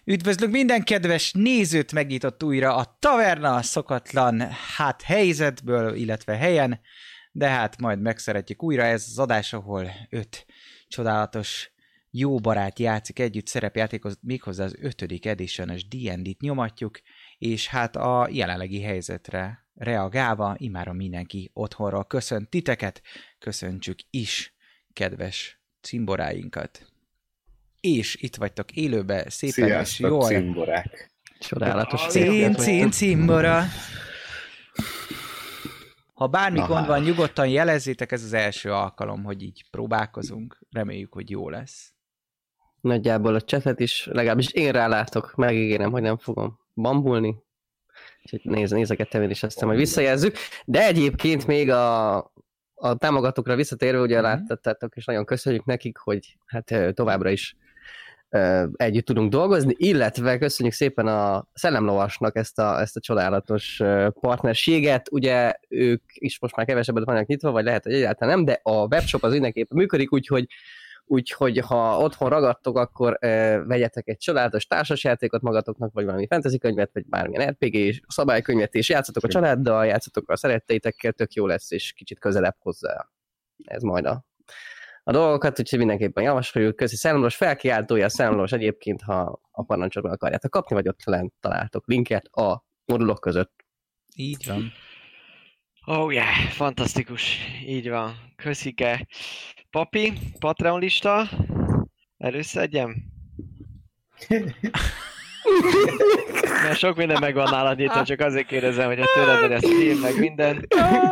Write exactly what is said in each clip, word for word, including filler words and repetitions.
Üdvözlök minden kedves nézőt, megított újra a taverna szokatlan hát helyzetből, illetve helyen, de hát majd megszeretjük újra. Ez az adás, ahol öt csodálatos jó barát játszik együtt szerepjátékot, méghozzá az ötödik edition-ös dé és dét nyomatjuk, és hát a jelenlegi helyzetre reagálva imáron mindenki otthonról köszönt titeket, köszöntsük is kedves cimboráinkat. És itt vagytok élőbe, szépen és jól. Sziasztok, cimborák. Csodálatos. Cím, cím, cimbora. Ha bármi Na, gond van, nyugodtan jelezzétek, ez az első alkalom, hogy így próbálkozunk. Reméljük, hogy jó lesz. Nagyjából a csetet is, legalábbis én rálátok, megígérem, hogy nem fogom bambulni. Úgyhogy néz, nézegettem én is, aztán majd visszajelzzük. De egyébként még a, a támogatókra visszatérve, ugye mm-hmm. láttattátok, és nagyon köszönjük nekik, hogy hát továbbra is uh, együtt tudunk dolgozni, illetve köszönjük szépen a Szellemlovasnak ezt a, ezt a csodálatos uh, partnerséget. Ugye ők is most már kevesebbet vannak nyitva, vagy lehet, hogy egyáltalán nem, de a webshop az mindenképpen működik, úgyhogy Úgyhogy ha otthon ragadtok, akkor uh, vegyetek egy csodálatos társasjátékot magatoknak, vagy valami fantasy könyvet, vagy bármilyen er pé gé szabálykönyvet, és játszatok a családdal, játszatok a szeretteitekkel, tök jó lesz, és kicsit közelebb hozzá. Ez majd a, a dolgokat, úgyhogy mindenképpen javasoljuk. Köszi Szellemlovas felkiáltója, Szellemlovas egyébként, ha a parancsotban akarjátok kapni, vagy ott lent találtok linket a modulok között. Így van. Oh yeah, fantasztikus. Így van. Köszike. Papi, Patreon lista. Előszedjem. Mert sok minden megvan nálad nyitva, csak azért kérdezem, hogy a tőled van ez film, meg minden.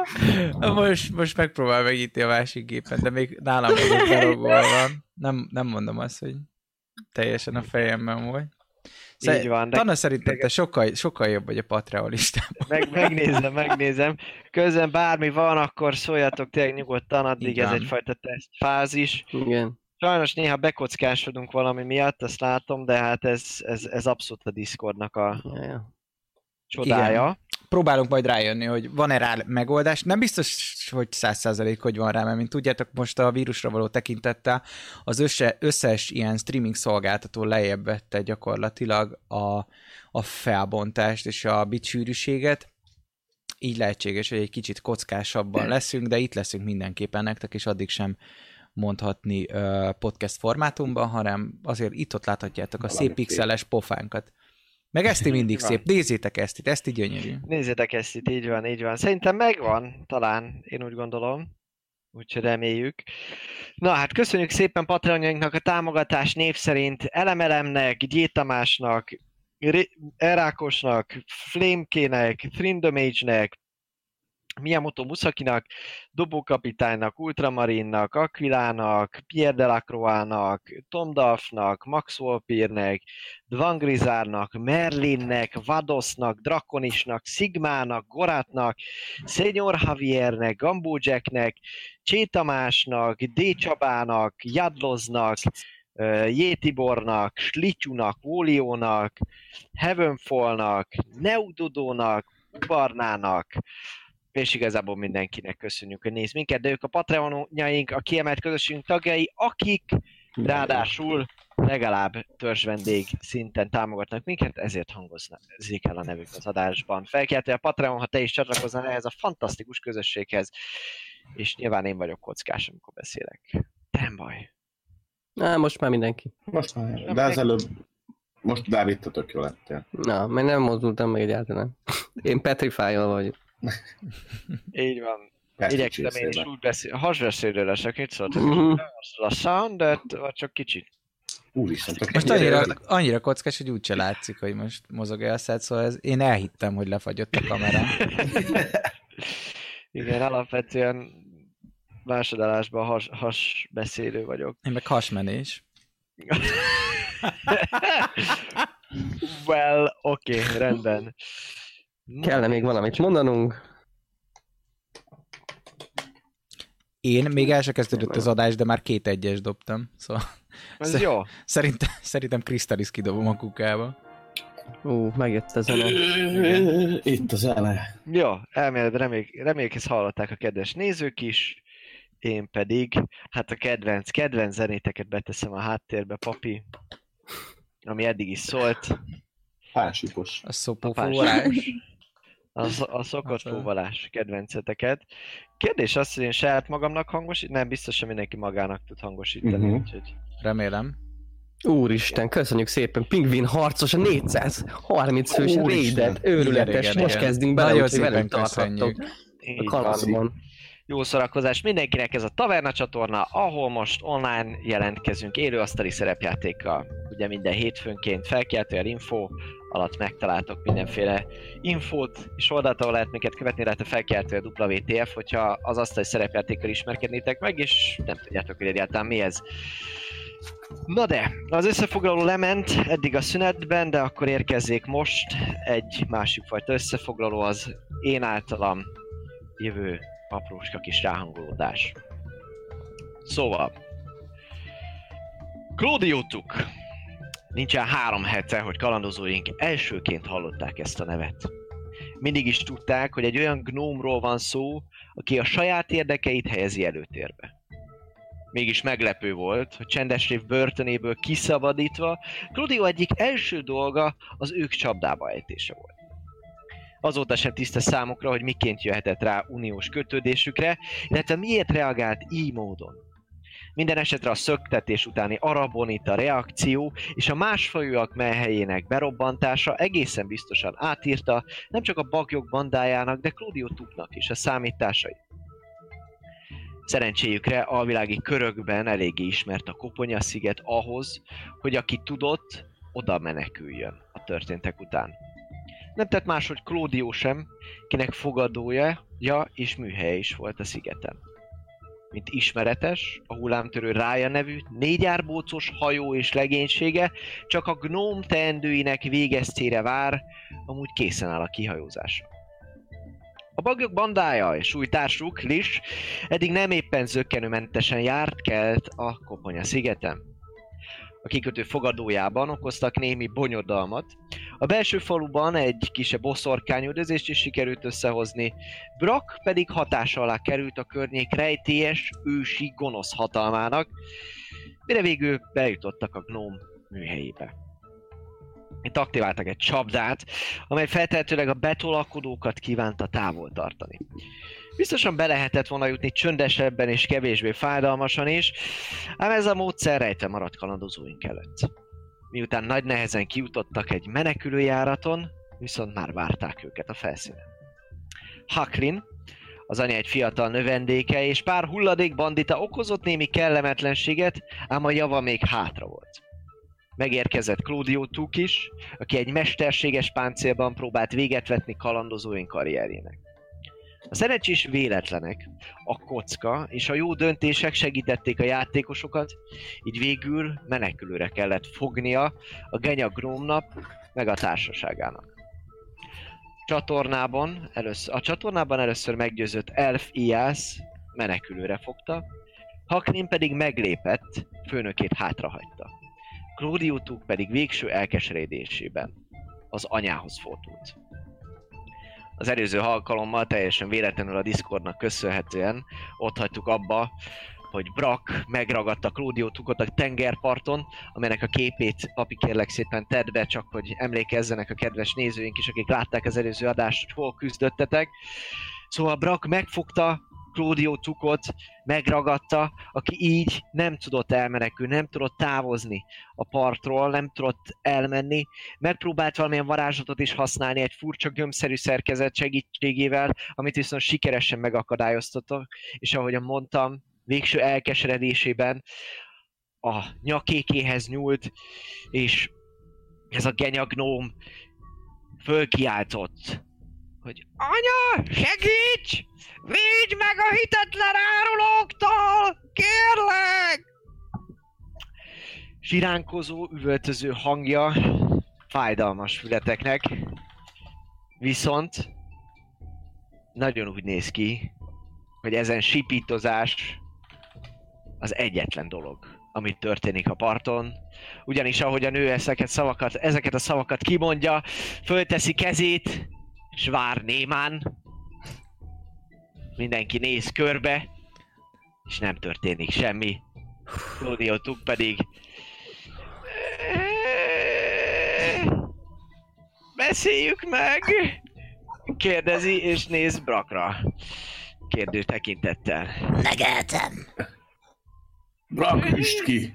Most, most megpróbál megnyitni a másik gépen, de még nálam még darabból van. Nem, nem mondom azt, hogy teljesen a fejemben volt. Így van. Tana szerintem te sokkal, sokkal jobb vagy a Patreon listában. Meg, megnézem, megnézem. Közben bármi van, akkor szóljatok tényleg nyugodtan, addig igen. Ez egyfajta tesztfázis. Igen. Sajnos néha bekockásodunk valami miatt, azt látom, de hát ez, ez, ez abszolút a Discordnak a ja. csodája. Igen. Próbálunk majd rájönni, hogy van-e rá megoldás. Nem biztos, hogy száz százalék hogy van rá, mert mint tudjátok, most a vírusra való tekintettel az össze, összes ilyen streaming szolgáltató lejjebb vette gyakorlatilag a, a felbontást és a bit sűrűséget. Így lehetséges, hogy egy kicsit kockásabban leszünk, de itt leszünk mindenképpen nektek, és addig sem mondhatni uh, podcast formátumban, hanem azért itt-ott láthatjátok a valami szép pixeles pofánkat. Meg ezt így mindig szép. Nézzétek ezt itt, ezt így gyönyörű. Nézzétek ezt itt, így van, így van. Szerintem megvan, talán, én úgy gondolom. Úgyhogy reméljük. Na hát köszönjük szépen Patreonjainknak a támogatás név szerint Elemelemnek, Gyét Tamásnak, Erákosnak, Flamekének, Thrindamage-nek, Miyamoto Musakinak, Dobókapitánynak, Ultramarinnak, Aquilának, Pierre Delacroix-nak, Tom Duffnak, Max Volpirnek, Dvangrizárnak, Merlinnek, Vadosnak, Draconisnak, Sigmának, Gorátnak, Senior Javiernek, Gambó Jacknek, Csé Tamásnak, D. Csabának, Jadloznak, J. Tibornak, Slityunak, Vóliónak, Heavenfallnak, Neudodónak, Barnának, és igazából mindenkinek köszönjük, hogy néz minket, de ők a Patreonjaink, a kiemelt közösségünk tagjai, akik ráadásul legalább törzsvendég szinten támogatnak minket, ezért hangozik el a nevük az adásban. Felkiáltja a Patreon, ha te is csatlakoznál ehhez a fantasztikus közösséghez, és nyilván én vagyok kockás, amikor beszélek. De nem baj. Na, most már mindenki. Most már, de az előbb, most Dávid, tök jó lettél. Na, mert nem mozdultam meg egyáltalán. Én Petrify-on vagyok. Így van. Igyekszem én is úgy beszél. Hasbeszédő leszek, mit szóltak? Mm-hmm. A sound, de csak kicsit. Úristen, most annyira, annyira kockás, hogy úgyse látszik, hogy most mozog-e a szed, szóval ez, én elhittem, hogy lefagyott a kamera. Igen, alapvetően másodállásban has, hasbeszélő vagyok. Én meg hasmenés. Well, oké, okay, rendben. Kell még valamit mondanunk? Én még el se kezdődött az adás, de már két egyes dobtam. Szóval ez szer- jó. Szerintem, szerintem Krisztalis kidobom a kukába. Ú, megjött a zene. Itt a zene. Jó, elmélet, reméljük, reméljük ezt hallották a kedves nézők is. Én pedig, hát a kedvenc, kedvenc zenéteket beteszem a háttérbe, papi. ami eddig is szólt. Hásipos. A szopófúrás. A, a szokott Hát, fúvalás kedvenceteket. Kérdés az, hogy én saját magamnak hangosít? Nem, biztos, hogy mindenki magának tud hangosítani, Mhm. úgyhogy... Remélem. Úristen, köszönjük szépen, Pingvin harcos, a négyszázharminc fős Úristen. raidet, őrületes, Igen, igen, most igen. kezdünk bele, Nagyon úgyhogy szépen velünk köszönjük. tarthattok a Így van. kalandban. Jó szórakozás mindenkinek, ez a Taverna csatorna, ahol most online jelentkezünk élőasztali szerepjátékkal. Ugye minden hétfőnként felkeltően info alatt megtaláltok mindenféle infót, és oldalt, ahol lehet minket követni, lehet a felkeltően dupla vé té ef, hogyha az asztali szerepjátékkal ismerkednétek meg, és nem tudjátok, hogy egyáltalán mi ez. Na de, az összefoglaló lement eddig a szünetben, de akkor érkezzék most egy másik fajta összefoglaló, az én általam jövő apróska kis ráhangolódás. Szóval, Claudiotuk. Nincsen három hete, hogy kalandozóink elsőként hallották ezt a nevet. Mindig is tudták, hogy egy olyan gnómról van szó, aki a saját érdekeit helyezi előtérbe. Mégis meglepő volt, hogy Csendesrév börtönéből kiszabadítva, Claudio egyik első dolga az ők csapdába ejtése volt. Azóta sem tiszta számukra, hogy miként jöhetett rá uniós kötődésükre, illetve miért reagált így módon. Minden esetre a szöktetés utáni arabonita reakció és a másfajúak mellhelyének berobbantása egészen biztosan átírta nem csak a bagyok bandájának, de Claudio Tuknak is a számításait. Szerencséjükre alvilági körökben eléggé ismert a Koponya-sziget ahhoz, hogy aki tudott, oda meneküljön a történtek után. Nem tett máshogy Claudio sem, kinek fogadója ja, és műhelye is volt a szigeten. Mint ismeretes, a hullámtörő Rája nevű négy árbócos hajó és legénysége csak a gnóm teendőinek végeztére vár, amúgy készen áll a kihajózásra. A bagyok bandája és új társuk, Lis, eddig nem éppen zökkenőmentesen járt kelt a Koponya szigeten. A kikötő fogadójában okoztak némi bonyodalmat, a belső faluban egy kisebb boszorkányüldözést is sikerült összehozni, Brak pedig hatása alá került a környék rejtélyes, ősi gonosz hatalmának, mire végül bejutottak a gnóm műhelyébe. Itt aktiváltak egy csapdát, amely feltehetőleg a betolakodókat kívánta távol tartani. Biztosan be lehetett volna jutni csöndesebben és kevésbé fájdalmasan is, ám ez a módszer rejtve maradt kalandozóink előtt. Miután nagy nehezen kijutottak egy menekülőjáraton, viszont már várták őket a felszínen. Haklin, az anya egy fiatal növendéke, és pár hulladék bandita okozott némi kellemetlenséget, ám a java még hátra volt. Megérkezett Claudio Tuk is, aki egy mesterséges páncélban próbált véget vetni kalandozóink karrierjének. A szerencsés véletlenek, a kocka és a jó döntések segítették a játékosokat, így végül menekülőre kellett fognia a Genya Grómnak meg a társaságának. Csatornában először, a csatornában először meggyőzött Elf Iász menekülőre fogta, Haklin pedig meglépett, főnökét hátrahagyta. Claudio Tuk pedig végső elkeseredésében az anyához fordult. Az előző alkalommal teljesen véletlenül a Discordnak köszönhetően ott hagytuk abba, hogy Brak megragadta Claudio Tukot a tengerparton, amelynek a képét, papi kérlek szépen tedd be, csak hogy emlékezzenek a kedves nézőink is, akik látták az előző adást, hogy hol küzdöttetek. Szóval Brak megfogta Claudio Tukot, megragadta, aki így nem tudott elmenekülni, nem tudott távozni a partról, nem tudott elmenni. Megpróbált valamilyen varázslatot is használni egy furcsa gömbszerű szerkezet segítségével, amit viszont sikeresen megakadályoztatok, és ahogyan mondtam, végső elkeseredésében a nyakékéhez nyúlt, és ez a Genya gnóm fölkiáltott, hogy Anya, segíts! Védj meg a hitetlen árulóktól! Kérlek! Zsiránkozó, üvöltöző hangja fájdalmas fületeknek, viszont nagyon úgy néz ki, hogy ezen sipítozás az egyetlen dolog, amit történik a parton. Ugyanis ahogy a nő ezeket, szavakat, ezeket a szavakat kimondja, fölteszi kezét, és vár némán. Mindenki néz körbe, és nem történik semmi. Claudio Tuk pedig beszéljük meg! Kérdezi, és néz Brakra. Kérdő tekintettel. Megeltem. Brak, üst ki!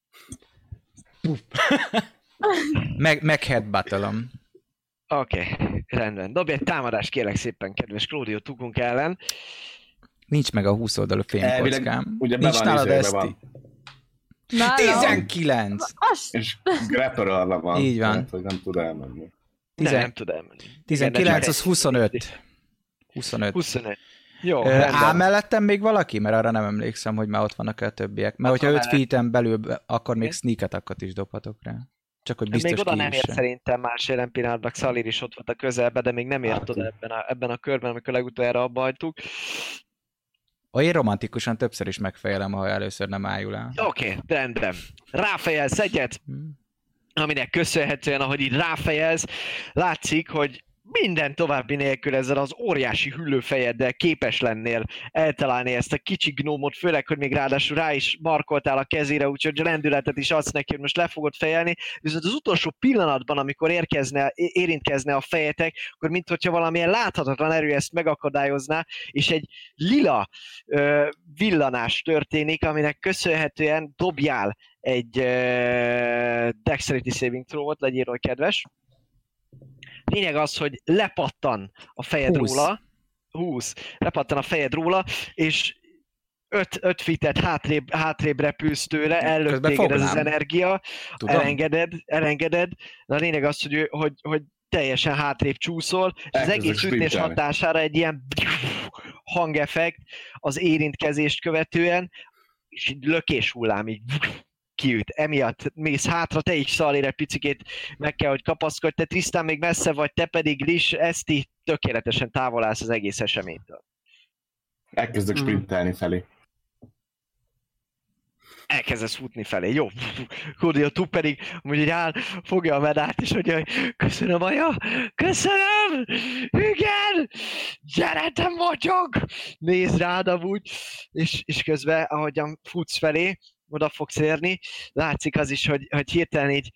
Meg, meg headbattle-om. Oké, okay, rendben. Dobj egy támadást kérlek szépen, kedves Claudio Tukunk ellen. Nincs meg a húsz oldalú fénykockám. Ugye be Nincs van, nálad izébe ezt. van. Nálam. tizenkilenc! Az, És grapple-alva van. Így van. Tehát, hogy nem tud elmenni. Tizen- Nem tud elmenni. tizenkilenc, az Igen, huszonöt. huszonöt. huszonöt. Jó, Ö, rendben. Áll mellettem még valaki? Mert arra nem emlékszem, hogy már ott vannak a többiek. Mert Ott hogyha van öt feet-en belül, akkor még sneak attackot is dobhatok rá. Csak hogy biztos Még oda nem ért kiüsse. szerintem más jelen pillanatban, Xalir is ott volt a közelben, de még nem ért Hát, oda ebben a, ebben a körben, amikor legutoljára abba hagytuk. Ó, én romantikusan többször is megfejelem, ha először nem ájul el. Oké, okay, rendben. Ráfejelsz egyet, Hmm. aminek köszönhetően, ahogy így ráfejelsz, látszik, hogy minden további nélkül ezzel az óriási hüllőfejeddel képes lennél eltalálni ezt a kicsi gnómot, főleg, hogy még ráadásul rá is markoltál a kezére, úgyhogy lendületet is adsz neki, hogy most le fogod fejelni, viszont az utolsó pillanatban, amikor érkezne, érintkezne a fejetek, akkor minthogyha valamilyen láthatatlan erő ezt megakadályozná, és egy lila ö, villanás történik, aminek köszönhetően dobjál egy ö, Dexterity Saving Throw-ot, legyél róla kedves. Lényeg az, hogy lepattan a fejed húsz. róla, húsz, lepattan a fejed róla, és öt fitet hátrébb, hátrébb repülsz tőle, ellök Közben téged ez az fognám. energia, Tudom? elengeded, elengeded, de a lényeg az, hogy, hogy, hogy teljesen hátrébb csúszol, és az Elkezdek egész ütés sprintelni. hatására egy ilyen hangeffekt az érintkezést követően, és egy lökés hullám így kiüt. Emiatt mész hátra, te is Xalir egy picikét meg kell, hogy kapaszkodj, te Tristan még messze vagy, te pedig Lis, Eszti tökéletesen távol állsz az egész eseménytől. Elkezdek Mm. sprintelni felé. Elkezdesz futni felé, jó. Claudio, tú pedig úgy áll, fogja a medát, és mondja, hogy köszönöm, anya, köszönöm, igen, gyere, te motyog! Nézd rád amúgy, és, és közben, ahogyan futsz felé, oda fogsz érni, látszik az is, hogy, hogy hirtelen így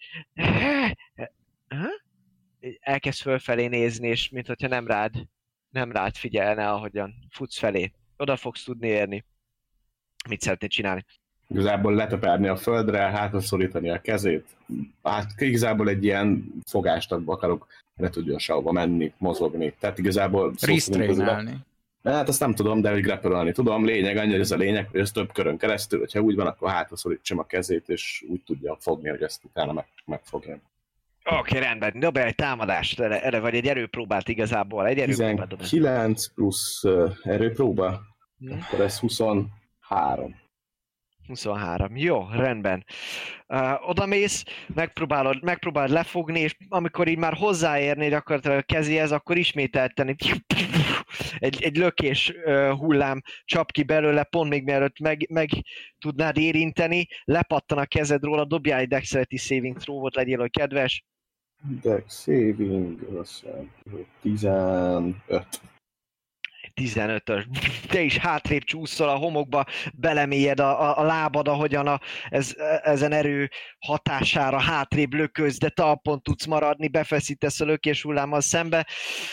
elkezd fölfelé nézni, és mint hogyha nem rád, nem rád figyelne, ahogyan futsz felé. Oda fogsz tudni érni. Mit szeretnéd csinálni? Igazából leteperni a földre, hátra szorítani a kezét. Hát igazából egy ilyen fogást akarok, ne tudjon sehova menni, mozogni. Tehát igazából... Restrainálni. Hát azt nem tudom, de hogy grapple-alni tudom. Lényeg, annyi, hogy ez a lényeg, hogy ez több körön keresztül, hogyha úgy van, akkor hátra szorítsam a kezét, és úgy tudja fogni, hogy ezt utána meg, megfogja. Oké, okay, rendben. Dobj egy támadást, erre, erre vagy egy erőpróbát igazából. Egy erőpróbát dobj. tizenkilenc plusz uh, erőpróba, Hm? akkor ez huszonhárom. huszonhárom. Jó, rendben. Uh, odamész, megpróbálod, megpróbálod lefogni, és amikor így már hozzáérni gyakorlatilag a kezéhez, akkor ismételten egy, egy lökés uh, hullám csap ki belőle, pont még mielőtt meg, meg tudnád érinteni, lepattan a kezed róla, dobjál egy Dexterity Saving Throw-ot, legyél, hogy kedves. Dex saving, azt jelenti, hogy tizenöt. tizenötös. Te is hátrébb csúszol a homokba, belemélyed a, a, a lábad, ahogyan a, ez, ezen erő hatására hátrébb lököz, de talpon tudsz maradni, befeszítesz a lökés hullámmal szembe,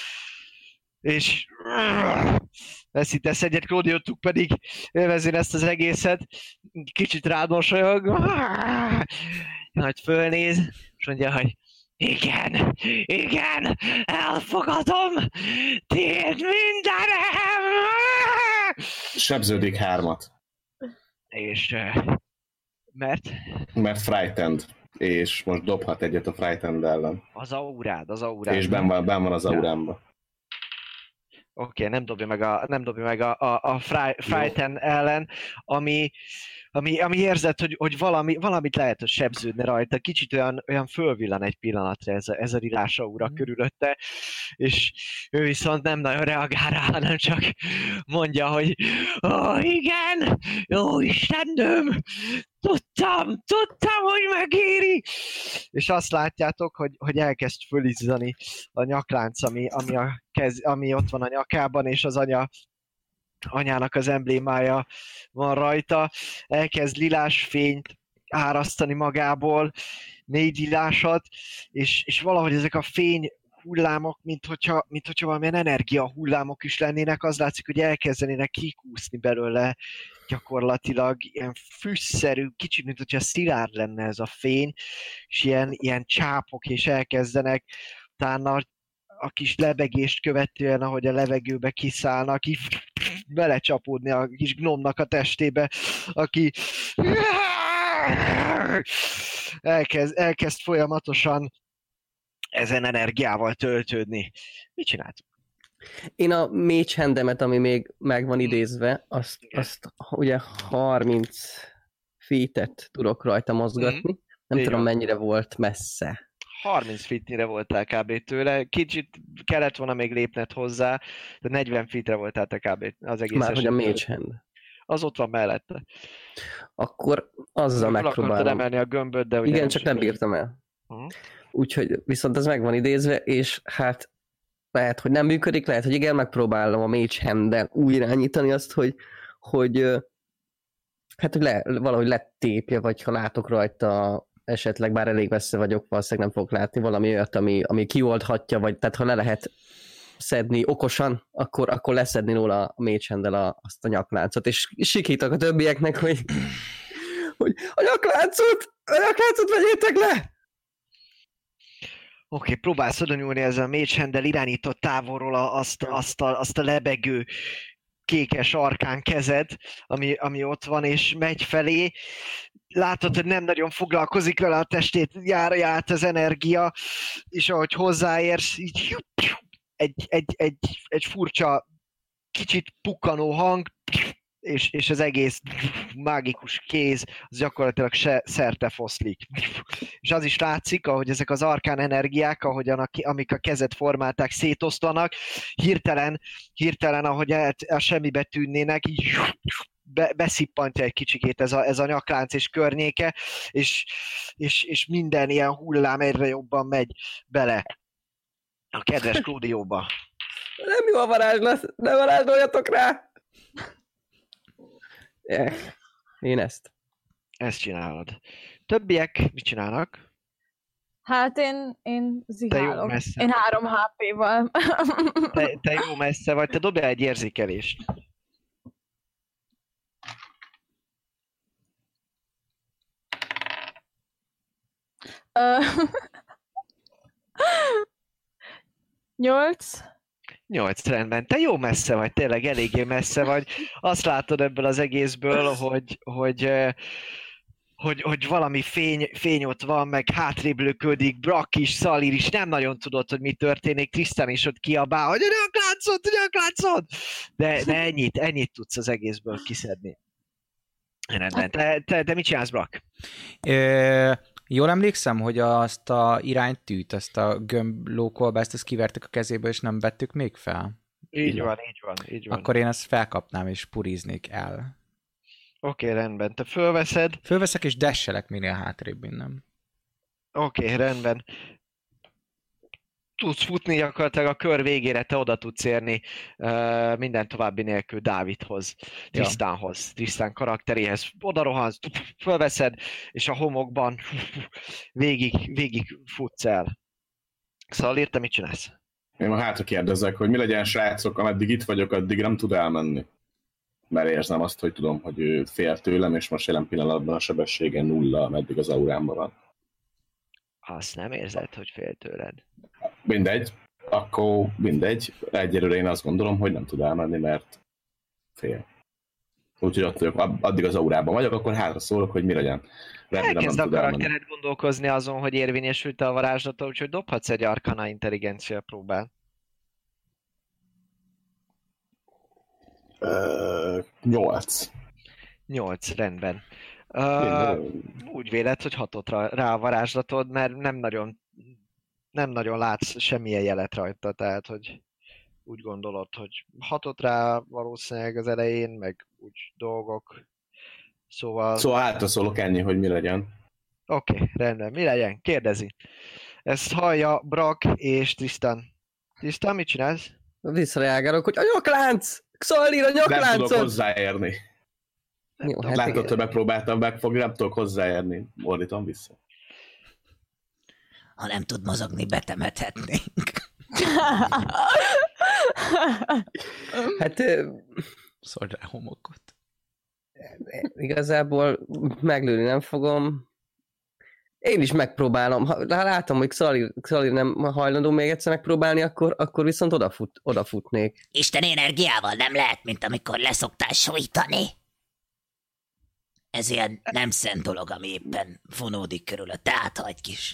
és veszítesz egyet, Claudio Tuk pedig élvezén ezt az egészet, kicsit rád mosolyog, majd fölnéz, és mondja, hogy igen, igen, elfogadom, tiéd mindenem! Sebződik hármat, És uh, mert mert frightened, és most dobhat egyet a frightened ellen. az aurád, az aurád. És benn van, benn van az Ja. aurámba. Oké, okay, nem dobja meg a, nem dobja meg a, a, a fri, Frighten ellen, ami, ami, ami érzed, hogy, hogy valami, valamit lehet, hogy sebződne rajta. Kicsit olyan, olyan fölvillan egy pillanatra ez a, ez a rilás aura mm. körülötte, és ő viszont nem nagyon reagál rá, hanem csak mondja, hogy ó, oh, igen, jó Istennöm, tudtam, tudtam, hogy megéri! És azt látjátok, hogy, hogy elkezd fölizzani a nyaklánc, ami, ami, a kez, ami ott van a nyakában, és az anya, anyának az emblémája van rajta. Elkezd lilás fényt árasztani magából, négy lilásat, és, és valahogy ezek a fény hullámok, mint hogyha, mint hogyha valamilyen energia hullámok is lennének, az látszik, hogy elkezdenének kikúszni belőle gyakorlatilag ilyen füstszerű, kicsit, mint hogyha szilárd lenne ez a fény, és ilyen, ilyen csápok, és elkezdenek utána a kis lebegést követően, ahogy a levegőbe kiszállnak, így belecsapódni a kis gnomnak a testébe, aki elkezd, elkezd folyamatosan ezen energiával töltődni. Mit csináltuk? Én a mage handemet, ami még meg van idézve, azt, azt ugye harminc feet-et tudok rajta mozgatni. Nem Így tudom, van. mennyire volt messze. harminc feetnyire voltál kb. Tőle, kicsit kellett volna még lépned hozzá, de negyven feetre voltál te kb. Az egész Már hogy a esetben. mage hand. Az ott van mellette. Akkor azzal Fel akartad megpróbálom. emelni a gömböt, de ugye Igen, csak nem bírtam el. Uh-huh. Úgyhogy viszont ez meg van idézve, és hát lehet, hogy nem működik, lehet, hogy igen, megpróbálom a mage hand-del úgy irányítani azt, hogy, hogy ö, hát hogy le, valahogy letépje, vagy ha látok rajta esetleg, bár elég messze vagyok, valószínűleg nem fogok látni valami olyat, ami, ami kioldhatja, vagy tehát ha le lehet szedni okosan, akkor, akkor leszedni róla a mage hand-del a, azt a nyakláncot, és sikítok a többieknek, hogy, hogy a nyakláncot, a nyakláncot vegyétek le! Oké, okay, próbálsz oda nyúlni ezzel a mage hand-del irányított távolról a- azt, azt, a, azt a lebegő kékes arkán kezed, ami, ami ott van, és megy felé. Látod, hogy nem nagyon foglalkozik vele a testét, járja át az energia, és ahogy hozzáérsz, így egy, egy, egy, egy furcsa, kicsit pukkanó hang, és, és az egész mágikus kéz, az gyakorlatilag se, szerte foszlik. És az is látszik, ahogy ezek az arkán energiák, ahogyan a, amik a kezet formálták, szétoszlanak, hirtelen, hirtelen, ahogy el, el semmibe tűnnének, így be, beszippantja egy kicsikét ez a, ez a nyaklánc és környéke, és, és, és minden ilyen hullám egyre jobban megy bele a kedves Claudióba. Nem jó a varázslat, ne varázsoljatok rá! Yeah. Én ezt. Ezt csinálod. Többiek mit csinálnak? Hát én, én zihálok. messze. Én három há pé-val. Te, te jó messze vagy, te dobjál egy érzékelést. Ö, Nyolc. Nyolc, rendben. Te jó messze vagy, tényleg eléggé messze vagy. Azt látod ebből az egészből, hogy, hogy, eh, hogy, hogy valami fény, fény ott van, meg hátrébb löködik, Brak is, Szalir is, nem nagyon tudod, hogy mi történik, Tristan is ott kiabál, hogy nyaklátszod, nyaklátszod! De, de ennyit, ennyit tudsz az egészből kiszedni. Rendben. Te, te, te mit csinálsz, Brak? Ö, jól emlékszem, hogy azt a iránytűt, azt a gömblókolbászt, ezt kivertek a kezéből, és nem vettük még fel? Így van, így van, így van. Akkor én ezt felkapnám, és puriznék el. Oké, okay, rendben. Te fölveszed. Fölveszek, és desselek minél hátrébb innen. Oké, okay, rendben. Tudsz futni gyakorlatilag a kör végére, te oda tudsz érni uh, minden további nélkül Dávidhoz, Tristanhoz, ja. Tristan karakteréhez. Oda rohansz, fölveszed, és a homokban végig, végig futsz el. Szóval te mit csinálsz? Én ma hátra kérdezek, hogy mi legyen, srácok, ameddig itt vagyok, addig nem tud elmenni. Mert érzem azt, hogy tudom, hogy ő fél tőlem, és most jelen pillanatban a sebessége nulla, ameddig az aurámban van. Azt nem érzed, hogy fél tőled? Mindegy, akkor mindegy. Egyelőre én azt gondolom, hogy nem tud elmenni, mert fél. Úgyhogy ott vagyok, addig az aurában vagyok, akkor hátra szólok, hogy mi legyen. Remélem, Elkezd nem a tud elmenni. karaktered gondolkozni azon, hogy érvényesült a varázslata, úgyhogy dobhatsz egy Arcana intelligencia próbál. Uh, nyolc. Nyolc, rendben. Uh, úgy véled, hogy hatott rá, rá a varázslatod, mert nem nagyon, nem nagyon látsz semmilyen jelet rajta, tehát hogy úgy gondolod, hogy hatott rá valószínűleg az elején, meg úgy dolgok. Szóval... Szóval hátra szólok ennyi, hogy mi legyen. Oké, okay, rendben. Mi legyen? Kérdezi. Ezt hallja Brak és Tristan. Tristan, mit csinálsz? Visszareagálok, hogy a nyaklánc! Xalir, a Nem tudok nyakláncot! hozzáérni. Jó, hát Látod, igen. hogy megpróbáltam megfogni, nem tudok hozzáérni. Ordítom vissza. Ha nem tud mozogni, betemethetnénk. Hát ö, Szóld rá homokot. igazából meglőni nem fogom. Én is megpróbálom. Ha látom, hogy Xalir, Xalir nem hajlandó még egyszer megpróbálni, akkor, akkor viszont odafut, odafutnék. Isten energiával nem lehet, mint amikor leszoktál sújtani. Ez ilyen nem szent dolog, ami éppen fonódik körülött. Tehát hagyj kis.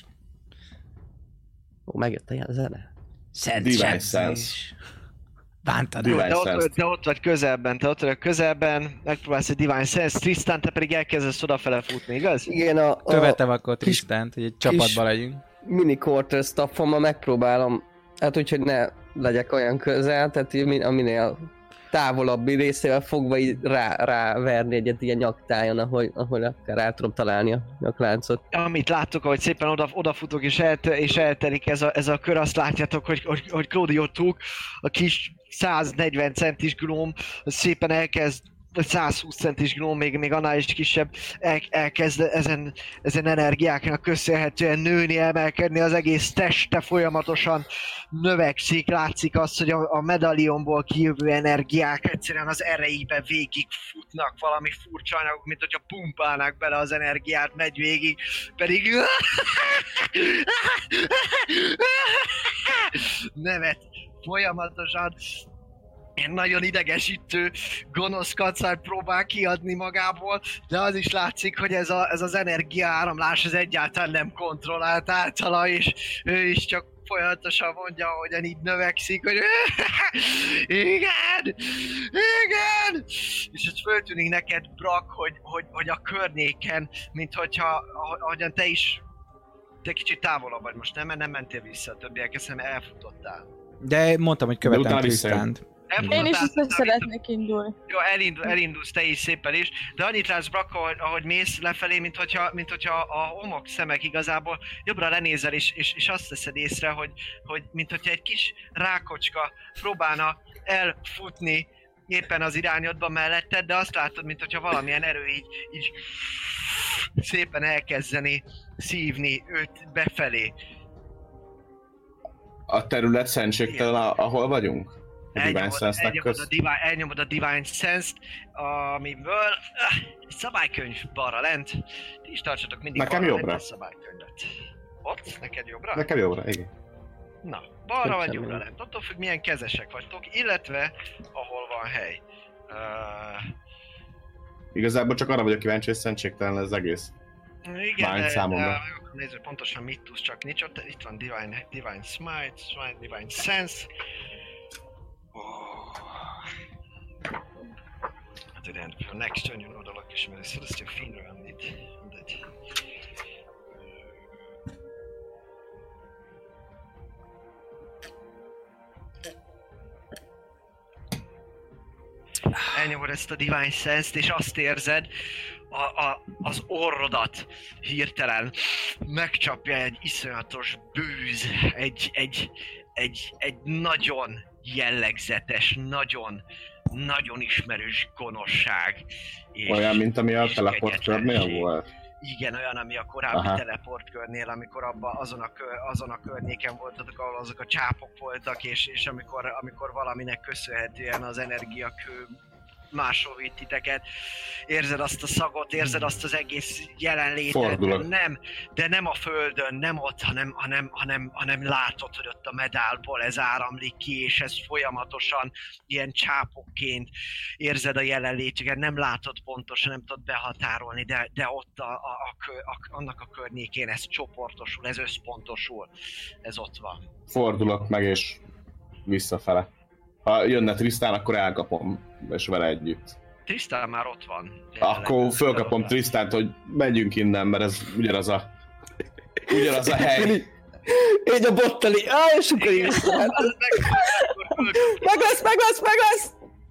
Ó, megjött a ilyen zene. Szent Divine sebzés. Sense. Bántad. Divine De ott, Sense. te ott vagy közelben, te ott vagy közelben, megpróbálsz egy Divine Sense, Tristan, te pedig elkezdesz odafele futni, igaz? Igen, a, a Követem akkor Tristant, hogy egy csapatban legyünk. mini quarter staffommal megpróbálom, hát úgyhogy ne legyek olyan közel, tehát így min- a minél távolabbi részével fogva így rá, ráverni egyet ilyen nyaktájon, ahol, ahol akár el tudom találni a nyakláncot. Amit láttok, ahogy szépen oda, odafutok és, elte, és eltelik ez a, ez a kör, azt látjátok, hogy, hogy, hogy Claudiottuk, a kis száznegyven centis gnóm, szépen elkezd, vagy száz húsz centis gnóm, még, még annál is kisebb, el, elkezd ezen, ezen energiáknak köszönhetően nőni, emelkedni, az egész teste folyamatosan növekszik, látszik azt, hogy a, a medalionból kijövő energiák egyszerűen az erejébe végig futnak, valami furcsa anyagok, mint hogyha pumpálnak bele az energiát, megy végig, pedig nevet folyamatosan, ilyen nagyon idegesítő, gonosz kacát próbál kiadni magából, de az is látszik, hogy ez, a, ez az energiaáramlás ez egyáltalán nem kontrollált általa, és ő is csak folyamatosan mondja, ahogyan így növekszik, hogy igen, igen, és ez föltűnik neked, Brak, hogy, hogy, hogy a környéken, mint hogyha, ahogyan te is, te kicsit távolabb vagy most, nem? Mert nem mentél vissza a többiekhez, hanem elfutottál. De mondtam, hogy követem utána Tristant. Én is vissza szeretnék indulni. Jó, elindul, elindulsz te is szépen is, de annyit látsz, Brak, ahogy, ahogy mész lefelé, mint hogyha, mint hogyha a homok szemek igazából jobbra lenézel, és, és, és azt teszed észre, hogy, hogy mint hogyha egy kis rákocska próbálna elfutni éppen az irányodba melletted, de azt látod, mint hogyha valamilyen erő így, így szépen elkezdeni szívni őt befelé. A terület szentségtelen, ahol vagyunk? A Divine Elnyomod, Sense-nek elnyomod, a köz? divine, elnyomod a Divine Sense-t, amiből ah, egy szabálykönyv balra lent. Ti is tartsatok mindig Nekem balra jobbra. lent a szabálykönyvet. Ott? Neked jobbra? Nekem jobbra, igen. Na, balra vagy Köszönöm. jobbra lent. Attól függ, milyen kezesek vagytok, illetve ahol van hely. Uh, Igazából csak arra vagyok kíváncsi, hogy szentségtelen lesz az egész. igen, Mind de, számomra. de meg akarom nézni, hogy pontosan mit tudsz, csak nincs ott. Itt van Divine, Divine Smite, Smite, Divine Sense. Oh. Hát igen, a next turn you know the location where the celestial fiend around it. Mindegy. Elnyomod ezt a Divine Sense-t, és azt érzed, a, a, az orrodat hirtelen megcsapja egy iszonyatos bűz, egy, egy, egy, egy nagyon jellegzetes, nagyon, nagyon ismerős gonoszság. És, Olyan, mint ami a és teleportkörnél kegyetlenség. volt. Igen, olyan, ami a korábbi Aha. teleportkörnél, amikor abba, azon, a kör, azon a környéken voltatok, ahol azok a csápok voltak, és, és amikor, amikor valaminek köszönhetően az energiakő másolít titeket, érzed azt a szagot, érzed azt az egész jelenlétet, Fordulok. nem, de nem a földön, nem ott, hanem, hanem, hanem, hanem látod, hogy ott a medálból ez áramlik ki, és ez folyamatosan ilyen csápokként érzed a jelenlétüket, nem látod pontosan, nem tudod behatárolni, de, de ott a, a, a, kö- a, annak a környékén ez csoportosul, ez összpontosul, ez ott van. Fordulok meg és visszafele. Ha jönne Tristan, akkor elkapom, és vele együtt. Tristan már ott van. Akkor fölkapom Tristant, hogy megyünk innen, mert ez ugyanaz a... Ugyanaz a hely. Így a bottali, áj, és akkor így vissza. Meg lesz, meg lesz, meg lesz!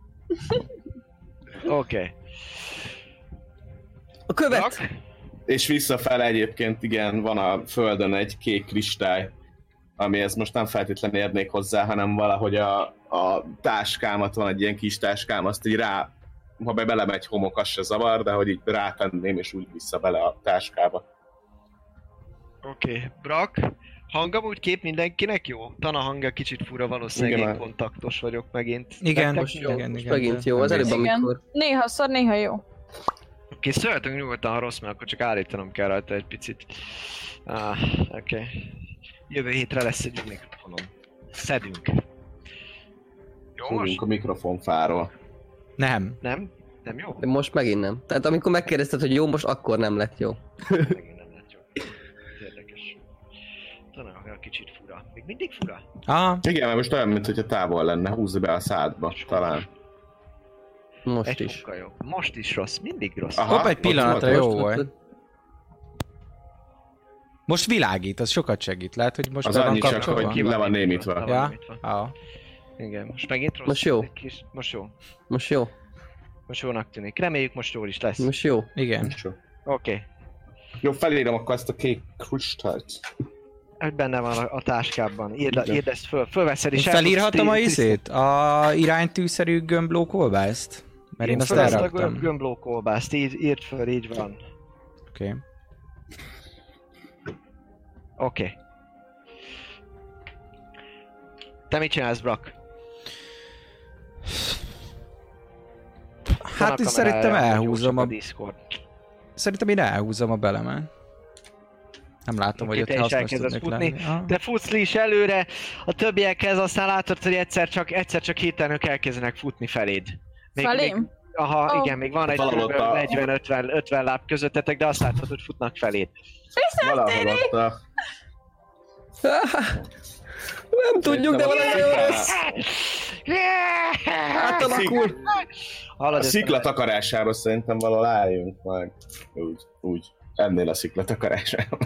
Oké. Okay. A követ! És visszafele egyébként igen, van a földön egy kék kristály, amihez most nem feltétlenül érnék hozzá, hanem valahogy a, a táskámat, van egy ilyen kis táskám, azt így rá, ha be belemegy homok, az se zavar, de hogy így rátenném, és úgy vissza bele a táskába. Oké, okay. Brak, Hang amúgy kép mindenkinek jó? Tana hangja kicsit fura, valószínűleg Igen, én már. kontaktos vagyok megint. Igen, Nektek most milyen? igen, Most igen. megint jó, az Nem előbb, nézem. amikor... Néha szar, néha jó. Oké, szóljatok nyugodtan, ha rossz, mert akkor csak állítanom kell rajta egy picit. Ah, oké. Okay. Jövő hétre lesz egy új mikrofonom. Szedünk. Jó most? Tudunk a mikrofonfáról. Nem. Nem? Nem jó? De most megint nem. Tehát amikor megkérdezted, hogy jó, most akkor nem lett jó. Megint nem lett jó. Ez érdekes. Talán olyan kicsit fura. Még mindig fura? Aha. Igen, mert most olyan, mintha távol lenne, húzza be a szádba, talán. Most Egy is. fokkal jobb. Most is rossz, mindig rossz. Aha. Hopp, egy pillanatra most jó Most volt. tudod? Most világít, az sokat segít. Lehet, hogy most Az be van annyi csak, kapcsolva? hogy le van némítva. Le van Ja? némítva. Ah. Igen, most megint rossz. Most jó. Egy Kis... Most jó. Most jó. Most jónak tűnik. Reméljük most jól is lesz. Most jó. Igen. Jó. Oké. Okay. Jó, felírom akkor ezt a kék kristályt. Ez benne van a, a táskában. Írd, le- írd ezt föl. Fölveszed Én és felírhatom a elhozz tíz- izét? A iránytűszerű gömbló kolbászt? Mert én azt Fölveszed a elraktam. gömb- gömblókolbászt. Így, írd föl, így van. Oké. Okay. Oké. Okay. Te mit csinálsz, Brak? Hát is szerintem elhúzom a... a Discord. Szerintem én elhúzom a belemen. Nem látom, Oké, hogy te ott is hasznos elkezdesz tudnék futni. lenni. Ah. Te futsz is előre, a többiekhez aztán látod, hogy egyszer csak, egyszer csak hirtelen ők elkezdenek futni feléd. Még, Felém? Még, aha, Ó. igen, még van egy Valahol kb. ott a- negyven-ötven láb közöttetek, de azt látod, hogy futnak feléd. Valahol ott a... Nem tudjuk, de valami jó lesz. Átalakul! A szikla takarására szerintem valahol álljunk meg. Úgy, úgy. Ennél a szikla takarására.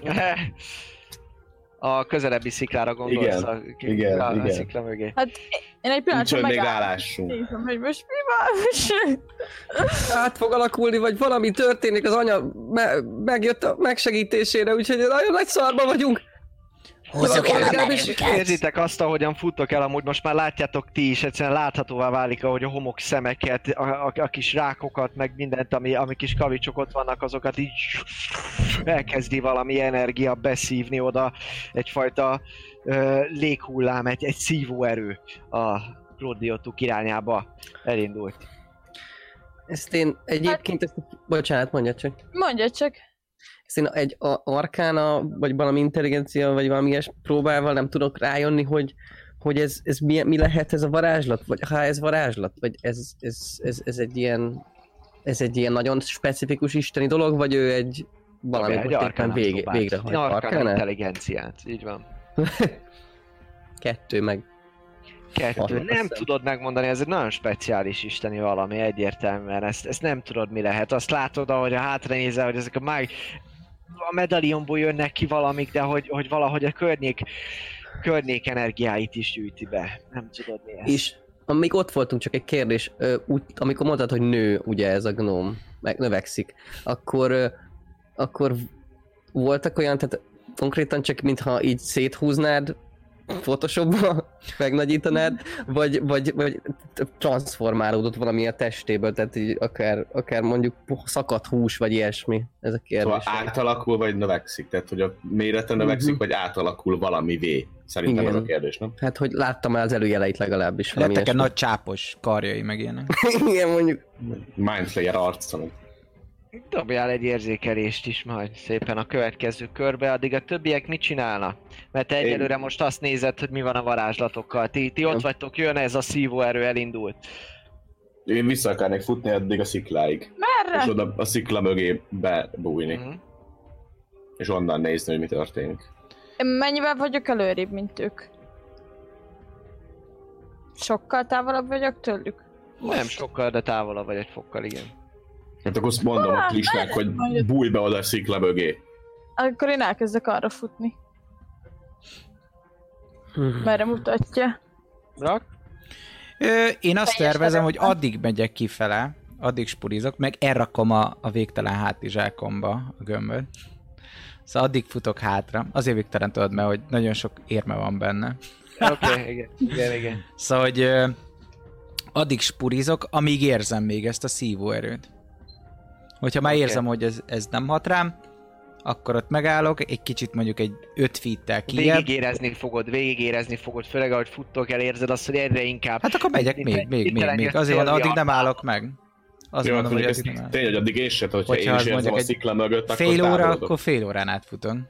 A közelebbi sziklára gondolsz? Igen, a, igen, a, igen. a szikla mögé. Hát én egy pillanatra Úgyhogy még megállom. állásunk. Nézem, hogy most mi van. Át fog alakulni, vagy valami történik, az anya me- megjött a megsegítésére, úgyhogy nagyon nagy szarba vagyunk. Húzzuk el a Legalábbis menünket. Érzitek azt, ahogyan futtok el, amúgy most már látjátok ti is, egyszerűen láthatóvá válik, ahogy a homok szemeket, a, a, a kis rákokat, meg mindent, ami, ami kis kavicsok ott vannak, azokat így elkezdi valami energia beszívni oda, egyfajta ö, léghullám, egy, egy szívóerő a Klódiotuk irányába elindult. Ezt én egyébként, ezt, bocsánat, mondja csak. Mondja csak. Ezt én egy a- arkána, vagy valami intelligencia, vagy valami ilyes próbával nem tudok rájönni, hogy, hogy ez, ez mi, mi lehet ez a varázslat, vagy ha ez varázslat, vagy ez, ez, ez, ez egy ilyen ez egy ilyen nagyon specifikus isteni dolog, vagy ő egy valami Egy most éppen arkánát vége, próbált. végrehajt. Arkán Arkánát? intelligenciát, így van. Kettő meg. Kettő. Azt Nem hiszem. tudod megmondani, ez egy nagyon speciális isteni valami egyértelműen, ezt, ezt nem tudod mi lehet. Azt látod, ahogy a hátra nézel, hogy ezek a máj... a medalionból jönnek ki valamik, de hogy, hogy valahogy a környék, környék energiáit is gyűjti be. Nem tudod mi ez. És amíg ott voltunk, csak egy kérdés, ö, úgy, amikor mondtad, hogy nő ugye ez a gnóm, meg növekszik, akkor, ö, akkor voltak olyan, tehát konkrétan csak mintha így széthúznád Photoshopba, megnagyítanád, vagy, vagy, vagy transformálódott valami a testéből, tehát így akár, akár mondjuk szakadt hús, vagy ilyesmi, ez a kérdés. Szóval átalakul, vagy növekszik? Tehát, hogy a mérete növekszik, Mhm. vagy átalakul valamivé? Szerintem Igen. ez a kérdés, nem? Hát, hogy láttam el az előjeleit legalábbis. valami Lettek-e ilyesmi. nagy csápos karjai meg ilyenek? Igen, mondjuk. Mindflayer arccal. Dobjál egy érzékelést is majd szépen a következő körbe, addig a többiek mit csinálnak? Mert te egyelőre most azt nézed, hogy mi van a varázslatokkal. Ti, ti ott vagytok, jön ez a szívóerő, elindult. Én vissza akarnék futni addig a szikláig. Merre? És oda a szikla mögé bebújni. Mhm. És onnan nézni, hogy mi történik. Én mennyivel vagyok előrébb, mint ők? Sokkal távolabb vagyok tőlük? Nem sokkal, de távolabb vagy egy fokkal, igen. Hát akkor azt mondom a Krisnek, hogy bújj be oda a szikla mögé. Akkor én elkezdek arra futni. Merre mutatja? Rak? Ö, én azt Teljes tervezem, hogy terepben. addig megyek kifele, addig spurizok, meg elrakom a, a végtelen hátizsákomba a gömböt. Szóval addig futok hátra. Azért végtelen tudod, mert hogy nagyon sok érme van benne. Oké, okay, igen, igen, igen. Szóval, hogy ö, addig spurizok, amíg érzem még ezt a szívóerőt. Hogyha már Oké. érzem, hogy ez, ez nem hat rám, akkor ott megállok, egy kicsit mondjuk egy öt feet-tel kijebb. Végigérezni fogod, végigérezni fogod, főleg ahogy futtok el, érzed azt, hogy egyre inkább... Hát akkor megyek még, még, még, még. Azért van, addig nem állok meg. Azt Jó, mondom, hogy ezt addig nem állok. tényleg, hogy addig én sem, hogyha Hogyha én az is érzem mondjuk a egy szikla mögött, akkor Fél óra, távolodok. akkor fél órán átfutom.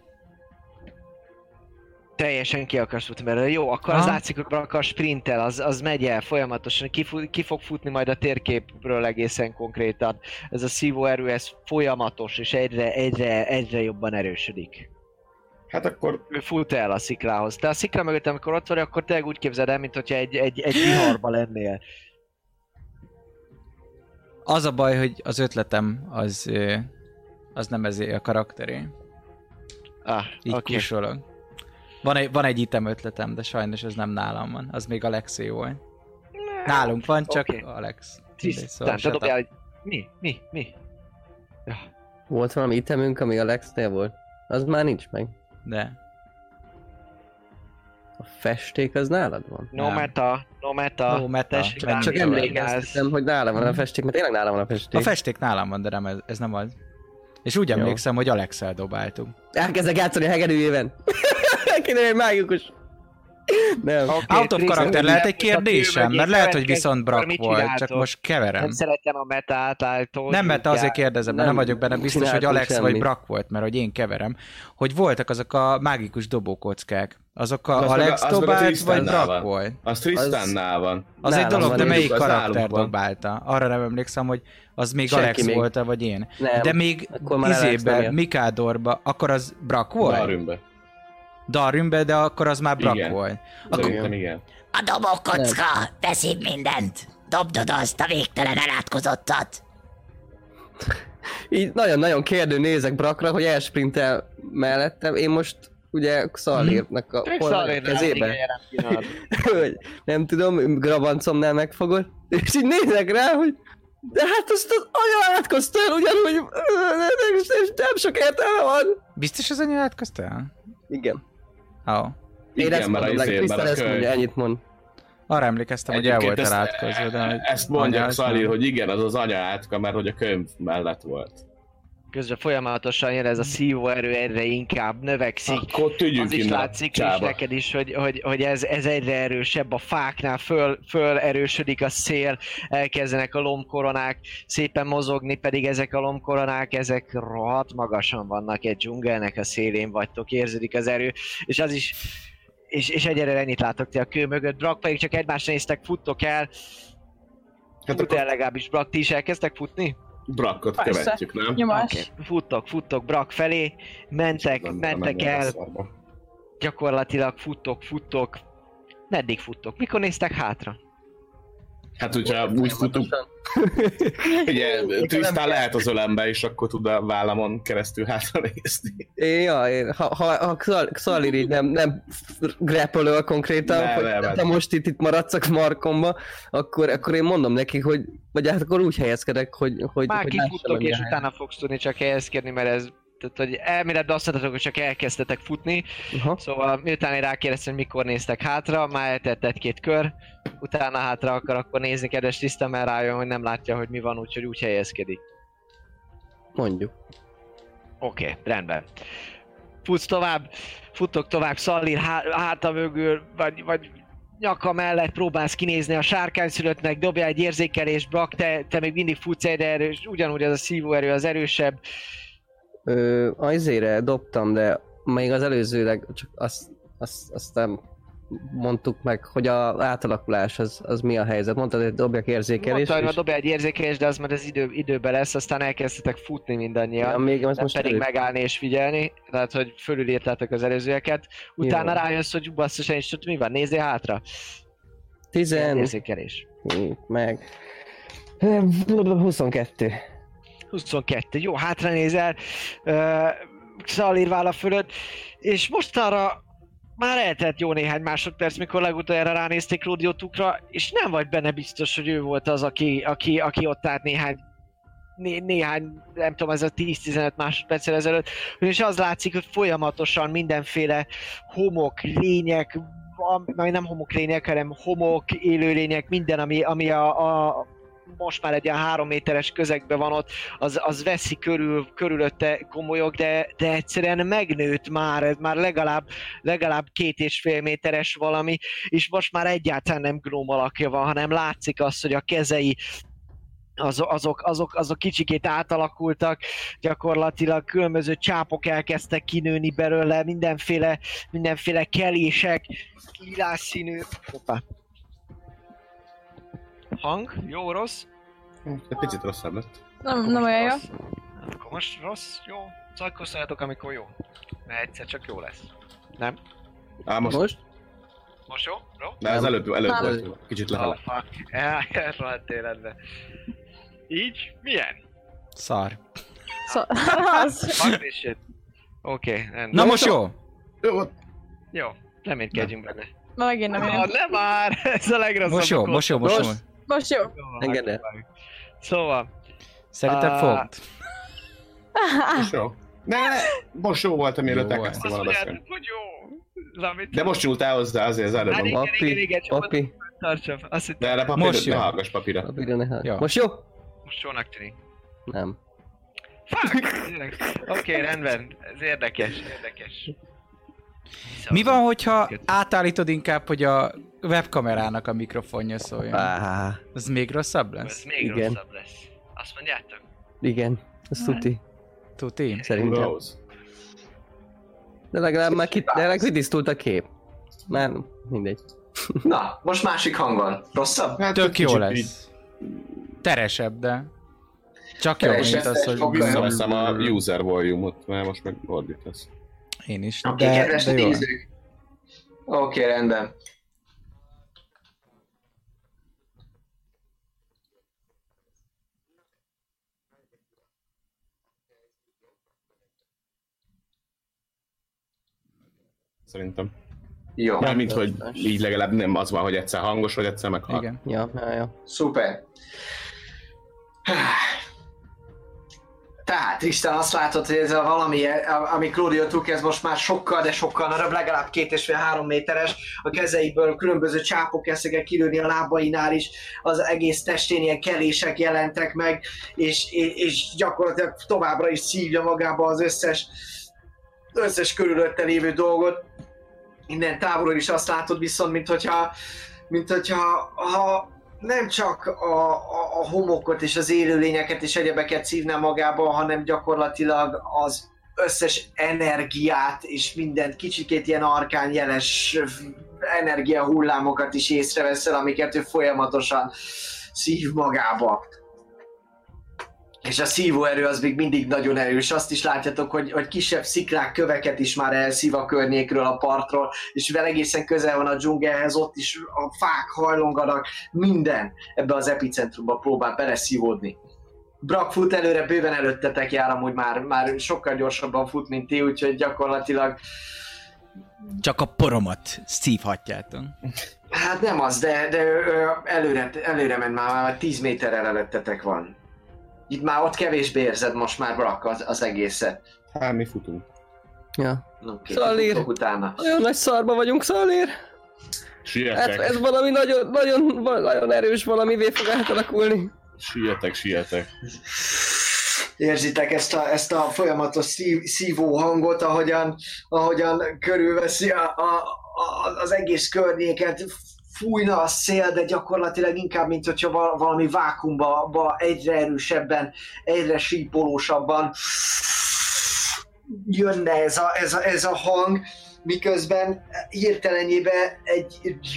Teljesen ki akarsz futni belőle. Jó, akkor az Aha. látszik, hogy akar sprintel, az, az megy el folyamatosan, ki, fu- ki fog futni majd a térképről egészen konkrétan. Ez a szívóerő, ez folyamatos, és egyre, egyre, egyre jobban erősödik. Hát akkor Ő fut el a sziklához. Te a szikla mögött, amikor ott vagy, akkor tényleg úgy képzeld el, mint hogyha egy, egy, egy viharba lennél. Az a baj, hogy az ötletem az, ö, az nem ezé a karakteré. Ah, Így oké. kussolok. Van egy, van egy item ötletem, de sajnos ez nem nálam van. Az még Alexé volt. Nálunk van, csak Oké. Alex. Tisztán, Szóval te shut dobjál, up. hogy mi, mi, mi? Ja. Volt valami itemünk, ami Alexnél volt? Az már nincs meg. De. A festék az nálad van? No Nem. meta, no meta. No meta, Tessék csak- rám, Csak Nem emlékeztetem, hogy nálam van a festék, mert tényleg nálam van a festék. A festék nálam van, de nem ez, ez nem az. És úgy Jó. emlékszem, hogy Alex-el dobáltuk. Elkezdek játszani a hegedűjében. Kéne egy mágikus. Nem. Okay, Out of Tristan, karakter lehet egy a kő kérdésem, mögé mert lehet, hogy következz, viszont akkor Brak mit volt, csak csináltok? most keverem. Nem szeretem a metát, álltól. Nem, mert azért kérdezem, mert nem Nem vagyok benne biztos, hogy csináltunk Alex vagy semmit. Brak volt, mert hogy én keverem, hogy voltak azok a mágikus dobókockák. Azok a Az meg a- Alex az meg a dobált, vagy Tristannál Brak van. volt? az Tristannál van. Az egy Nálam dolog, van, de én melyik az karakter nálunk van. dobálta? Arra nem emlékszem, hogy az még Senki Alex még. volt-e, vagy én. Nem. De még Akkor már Alex nem izébe, jött. Mikádorba, akkor az Brak volt? Darümbe. Darümbe, de akkor az már Brak Igen. volt. Akkor Szerintem igen. A dobókocka, teszi mindent. Dobd oda azt a végtelen elátkozottat. Így nagyon-nagyon kérdő nézek Brakra, hogy elsprintel mellettem. Én most ugye Xalirnak a hol van a kezébe. Hogy nem tudom, grabancomnál megfogod. És így nézek rá, hogy de hát azt az anya átkozta el ugyanúgy, nem, nem sok értelme van. biztos az anya átkoztál? Igen. Ó. Én Igen, ezt mert a mondom, izé, Tristan mert a ezt könyv. mondja, ennyit mond. Arra emlékeztem, hogy el Egyébként volt ezt- elátkozva, de hogy Ezt mondják anya, Szalir, nem. hogy igen, az az anya átka, mert hogy a könyv mellett volt. Közben folyamatosan jön ez a szívóerő, egyre inkább növekszik. Akkor tudjunk Az is innen a látszik, és csába. neked is, hogy, hogy, hogy ez, ez egyre erősebb a fáknál, föl, föl erősödik a szél, elkezdenek a lombkoronák szépen mozogni, pedig ezek a lombkoronák, ezek rohadt magasan vannak, egy dzsungelnek a szélén vagytok, érződik az erő, és az is, és, és egyre ennyit látok ti a kő mögött, Brak pedig csak egymásra néztek, futtok el, Hát fut akkor el legalábbis, Brak, ti is elkezdtek futni? Brakkot Persze. követjük, nem? Nyomás. Oké, futtok, futtok Brak felé, mentek, Nem- mentek nem menjen a el, szarba. gyakorlatilag futtok, futtok. Meddig futtok? Mikor néztek hátra? Hát, hogyha úgy futunk, ugye Tristan lehet az ölembe, és akkor tud a vállamon keresztül hátra nézni. Én, ja, én, ha, ha, ha Xal- Xalir így nem, nem grapple konkrétan, Nem, hogy nem, nem. te most itt, itt maradsz a markomba, akkor, akkor én mondom neki, hogy vagy hát akkor úgy helyezkedek, hogy, hogy, Már hogy lássam, kifuttok, hogy és milyen utána fogsz tudni csak helyezkedni, mert ez... Tehát, hogy elméletben azt mondhatok, hogy csak elkezdtetek futni, hely. Aha. szóval miután én rákérdeztem, hogy mikor néztek hátra, már eltett egy-két kör, utána hátra akar akkor nézni, kedves Tisztán, mert rájön, hogy nem látja, hogy mi van, úgyhogy úgy helyezkedik. Mondjuk. Oké, okay, rendben. Futsz tovább, futtok tovább, Szalir há- háta mögül, vagy, vagy nyaka mellett próbálsz kinézni a sárkányszülöttnek, dobja egy érzékelést, Brak, te, te még mindig futsz egyre erős, ugyanúgy az a szívóerő az erősebb. Ö, azért dobtam, de még az előzőleg csak azt, azt, azt nem mondtuk meg, hogy az átalakulás az, az mi a helyzet. Mondtad, hogy dobjak érzékelést. Mondta, hogy ma és- dobja egy érzékelést, de az már az idő, időben lesz, aztán elkezdtetek futni mindannyian. Ja, még az Nem most pedig előtt. megállni és figyelni, tehát hogy fölülírtátok az előzőeket. Utána Jó. rájössz, hogy basszus, én is tudom, mi van, nézzél hátra. Tizen... Érzékelés. meg... huszonkettő. huszonkettő. Jó, hátra nézel, uh, Szalir válla fölött, és mostanra már eltelt jó néhány másodperc, mikor legutoljára ránézték Claudio-tukra, és nem vagy benne biztos, hogy ő volt az, aki, aki, aki ott állt néhány né, néhány, nem tudom, ez a tíz-tizenöt másodperccel ezelőtt, és az látszik, hogy folyamatosan mindenféle homok, lények, vagy nem homok lények, hanem homok, élőlények, minden, ami, ami a, a most már egy ilyen három méteres közegben van ott, az, az veszi körül, körülötte komolyok, de, de egyszerűen megnőtt már, ez már legalább, legalább két és fél méteres valami, és most már egyáltalán nem gnóm alakja van, hanem látszik az, hogy a kezei Az, azok, azok, azok kicsikét átalakultak, gyakorlatilag különböző csápok elkezdtek kinőni belőle, mindenféle, mindenféle kelések, lilás színű... Hoppá. Hang? Jó, rossz? Egy picit rosszabb lett. Nem, nem olyan jó. Akkor most rossz? Jó? Szakkozzátok, amikor jó. Mert egyszer csak jó lesz. Nem? Á, most... Most? Most jó? Jó? De az előbb, előbb Nem. volt, kicsit Oh, lefele. fuck. Elrohadt életbe. Így? Milyen? Szar. Szóval, az. Fuck this shit. Oké, okay, rendben. Na most jó! Jó, Jó, reménykedjünk benne. Ma megint nem Ah, jön. nem már! Ez a legrosszabb. Most jó, most jó, most jó. Most jó. Engedd el. Szóval, Szerintem Ah. fogd. most jó. Ne, most jó volt, amiről Jó elkezdtem azt volna beszélni. mondjátok, hogy jó. Zamit. De most nyúltál hozzá, azért az előbb Hát mondom. igen, igen, igen, Papi, csak papi, tartsam. Azt hittem, De erre Most papírt, jó. ne hallgass papírra. papírra ne hall. Jó. Most jó? most jónak tűnik. Nem. Fuck! Tényleg. Oké, okay, rendben. Ez érdekes, érdekes. Mi van, hogyha átállítod inkább, hogy a webkamerának a mikrofonja szóljon? Áh, Ez még rosszabb Ez lesz? még Igen. rosszabb lesz. Azt mondjátok? igen. Ez tuti. Tuti? Szerintem. Rose. De legalább már kit, de legalább kitisztult a kép. Már mindegy. Na, most másik hang van. Rosszabb? Hát Tök jó kicsit lesz. Teresebb, de... Csak jobb, Teresebb, mint az, hogy... sokkal így jobb. Visszaveszem a user volume-ot, mert most meg ordítasz. Én is, Oké, de, kedves de jó. nézők. Oké, rendben. Szerintem. Jó, Mármint, hogy így legalább nem az van, hogy egyszer hangos, vagy egyszer meghal. Igen. Ja, ja, ja. szuper. Tehát, Tristan, azt látod, hogy ez a valami, ami Claudio tuk, ez most már sokkal, de sokkal nagyobb, legalább két és fél három méteres. A kezeiből különböző csápok kezdtek kilőni a lábainál is, az egész testén ilyen kelések jelentek meg, és, és gyakorlatilag továbbra is szívja magába az összes, összes körülötte lévő dolgot. Innen távolról is azt látod viszont, mint hogyha, mint hogyha ha nem csak a, a, a homokot és az élőlényeket és egyebeket szívná magába, hanem gyakorlatilag az összes energiát és mindent, kicsikét ilyen arkán jeles energiahullámokat is észreveszel, amiket ő folyamatosan szív magába. És a szívóerő az még mindig nagyon erős. Azt is látjátok, hogy, hogy kisebb sziklák, köveket is már elszív a környékről, a partról, és mivel egészen közel van a dzsungelhez, ott is a fák hajlonganak, minden ebbe az epicentrumba próbál beleszívódni. Brak fut előre, bőven előttetek jár, amúgy már, már sokkal gyorsabban fut, mint ti, úgyhogy gyakorlatilag Csak a poromat szívhatjátok. hát nem az, de, de ö, előre, előre ment már, már tíz méterrel előttetek van. Itt már ott kevésbé érzed most már Brak az, az egészet. Hát mi futunk. Ja. Okay, Szalír. utána. Nagyon nagy szarba vagyunk, Szalír. Hát Sietek, ez valami nagyon, nagyon, nagyon erős valamivé fog átalakulni. sietek, sietek. Érzitek ezt a, ezt a folyamatos szív, szívó hangot, ahogyan, ahogyan körülveszi a, a, a, az egész környéket. Fújna a szél, de gyakorlatilag inkább, mint hogyha valami vákumba ba egyre erősebben, egyre sípolósabban jönne ez a, ez a, ez a hang, miközben hirtelenjében egy,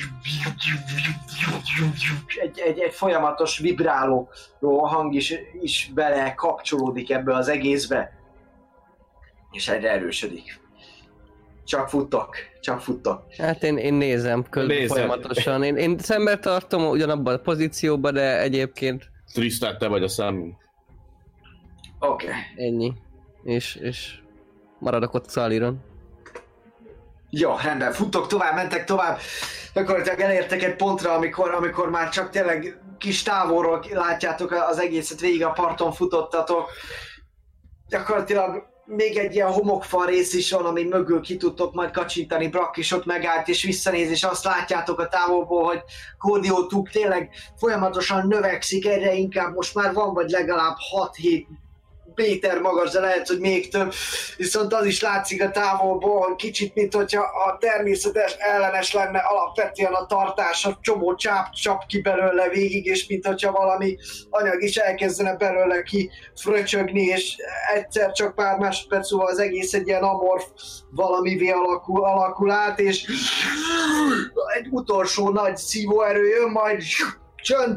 egy, egy, egy folyamatos vibráló hang is, is bele kapcsolódik ebbe az egészbe, és egyre erősödik. Csak futtok, csak futtok. Hát én, én nézem közben Nézed. folyamatosan. Én, én szemben tartom ugyanabban a pozícióban, de egyébként Tristan, te vagy a számunk. Oké. Okay. ennyi. És, és maradok ott Szalíron. Jó, rendben, futtok tovább, mentek tovább. Gyakorlatilag elértek egy pontra, amikor, amikor már csak tényleg kis távolról látjátok az egészet, végig a parton futottatok. Gyakorlatilag még egy ilyen homokfal rész is van, ami mögül ki tudtok majd kacsintani. Brak is ott megállt és visszanéz, és azt látjátok a távolból, hogy Claudio Tuk tényleg folyamatosan növekszik, egyre inkább most már van vagy legalább hat-hét méter magas, de lehet, hogy még több. Viszont az is látszik a távolból, hogy kicsit, mint hogyha a természetes ellenes lenne alapvetően a tartás, a csomó csáp csap ki belőle végig, és mint hogyha valami anyag is elkezdene belőle ki fröcsögni, és egyszer csak pár másodperc szóval az egész egy ilyen amorf valamivé alakul, alakul át, és egy utolsó nagy szívóerő jön, majd csönd,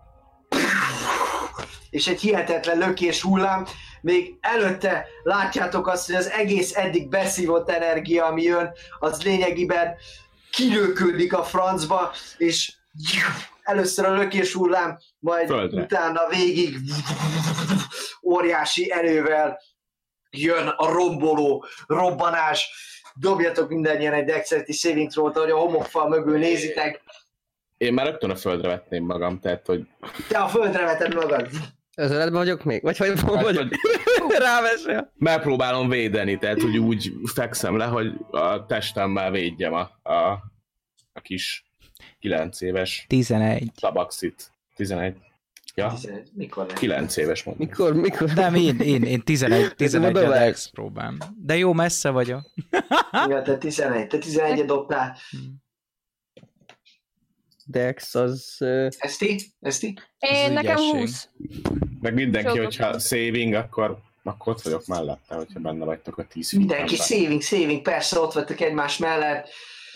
és egy hihetetlen lökés hullám. Még előtte látjátok azt, hogy az egész eddig beszívott energia, ami jön, az lényegében kilökődik a francba, és először a lökés hullám, majd Földre. Utána végig óriási erővel jön a romboló robbanás. Dobjatok mindannyian egy dexterity saving throw-t, ahogy a homokfal mögül nézitek. Én már rögtön a földre vetném magam, tehát hogy... Te a földre veted magad. Özeletben vagyok még? Vagy hogy hát, vagyok? Rámesel. Megpróbálom védeni, tehát hogy úgy fekszem le, hogy a testemmel védjem a, a, a kis kilenc éves tizenegy tabaxit. tizenegy. Ja? tizenegy. Mikor nem? kilenc éves mondom. Mikor, mikor? Nem, én, én, én tizenegy, tizenegy a dex próbálom. De jó, messze vagyok. Ja, te tizenegy, te tizenegyet dobtál. Dex az... Uh... Eszti? Eszti? Én nekem húsz. Meg mindenki, Sok hogyha sok. saving, akkor, akkor ott vagyok mellette, hogyha benne vagytok a tíz Mindenki saving, saving, persze ott vagytok egymás mellett.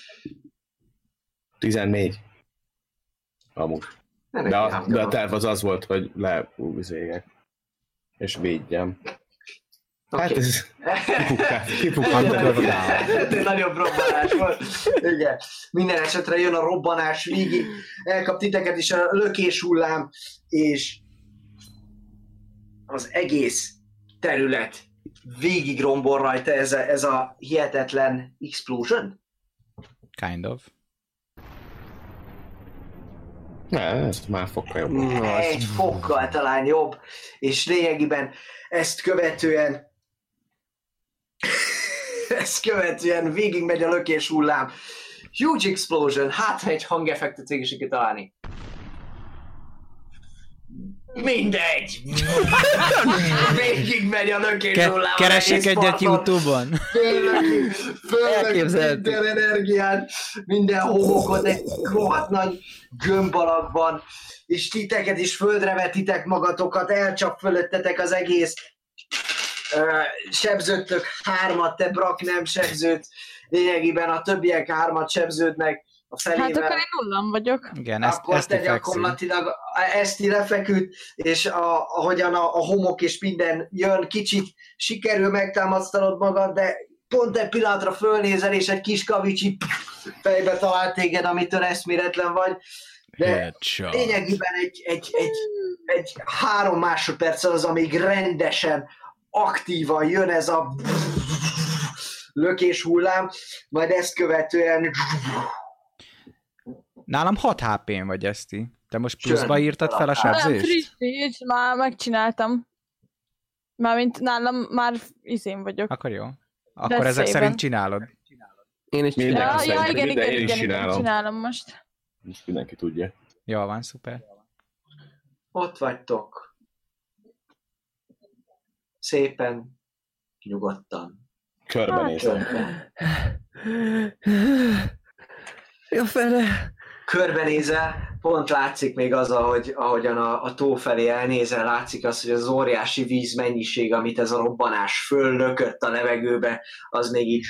tizennégy. Amúgy. Nem De a, de a terv az az volt, hogy leúvizéljek. És védjem. Okay. Hát ez kipukkált. Ez egy nagyobb robbanás volt. Igen. Minden esetre jön a robbanás végig. Elkap titeket is a lökés hullám, és az egész terület végig rombol rajta ez a, ez a hihetetlen explosion. Kind of. Ne, ez már fokkal jobb. Mm, egy fokkal talán jobb, és lényegében ezt követően ezt követően végigmegy a lökés hullám. Huge explosion, hát ha egy hangeffektet végig is találni. Mindegy! Végig megy a lökés Ke- hullám. Keresek egyet YouTube-on. Fölöki, fölöki minden energiát, minden homokot, egy rohadt nagy gömb alakban, és titeket is földre vetitek magatokat, elcsap fölöttetek az egész. Uh, sebződtök hármat, te Brak nem sebződ, lényegében a többiek hármat sebződnek a felével. Hát akkor én nullam vagyok. Igen, ezt, Akkor ezt te gyakorlatilag Eszti lefeküdt, és a, ahogyan a, a homok és minden jön, kicsit sikerül megtámasztanod magad, de pont egy pillanatra fölnézel, és egy kis kavicsi fejbe talált téged, amitől eszméletlen vagy. De Headshot. lényegében egy, egy, egy, egy három másodperc az, amíg rendesen, aktívan jön ez a lökés hullám, majd ezt követően... Nálam hat há pén vagy, Eszti. Te most pluszba írtad fel a Nem, sebzést? frissíts, már megcsináltam. Mármint nálam már izén vagyok. Akkor jó. Akkor ezek szépen. szerint csinálod. Én is Mindenki Ja, csinálom. szerint, ja, igen, de igen, én is igen, igen, csinálom. csinálom most. Most mindenki tudja. Jól van, szuper. Ott vagytok. Szépen, nyugodtan. Körbenézem. Körbe. Jó fele. Körbenézel, pont látszik még az, ahogy, ahogyan a, a tó felé elnézel, látszik az, hogy az óriási vízmennyiség, amit ez a robbanás föllökött a levegőbe, az még így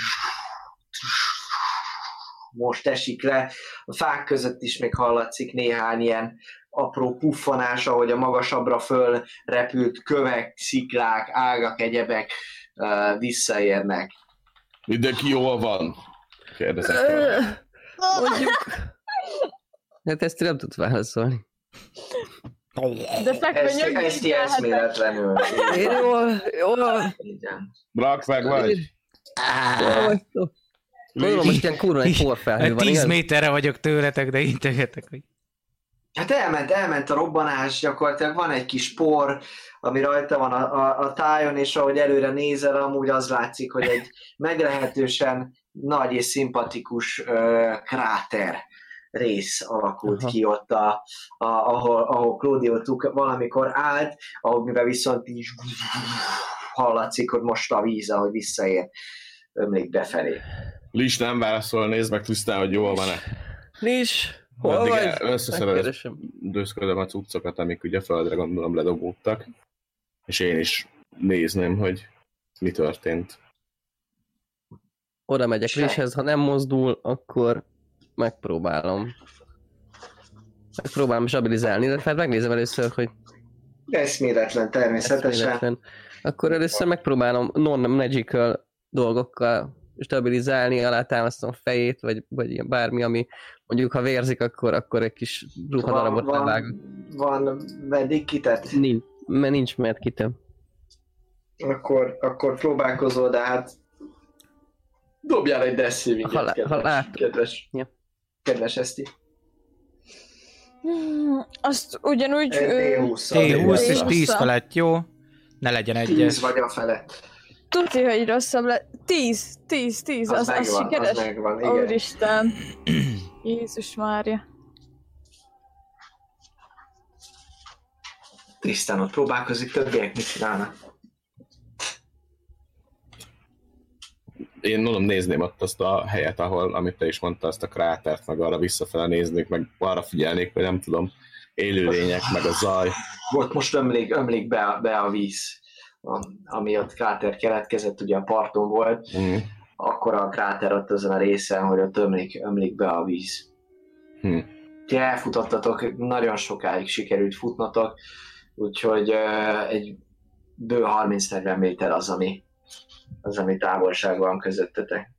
most esik le. A fák között is még hallatszik néhány ilyen apró puffanás, ahogy a magasabbra fölrepült kövek, sziklák, ágak, egyebek uh, visszaérnek. Mindenki jól van? Kérdezek tőle. Mondjuk. Hát ezt nem tud válaszolni. De fekve Ezt, nyögni ezt kelhetek. eszméletlenül. Én jól, jól. Igen. Brak, meg vagy? Jól vagytok. Gondolom, most ilyen kurva egy porfelhő van, tíz igen? méterre vagyok tőletek, de integetek, hogy... Hát elment, elment a robbanás, gyakorlatilag van egy kis por, ami rajta van a, a, a tájon, és ahogy előre nézel, amúgy az látszik, hogy egy meglehetősen nagy és szimpatikus uh, kráter rész alakult Aha. ki ott, a, a, ahol, ahol Claudio Tuk valamikor állt, ahol mivel viszont így hallatszik, hogy most a víz, ahogy visszaér, ömlik befelé. Lis nem válaszol, nézd meg tisztán, hogy jól van-e. Lis, hol vagy? Összeszedőzködöm a cuccokat, amik ugye földre gondolom ledobódtak, és én is nézném, hogy mi történt. Oda megyek Lishez, ha nem mozdul, akkor megpróbálom. Megpróbálom stabilizálni, de hát megnézem először, hogy... Eszméletlen, természetesen. Eszméletlen. Akkor először megpróbálom non-magical dolgokkal stabilizálni, alátámasztom a fejét, vagy, vagy ilyen bármi, ami mondjuk ha vérzik, akkor, akkor egy kis ruhadarabot levágok. Van medkitet? Nincs, mert nincs medkitem. Akkor, akkor próbálkozol, de hát dobjál egy death saving-et, ha, kedves, ha lát... kedves, ja. kedves Eszti. Hmm, azt ugyanúgy... té húsz és tíz felett, jó? Ne legyen egyes. tíz vagy a felett. Tudja, hogy rosszabb lett. tíz, tíz, tíz, az, az, az sikeres? Az megvan, igen. Úristen. Jézus Mária. Tisztán ott próbálkozik, többiek mit csinálnak? Én mondom, nézném ott azt a helyet, ahol, amit te is mondta, azt a krátert, meg arra visszafele néznék, meg arra figyelnék, hogy nem tudom, élőlények, meg a zaj. Ott most ömlik, ömlik be, a, be a víz, ami ott kráter keletkezett, ugye a parton volt, mm. akkor a kráter ott azon a részen, hogy ott ömlik, ömlik be a víz. Mm. Ti elfutottatok, nagyon sokáig sikerült futnatok, úgyhogy uh, egy bő harminc-negyven méter az, ami, az, ami távolság van közöttetek.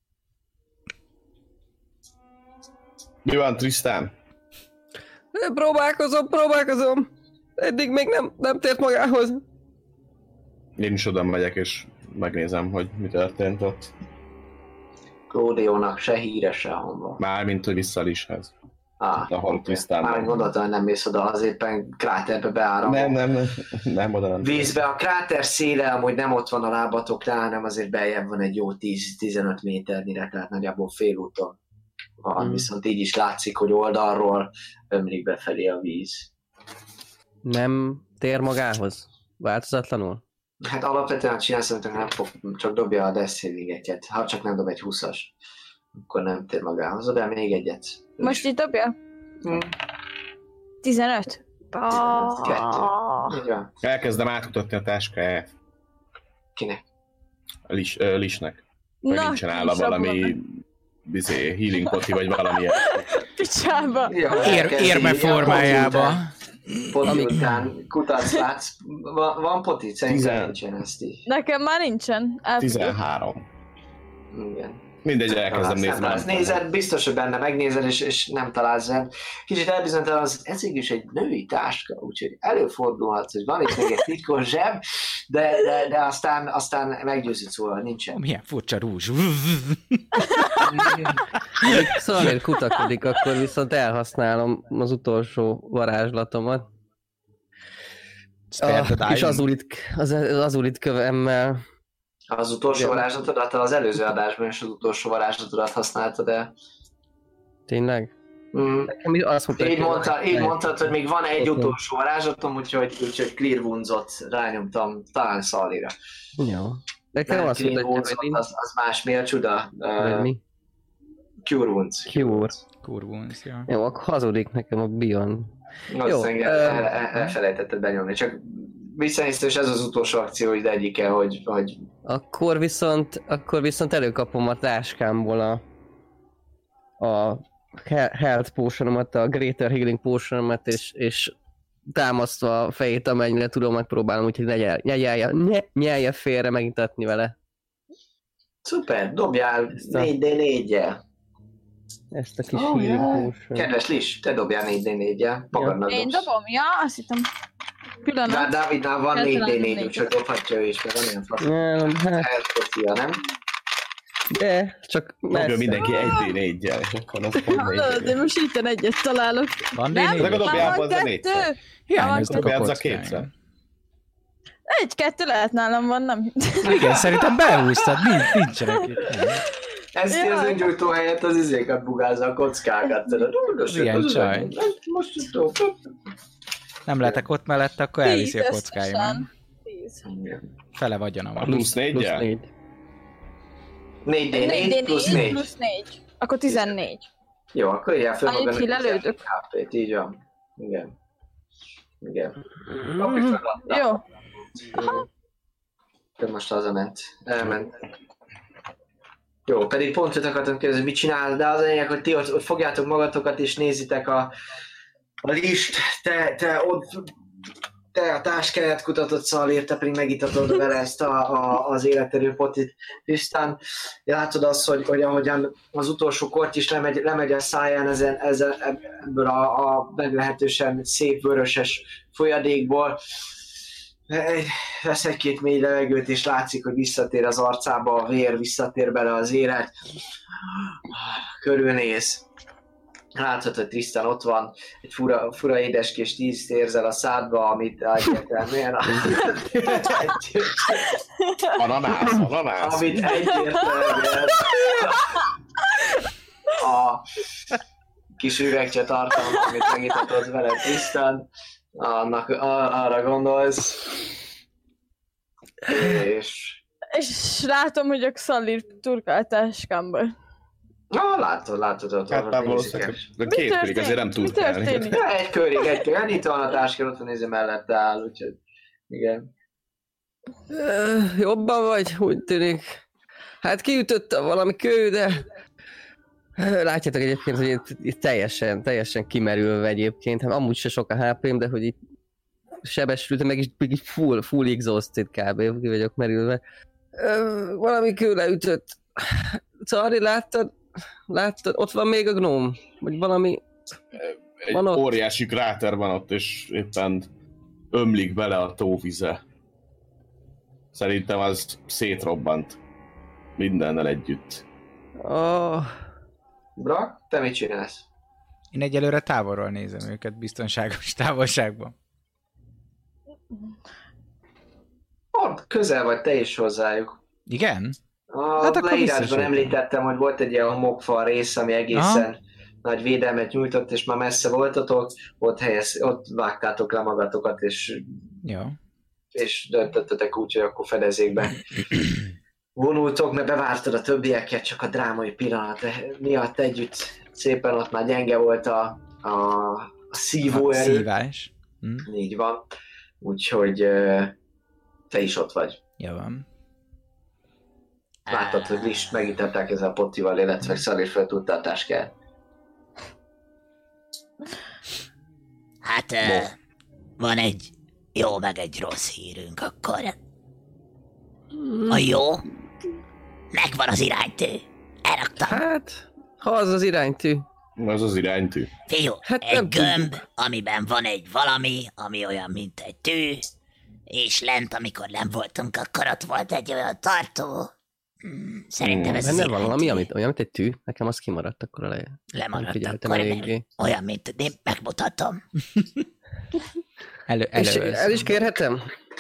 Mi van, Trisztán? Próbálkozom, próbálkozom. Eddig még nem, nem tért magához. Én is oda megyek, és megnézem, hogy mi történt ott. Claudiónak se híre, se honva. Mármint, hogy vissza Lishez. Ah, ahol Trisztán már gondoltam, hogy nem mész oda, az éppen kráterbe beáram. Nem, nem, nem, nem oda nem. Vízbe, a kráter széle amúgy nem ott van a lábatoknál, hanem azért beljebb van egy jó tíz-tizenöt méternyire, tehát nagyjából félúton van, mm. viszont így is látszik, hogy oldalról ömlik befelé a víz. Nem tér magához? Változatlanul? Hát alapvetően csinálsz, hogy nem fog, csak dobja a death saving-et, ha csak nem dob egy húszas, akkor nem tér magához, de még egyet. Most itt dobja? Hmm. tizenöt? Kettő. Elkezdem átkutatni a táskáját. Kinek? A Lis, uh, Lisnek. Meg Na, nincsen álla valami bizé, healing poti, vagy valami. Picsába. Ja, Ér, érme formájába. Poti után kutatsz, látsz. Van, van poti? Szerintem nincsen ezt így. Nekem már nincsen. Elfogyott. tizenhárom. Igen. Mindegy, elkezdem nézni. Ezt nézed, biztos, hogy benne megnézed, és, és nem találsz el. Kicsit elbizonytalan, az ez is egy női táska, úgyhogy előfordulhat, hogy van itt még egy titkos zseb, de, de, de aztán, aztán meggyőzött szóval, nincsen. Milyen furcsa rúzs. Szóval kutakodik, akkor viszont elhasználom az utolsó varázslatomat. A kis azulit, az, az azulit kövemmel. Az utolsó varázslatodat, az előző adásban is az utolsó varázslatodat használtad el. Tényleg? Mm. Azt mondta, így, mondta, így mondtad, hogy még van egy utolsó varázslatom, úgyhogy, úgyhogy Clear Wounds-ot rányomtam, talán Szalira. Jó. Nekem azt Clear mondta, hogy az, az más, mi a csuda? Uh, mi? Cure Wounds. Cure. Cure Wounds, ja. Jó, akkor hazudik nekem a Beyond. Jó, engem uh, el, el, elfelejtetted benyomni, csak visszanéztem, és ez az utolsó akció, hogy egyike, hogy, hogy... Akkor viszont, akkor viszont előkapom a táskámból a, a Health Potionomat, a Greater Healing Potionomat, és, és támasztva a fejét, amennyire tudom, megpróbálom, úgyhogy ne nyelje, ne nyelje, ne nyelje félre megitatni vele. Szuper, dobjál négy dé négyel. Ezt a kis oh, Healing Potion. Kedves Lis, te dobjál négy dé négyel. Magadnak Én dobom, ja, azt hittem. Pillanat. Dávidnál van négy dé négy, úgyhogy dobhatja ő is, mert van ilyen flash. Nem, hát... Elfocia, nem? De, csak Dobja messze. mindenki egy dé négyel, és akkor az pont Hallod, én most itt egyet találok. Van Nem, D négy? Legalább már dobjál van be az a négyszer. kettő. Hiányoznak a Dobjál az a kockáim. kétszer. Egy-kettő lehet nálam van, nem? Igen, szerintem behúztad, nincs, nincsenek itt. Ez ki az öngyújtó helyett az izékat bugázza a kockákat. tudod. Az ilyen csaj. Most tudod. Nem lehetek ott mellette, akkor elviszi a kockáimat. összesen. Tíz. Fele vagyona van. Plusz Plusz négyel? négy. négy dé négy négy plusz négy. plusz négy. Akkor tizennégy. Jó, akkor ilyen föl Annyit magadnak kilelődök. há pét, így van. Igen. Igen. Kapj fel a- Jó. Te most hazament. Elment. Jó, pedig pont őt akartam kérdezni, mit csinál, de az a lényeg, hogy ti ott, ott fogjátok magatokat és nézitek a, a list, te, te ott te a táskáját kutatod, Szalír, te pedig megitatod vele ezt a, a, az életerő potit. Tisztán látod azt, hogy, hogy ahogyan az utolsó kort is lemegy, lemegy a száján ezen, ezen, ebből a, a meglehetősen szép vöröses folyadékból. Vesz egy-két mély levegőt, és látszik, hogy visszatér az arcába a vér, visszatér bele az élet. Körülnéz. Látod, hogy Tristan ott van, egy fura, fura édeskés tízt érzel a szádba, amit egyértelműen... Ananász, ananász. amit egyértelműen a kis üvegcse tartalma, amit megítatod vele Tristan, annak a, arra gondolsz. És... És látom, hogy a Xalir turkál a táskámból. Na, látod, látod, ott Hát már valószínűleg de két Mi körig azért nem történik? tud Mi kelni. történik? Ja, egy körig, egy körig. Hát itt van a táska, ott van nézze mellette áll, úgyhogy igen. Ö, Jobban vagy, úgy tűnik. Hát kiütötte valami kő, de... Ö, Látjátok egyébként, hogy itt, itt teljesen, teljesen kimerülve egyébként. Hát amúgy se sok a há pém, de hogy itt sebesültem, meg is, meg is full, full exhausted kb. Ki vagyok merülve. Ö, valami kő leütött. Czari, láttad? Láttad? Ott van még a gnóm? Vagy valami... Egy Van ott. óriási kráter van ott, és éppen ömlik bele a tóvize. Szerintem az szétrobbant. Mindennel együtt. Oh, Brak, te mit csinálsz? Én egyelőre távolról nézem őket biztonságos távolságban. Ott közel vagy te is hozzájuk. Igen? A Hát hát akkor leírásban visszasújtom. említettem, hogy volt egy ilyen homokfal rész, ami egészen Aha. nagy védelmet nyújtott, és már messze voltatok, ott, helyez, ott vágtátok le magatokat, és, Jó. és döntöttetek úgy, hogy akkor fedezékbe vonultok, mert bevártad a többieket, csak a drámai pillanat miatt együtt szépen ott már gyenge volt a, a, a szívóerő. Szívás. Hm? Így van. Úgyhogy ö, te is ott vagy. Jó van. Láttad, hogy List megítetták ezzel a pottival, illetve Szalír fel tudta a táskát. Hát, uh, van egy jó meg egy rossz hírünk akkor. A jó, megvan az iránytű. Elraktam. hát, ha az az iránytű. Az az iránytű. Fiú, Hát nem egy gömb, tudjuk. amiben van egy valami, ami olyan, mint egy tű, és lent, amikor nem voltunk, akkor ott volt egy olyan tartó. Hmm, Szerintem ez az Benne valami, iránytű. amit, olyan, mint egy tű? Nekem az kimaradt akkor elején. Nem Lemaradt figyeltem akkor, eléggé. mert olyan, mint én megmutatom. Elő, És elő. el is kérhetem?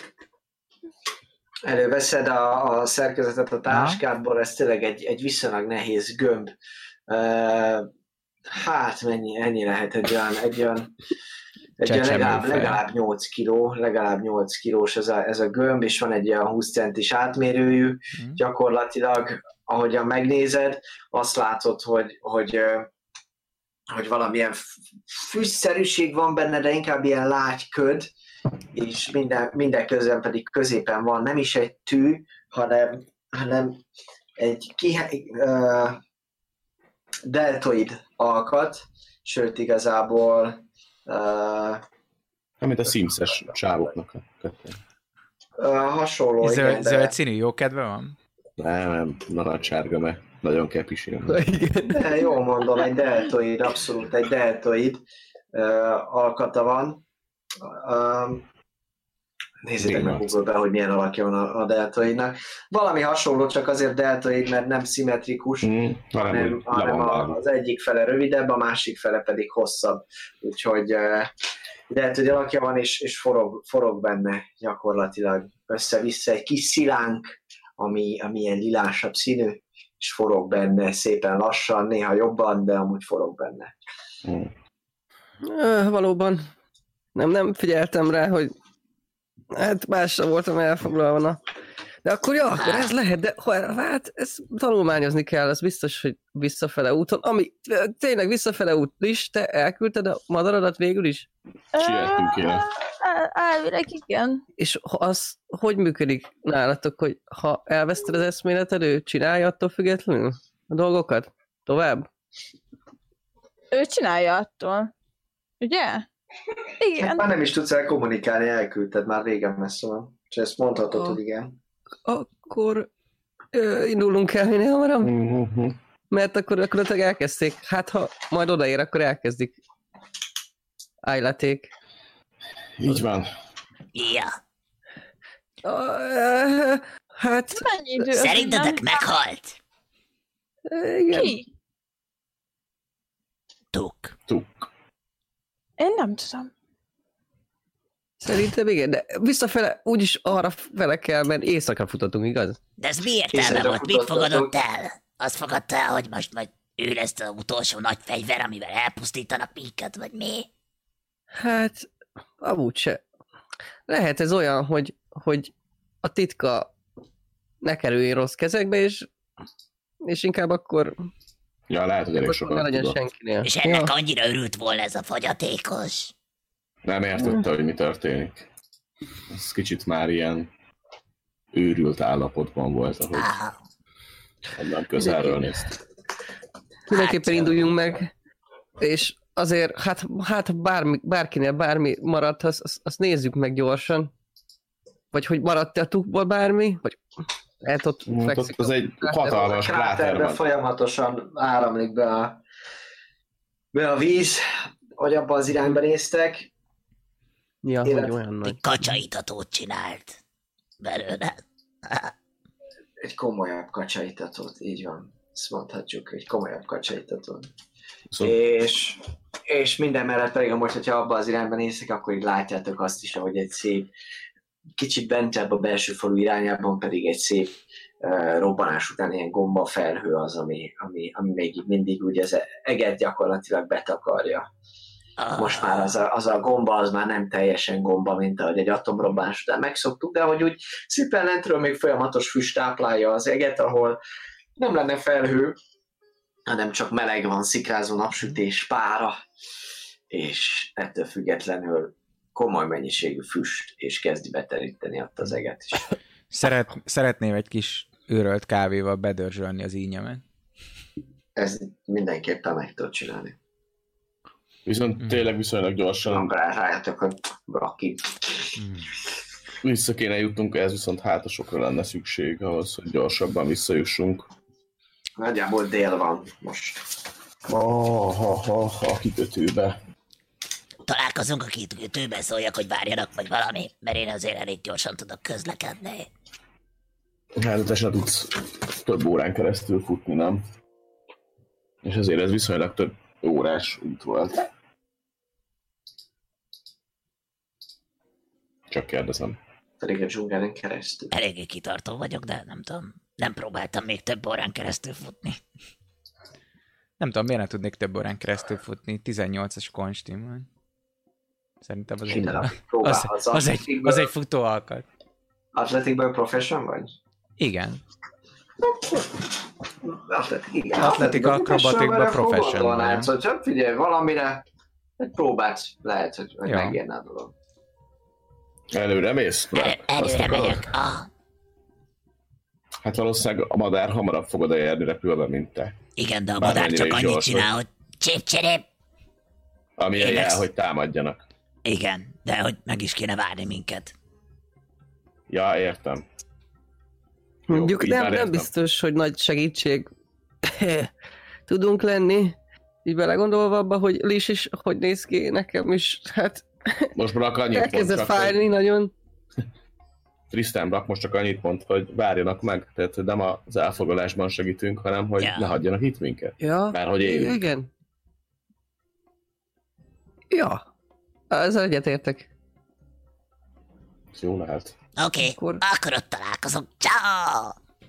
Előveszed a, a szerkezetet a táskádból, ez tényleg egy, egy viszonylag nehéz gömb. Uh, hát mennyi, ennyi lehet egy olyan, egy olyan, egy olyan legalább, Csecsemőfej. legalább nyolc kiló, legalább nyolc kilós ez a, ez a gömb, és van egy olyan húsz centis átmérőjű, Mhm. gyakorlatilag, ahogyan megnézed, azt látod, hogy, hogy, ö, hogy valamilyen füstszerűség van benne, de inkább ilyen lágy köd, és minden, minden közben pedig középen van nem is egy tű, hanem, hanem egy kihe, uh, deltoid alkat, sőt igazából uh, Mint a Sims-es csávoknak a kötő. uh, hasonló, Zöld, igen, de zöld színű, jó kedve van? Nem, nem, narancsárga, mert nagyon kepisén. Igen. de jól mondom, egy deltoid, abszolút egy deltoid uh, alkata van. Um, Nézzétek meg Google-be, hogy milyen alakja van a, a deltoidnak. Valami hasonló, csak azért deltoid, mert nem szimmetrikus, Mm, hanem, hanem a, az egyik fele rövidebb, a másik fele pedig hosszabb. Úgyhogy uh, deltoid alakja van, és, és forog, forog benne gyakorlatilag össze-vissza egy kis szilánk, ami, ami ilyen lilásabb színű, és forog benne szépen lassan, néha jobban, de amúgy forog benne. Mm. Öh, valóban. Nem, nem figyeltem rá, hogy hát másra voltam elfoglalva. Na. De akkor ja, akkor ez lehet, de ha, hát ezt tanulmányozni kell, az biztos, hogy visszafele úton. Ami tényleg visszafele út is, te elküldted a madaradat végül is? Sietünk kéne. Elvileg igen. És az hogy működik nálatok, hogy ha elveszted az eszméleted, ő csinálja attól függetlenül a dolgokat? Tovább? Ő csinálja attól. Ugye? Igen. Hát már nem is tudsz el kommunikálni, elküldted, már régen messze van. És ezt mondhatod, Oh. hogy igen. Akkor ö, indulunk el minél hamarabb? Mm-hmm. Mert akkor akkor elkezdték. Hát ha majd odaér, akkor elkezdik. Ájlaték. Így van. Ja. Uh, hát... Mennyi idő? az, Szerintetek nem? meghalt? Igen. Ki? Tuk. Tuk. Én nem tudom. Szerintem igen, de visszafele úgyis arra fele kell, mert éjszakra futottunk, igaz? De ez mi értelme Észre volt? Mit futottatok. fogadott el? Azt fogadta el, hogy most majd ő lesz az utolsó nagy fegyver, amivel elpusztítanak minket, vagy mi? Hát, amúgy se. Lehet ez olyan, hogy, hogy a titka ne kerüljön rossz kezekbe, és, és inkább akkor, Ja, lehet, hogy elég akkor ne sokat legyen tudott. senkinél. És ennek annyira örült volna ez a fogyatékos. Nem értette, hogy mi történik. Ez kicsit már ilyen őrült állapotban volt, ahogy Ah, onnan közelről néztük. Mindenképpen Hát, induljunk meg, és azért, hát, hát bármi, bárkinél bármi maradt, azt, azt, azt nézzük meg gyorsan. Vagy hogy maradt-e a tukból bármi, vagy lehet ott Hát fekszik. ott az egy a- hatalmas kráter Kráterbe van. folyamatosan áramlik be a, be a víz, hogy abban az irányba néztek. Ja, hogy Élet. olyan nagy. egy kacsaitatót csinált belőle. Egy komolyabb kacsaitatót, így van. Ezt mondhatjuk, egy komolyabb kacsaitatót. Szóval És, és minden mellett pedig, amúgy, hogyha abba az irányba néztek, akkor így látjátok azt is, ahogy egy szép, kicsit bentebb a belső falu irányában pedig egy szép uh, robbanás után ilyen gomba felhő az, ami, ami, ami még így mindig úgy az eget gyakorlatilag betakarja. Ah, Most már az a, az a gomba, az már nem teljesen gomba, mint ahogy egy atomrobbanás után megszoktuk, de hogy úgy szépen lentről még folyamatos füst táplálja az eget, ahol nem lenne felhő, hanem csak meleg van, szikrázó napsütés, pára, és ettől függetlenül komoly mennyiségű füst, és kezdi beteríteni ott az eget is. Szeret, szeretném egy kis őrölt kávéval bedörzsölni az ínyemet. Ez mindenképpen meg tudod csinálni. viszont tényleg viszonylag gyorsan Akkor rájöttök, hogy braki. vissza kéne jutnunk, ez viszont hátasokra lenne szükség ahhoz, hogy gyorsabban visszajussunk. Nagyjából dél van most. Oh, ha, ha, ha, a kikötőbe. találkozunk a kikötőben, szóljak, hogy várjanak, vagy valami, mert én azért elég gyorsan tudok közlekedni. Hát te se tudsz több órán keresztül futni, nem? És ezért ez viszonylag több órás út volt. Csak kérdezem. Pedig a dzsungelen keresztül. Eléggé kitartó vagyok, de nem tudom. Nem próbáltam még több órán keresztül futni. Nem tudom, miért nem tudnék több órán keresztül futni. tizennyolcas konstim van. Szerintem az egy, Minden nap az, próbálhatsz. az, egy, az egy futó alkat. Atletikből profession vagy? Igen. Atletik, igen. Atletik akrobatikban profession vagy. Szóval csak figyelj, valamire egy próbát lehet, hogy, hogy Ja. megérne a dolog. Előre mész? El, előre akarod? megyek. Ah, Hát valószínűleg a madár hamarabb fog odaérni repülve, mint te. igen, de a Bármennyire madár csak is annyit gyors csinál, vagy. hogy csép-cserép. Ami Én jel, lesz. hogy támadjanak. Igen, de hogy meg is kéne várni minket. Ja, értem. Jó, Mondjuk így nem, már nem értem. biztos, hogy nagy segítség tudunk lenni. Így belegondolva abba, hogy Lis is hogy néz ki nekem is, hát Most Brak annyit mond, elkezdett csak, hogy fájni nagyon. Tristan Brack most csak annyit mond, hogy várjanak meg, tehát hogy nem az elfoglalásban segítünk, hanem hogy Ja. ne hagyjanak itt minket. Ja, Mert hogy élünk. igen. Ja, ezzel egyetértek. Ez jó lehet. Oké, okay, Akkor- akkor ott találkozunk. Ciao.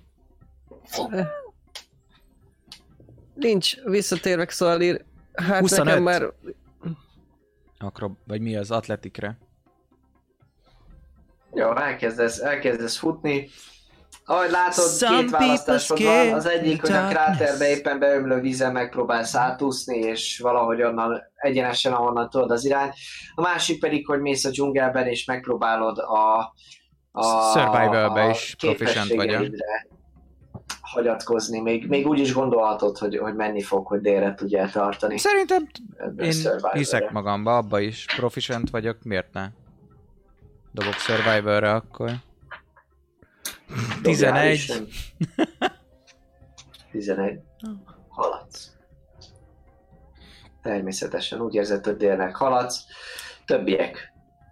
Nincs, visszatérve Xalir. Hát huszonöt. nekem már... Akro... Vagy mi az atletikre? Jó, elkezdesz, elkezdesz futni. Ahogy látod, Some két választásod people van. scared Az egyik, hogy a darkness. kráterbe éppen beömlő vízen megpróbálsz átúszni, és valahogy onnan egyenesen, ahonnan tudod az irány. A másik pedig, hogy mész a dzsungelben, és megpróbálod a... a Survival-be a is proficient vagyok. képességeidre hagyatkozni. Még, még úgy is gondolhatod, hogy, hogy menni fog, hogy délre tudjál tartani. Szerintem Ebből én Survival-re. hiszek magamba, abba is proficient vagyok, miért ne? Dobok Survivorra akkor. Dobjál tizenegy. is, nem? tizenegy. Haladsz. Természetesen úgy érzed, hogy délnek haladsz. Többiek.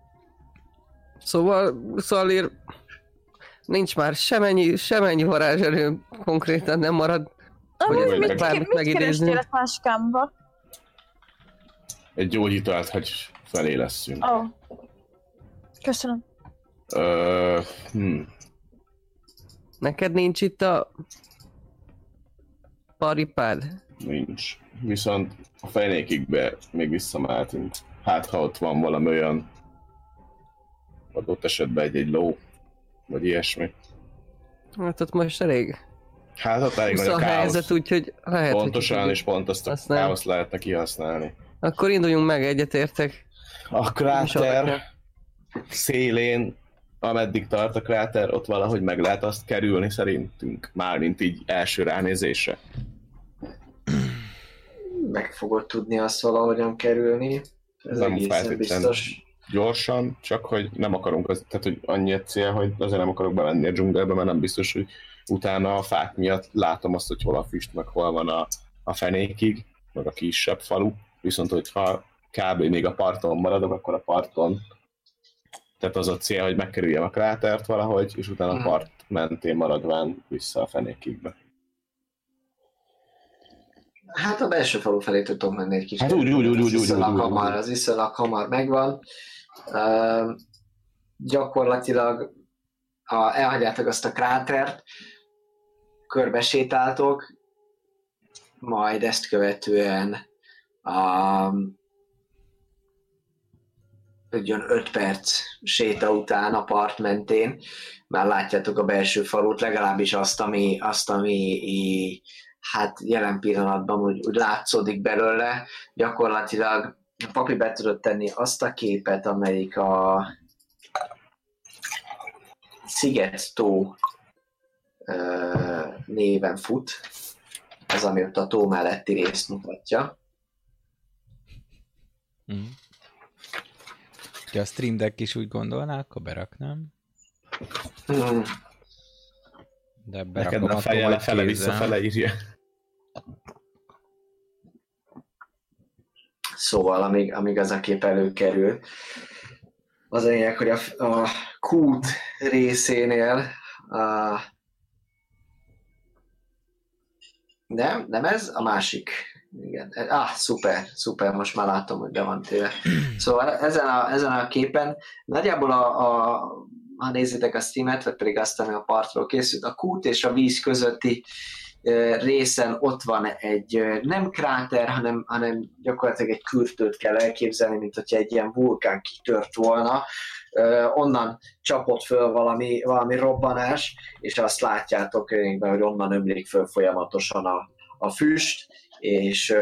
Szóval Xalir... Nincs már semennyi, semennyi varázserő, konkrétan nem marad. Amúgy vagy mit, meg- mit, mit megidézni. kerestél a táskámba? Egy gyógyitalt, hogy felé leszünk. Ó. Oh. Köszönöm. Ö, hm. Neked nincs itt a... paripád? Nincs. Viszont a fenékigbe még visszamehetünk. Hát, ha ott van valami olyan adott esetben egy-egy ló, vagy ilyesmi. Hát ott most elég Hát ott elég nagy húsz a a helyzet, káosz. úgyhogy lehet, Pontosan, hogy... és pont azt a Azt nem. káoszt lehetne kihasználni. Akkor induljunk meg, egyetértek. A kráter szélén, ameddig tart a kráter, ott valahogy meg lehet azt kerülni szerintünk. Mármint így első ránézésre. Meg fogod tudni azt valahogyan kerülni. Ez Nem egészen feltétlen. biztos. Gyorsan, csak hogy nem akarunk, az, tehát hogy annyi a cél, hogy azért nem akarok bemenni a dzsungelbe, mert nem biztos, hogy utána a fák miatt látom azt, hogy hol a füst, meg hol van a, a fenékig, meg a kisebb falu. Viszont, hogyha kb. Még a parton maradok, akkor a parton, tehát az a cél, hogy megkerüljem a krátert valahogy, és utána a part mentén maradván vissza a fenékigbe. Hát a belső falu felé tudok menni egy kis. Hát úgy, úgy, úgy, úgy, úgy, viszonylag úgy, úgy, hamar, úgy. az viszonylag hamar megvan. Uh, gyakorlatilag ha elhagyjátok azt a krátert, körbesétáltok, majd ezt követően um, ugyan öt perc séta után a part mentén már látjátok a belső falut, legalábbis azt, ami, azt, ami hát jelen pillanatban úgy, úgy látszódik belőle. Gyakorlatilag Papi be tudod tenni azt a képet, amelyik a Sziget-tó uh, néven fut. Ez, ami ott a tó melletti részt mutatja. Mm. Ha a Stream Deck is úgy gondolná, akkor beraknám. Hmm. De Neked berakom a a fejjel toll fele kézzel. visszafele írja. Szóval, amíg, amíg az a kép előkerül, az a lényeg, hogy a, a kút részénél a... nem, nem ez, a másik. Igen. Ah, szuper, szuper, most már látom, hogy be van téve. Szóval ezen a, ezen a képen nagyjából a, a ha nézitek a streamet, vagy pedig azt, ami a partról készült, a kút és a víz közötti részen ott van egy nem kráter, hanem, hanem gyakorlatilag egy kürtőt kell elképzelni, mint hogyha egy ilyen vulkán kitört volna. Onnan csapott föl valami, valami robbanás, és azt látjátok, hogy onnan ömlik föl folyamatosan a, a füst, és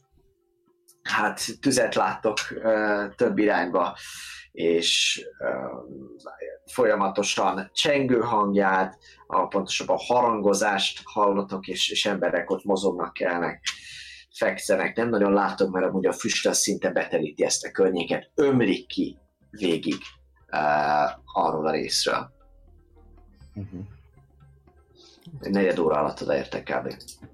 hát tüzet láttok több irányba, és folyamatosan csengő hangját, a pontosabban harangozást hallotok, és, és emberek ott mozognak, kelnek, fekszenek. Nem nagyon látok, mert amúgy a füst az szinte beteríti ezt a környéket. Ömlik ki végig uh, arról a részről. Uh-huh. Egy negyed óra alatt odaértek kb.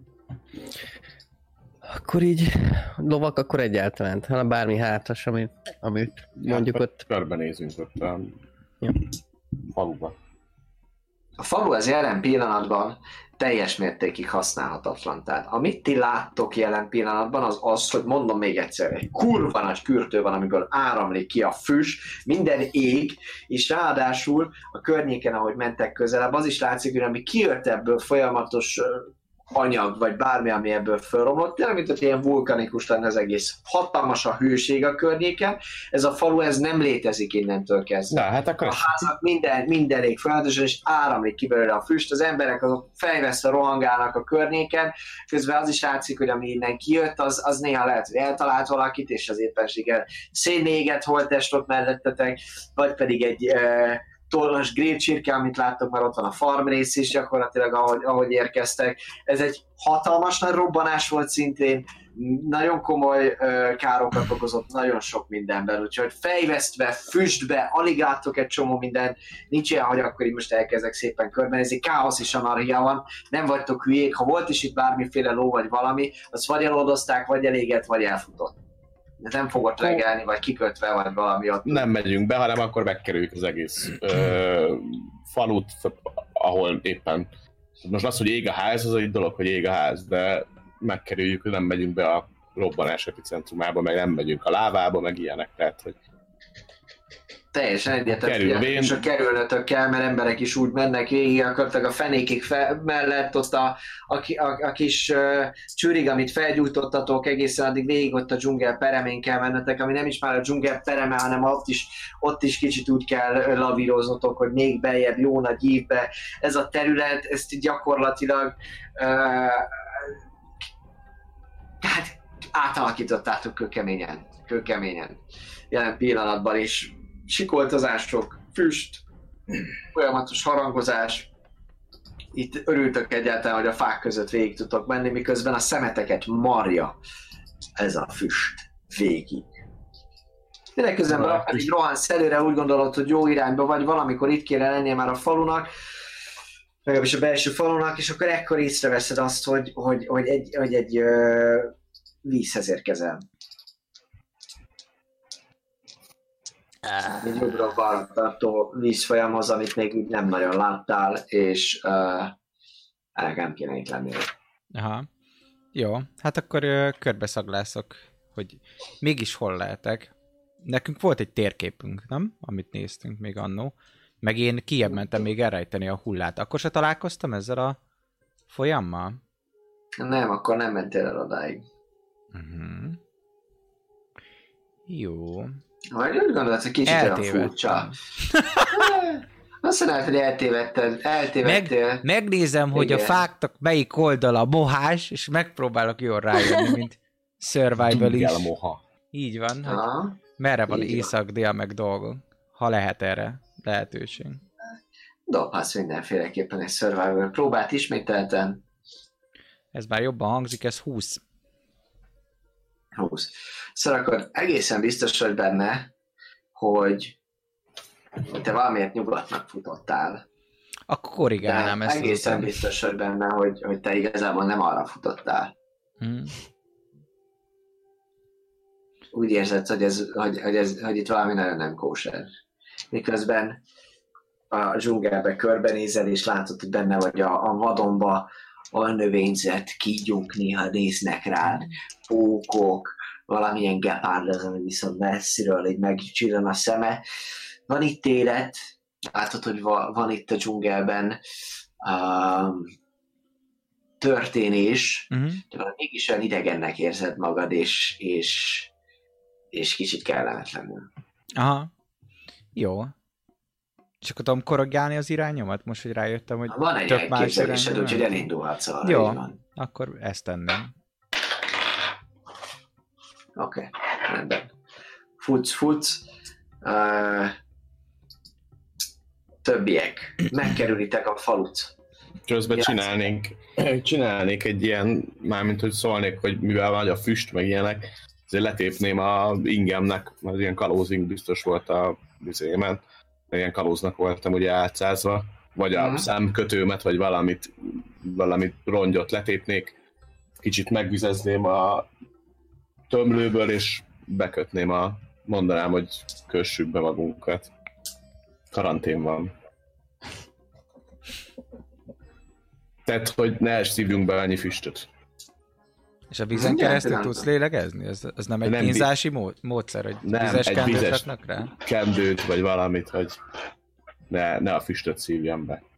Akkor így lovak, akkor egyáltalán. Hát bármi hátas, amit, amit mondjuk hát, ott. Körbenézünk ott. Um, Ja. faluba. A falu az jelen pillanatban teljes mértékig használhatatlan. Tehát amit ti láttok jelen pillanatban, az az, hogy mondom még egyszer, egy kurva nagy kürtő van, amiből áramlik ki a füst, minden ég, és ráadásul a környéken, ahogy mentek közelebb, az is látszik, hogy ami kijött ebből folyamatos anyag, vagy bármi, ami ebből fölromlott, tényleg, mint hogy ilyen vulkanikus lenne az egész. Hatalmas a hőség a környéken, ez a falu, ez nem létezik innentől kezdve. Na, hát akkor a házak minden, minden ég folyamatosan, és áramlik ki belőle a füst, az emberek azok fejvesztve rohangálnak a környéken, közben az is látszik, hogy ami innen kijött, az, az néha lehet, hogy eltalált valakit, és az éppenséggel szénégett holttest ott mellettetek, vagy pedig egy e, tollas grillcsirke, amit láttok, már ott van a farm rész is gyakorlatilag, ahogy, ahogy érkeztek. Ez egy hatalmas nagy robbanás volt szintén, nagyon komoly ö, károkat okozott nagyon sok mindenben, úgyhogy fejvesztve, füstbe, alig láttok egy csomó minden, nincs ilyen, hogy akkor így most elkezdek szépen körbenézni, káosz és anarchia van, nem vagytok hülyék, ha volt is itt bármiféle ló vagy valami, azt vagy elodozták, vagy elégett, vagy elfutott. De nem fogott legelni, vagy kikötve, vagy valami ott. Nem megyünk be, hanem akkor megkerüljük az egész ö, falut, ahol éppen... Most az, hogy ég a ház, az egy dolog, hogy ég a ház, de megkerüljük, hogy nem megyünk be a robbanás epicentrumába, meg nem megyünk a lávába, meg ilyenek, tehát, hogy... Teljesen egyetlen, és a kerülnötök kell, mert emberek is úgy mennek végig, akartak a fenékig fe, mellett, ott a, a, a, a kis uh, csűrig, amit felgyújtottatok, egészen addig végig ott a dzsungel peremén kell mennetek, ami nem is már a dzsungel pereme, hanem ott is, ott is kicsit úgy kell lavíroznotok, hogy még beljebb, jó nagy ívbe. Ez a terület, ezt gyakorlatilag uh, hát átalakítottátok kőkeményen, kőkeményen jelen pillanatban is. Sikoltozások, füst, folyamatos harangozás. Itt örültök egyáltalán, hogy a fák között végig tudtok menni, miközben a szemeteket marja ez a füst végig. Mindeközben pedig rohansz előre, úgy gondolod, hogy jó irányba vagy, valamikor itt kéne lennie már a falunak, legalábbis a belső falunak, és akkor ekkor észreveszed azt, hogy, hogy, hogy egy, hogy egy uh, vízhez érkezel. Egy jobbra-balra tartó vízfolyamhoz, amit még úgy nem nagyon láttál, és uh, ennek nem kéne itt lenni. Aha. Jó, hát akkor uh, körbeszaglászok, hogy mégis hol lehetek. Nekünk volt egy térképünk, nem? Amit néztünk még annó. Meg én kijebb mentem még elrejteni a hullát. Akkor se találkoztam ezzel a folyammal? Nem, akkor nem mentél el odáig. Uh-huh. Jó. Vagy úgy gondolod, hogy kicsit olyan furcsa. Azt mondod, hogy eltévedted, eltévedtél. Meg, megnézem, igen, hogy a fáknak melyik oldala mohás, és megpróbálok jól rájönni, mint Survival is. A moha. Így van, hogy merre van észak-dél meg dolgok, ha lehet erre lehetőség. Dobhatsz mindenféleképpen egy Survival próbát ismételten. Ez már jobban hangzik, ez húsz. húsz. Szóval akkor egészen biztos vagy benne, hogy te valamiért nyugatnak futottál. Akkor korrigálnám ezt. Egészen aztán biztos vagy benne, hogy, hogy te igazából nem arra futottál. Hmm. Úgy érzed, hogy, ez, hogy, hogy, ez, hogy itt valami nagyon nem kóser. Miközben a dzsungelbe körbenézel, és látod, hogy benne vagy a, a vadonba, a növényzet, kígyók néha néznek rád, pókok, valamilyen gepárd az, ami viszont messziről így megcsillan a szeme. Van itt élet, látod, hogy va, van itt a dzsungelben um, történés, uh-huh. de mégis olyan idegennek érzed magad, és, és, és kicsit kellemetlenül. Aha, jó. És akkor tudom korrigálni az irányomat? Most, hogy rájöttem, hogy van egy elképzelésed, úgyhogy elindulhatsz arra. Jó, akkor ezt tenném. Oké, okay, rendben. Futsz, futsz. Uh, többiek. Megkerülitek a falut. Közben csinálnénk, csinálnék egy ilyen, mármint hogy szólnék, hogy mivel van a füst, meg ilyenek, azért letépném a ingemnek, mert ilyen kalózing biztos volt a vizémen. Ilyen kalóznak voltam ugye átszázva, vagy a uh-huh. szemkötőmet, vagy valamit, valamit rongyot letépnék, kicsit megvizezném a tömlőből, és bekötném a, mondanám, hogy kössük be magunkat. Karantén van. Tehát, hogy ne szívjunk be annyi füstöt. És a vízen Igen, keresztül tudom. tudsz lélegezni? Ez, ez nem egy Nem kínzási mód, módszer, hogy Nem, vizes egy kendőt vizes- raknak rá? Kendőt, vagy valamit, hogy ne, ne a füstöt szívjam be.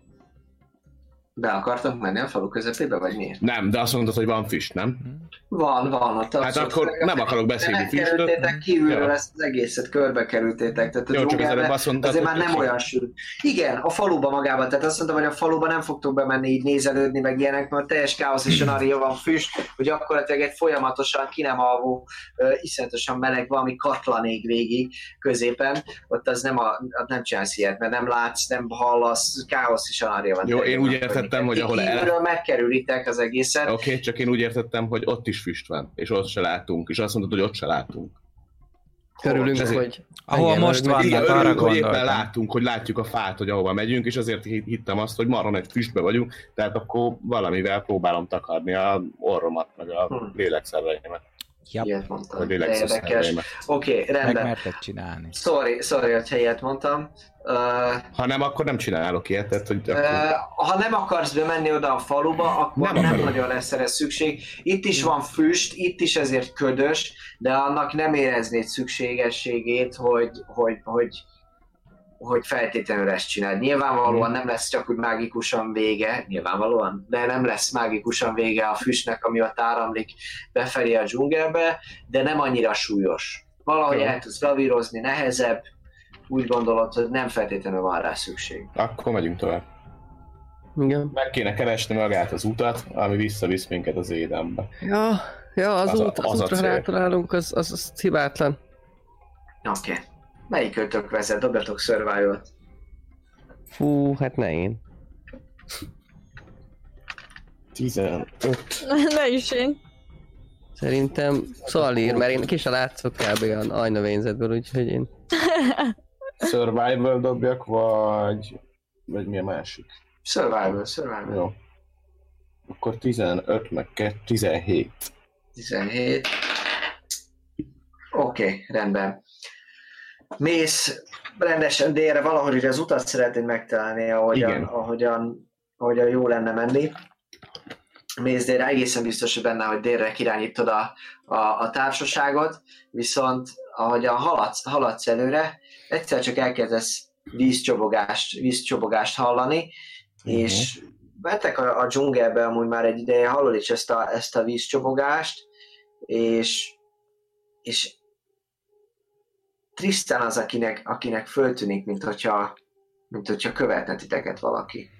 Be akartok menni a falu közepébe, vagy miért? Nem, de azt mondod, hogy van füst, nem? Van, van. Ott Hát abszolút- akkor nem akarok beszélni füstöt. Megkerültétek kívülről, Jó. ezt az egészet körbe kerültétek. Tehát a Jó, csak az dzsungelbe előbb azt mondtad, azért hogy már nem kicsi. olyan sűrű. Igen, a faluba magában, tehát azt mondtam, hogy a faluba nem fogtok bemenni így nézelődni, meg ilyenek, mert teljes káosz és anarja van füst, hogy gyakorlatilag egy folyamatosan ki nem alvó, uh, iszonyatosan meleg valami katlanég végig középen, ott az nem, a, ott nem csinálsz ilyet, mert nem látsz, nem hallasz, káosz és anarja van. Jó, teljes én úgy van. értettem, hogy Ti ahol el- kívülről megkerülitek az egészet. Oké, okay, csak én úgy értettem, hogy ott is füst van, és ott se látunk, és azt mondod, hogy ott se látunk. Örülünk, ezért- hogy... Ahol Igen, most örülünk, vannak, Igen, arra örülünk, hogy éppen gondoltam. látunk, hogy látjuk a fát, hogy ahova megyünk, és azért hittem azt, hogy marha nagy füstbe vagyunk, tehát akkor valamivel próbálom takarni a orromat, meg a Hm. lélekszerveimet, Yep. Ilyet mondtam. vagy De érdekes. lélekszőszerveimet. Oké, okay, Meg rendben. merted csinálni. Sorry, sorry, hogyha ilyet mondtam. Uh, Ha nem, akkor nem csinálok ilyet, tehát hogy akkor... uh, ha nem akarsz bemenni oda a faluba, akkor Nem nem, nem akarok. nagyon lesz erre szükség. Itt is van füst, itt is ezért ködös, de annak nem éreznéd szükségességét, hogy, hogy, hogy, hogy feltétlenül ezt csináld. Nyilvánvalóan nem lesz csak úgy mágikusan vége, nyilvánvalóan, de nem lesz mágikusan vége a füstnek, ami ott áramlik befelé a dzsungelbe, de nem annyira súlyos. Valahogy Jó. el tudsz lavírozni, nehezebb, úgy gondolod, hogy nem feltétlenül van rá szükség. Akkor megyünk tovább. Igen. Meg kéne keresni magát az utat, ami visszavisz minket az édenbe. Ja, ja az, Az a- út, az, az a útra cél. rátalálunk, az, az, az hibátlan. Oké. Okay. Melyik ötök vezet? Dobjatok survival-t. Fú, hát ne én. tizenöt. Ne is én. Szerintem Szalir, mert én ki se látszok kb. Olyan ajnövényzetből, úgyhogy én... Survival dobjak, vagy... Vagy mi a másik? Survival, survival. Jó. Akkor tizenöt, meg kettő, tizenhét. tizenhét. Oké, okay, rendben. Mész rendesen délre, valahogy ugye az utat szeretnéd megtalálni, ahogyan, Igen. ahogyan, ahogyan jó lenne menni. Mész délre, egészen biztos, hogy benne, hogy délre kirányítod a, a, a társaságot, viszont ahogyan haladsz, haladsz előre, egyszer csak elkezdesz vízcsobogást, vízcsobogást hallani, Mhm. és mentek a, a dzsungelbe amúgy már egy ideje, hallod is ezt a, ezt a vízcsobogást, és, és Tristan az, akinek, akinek föltűnik, mint hogyha, mint hogyha követne titeket valaki.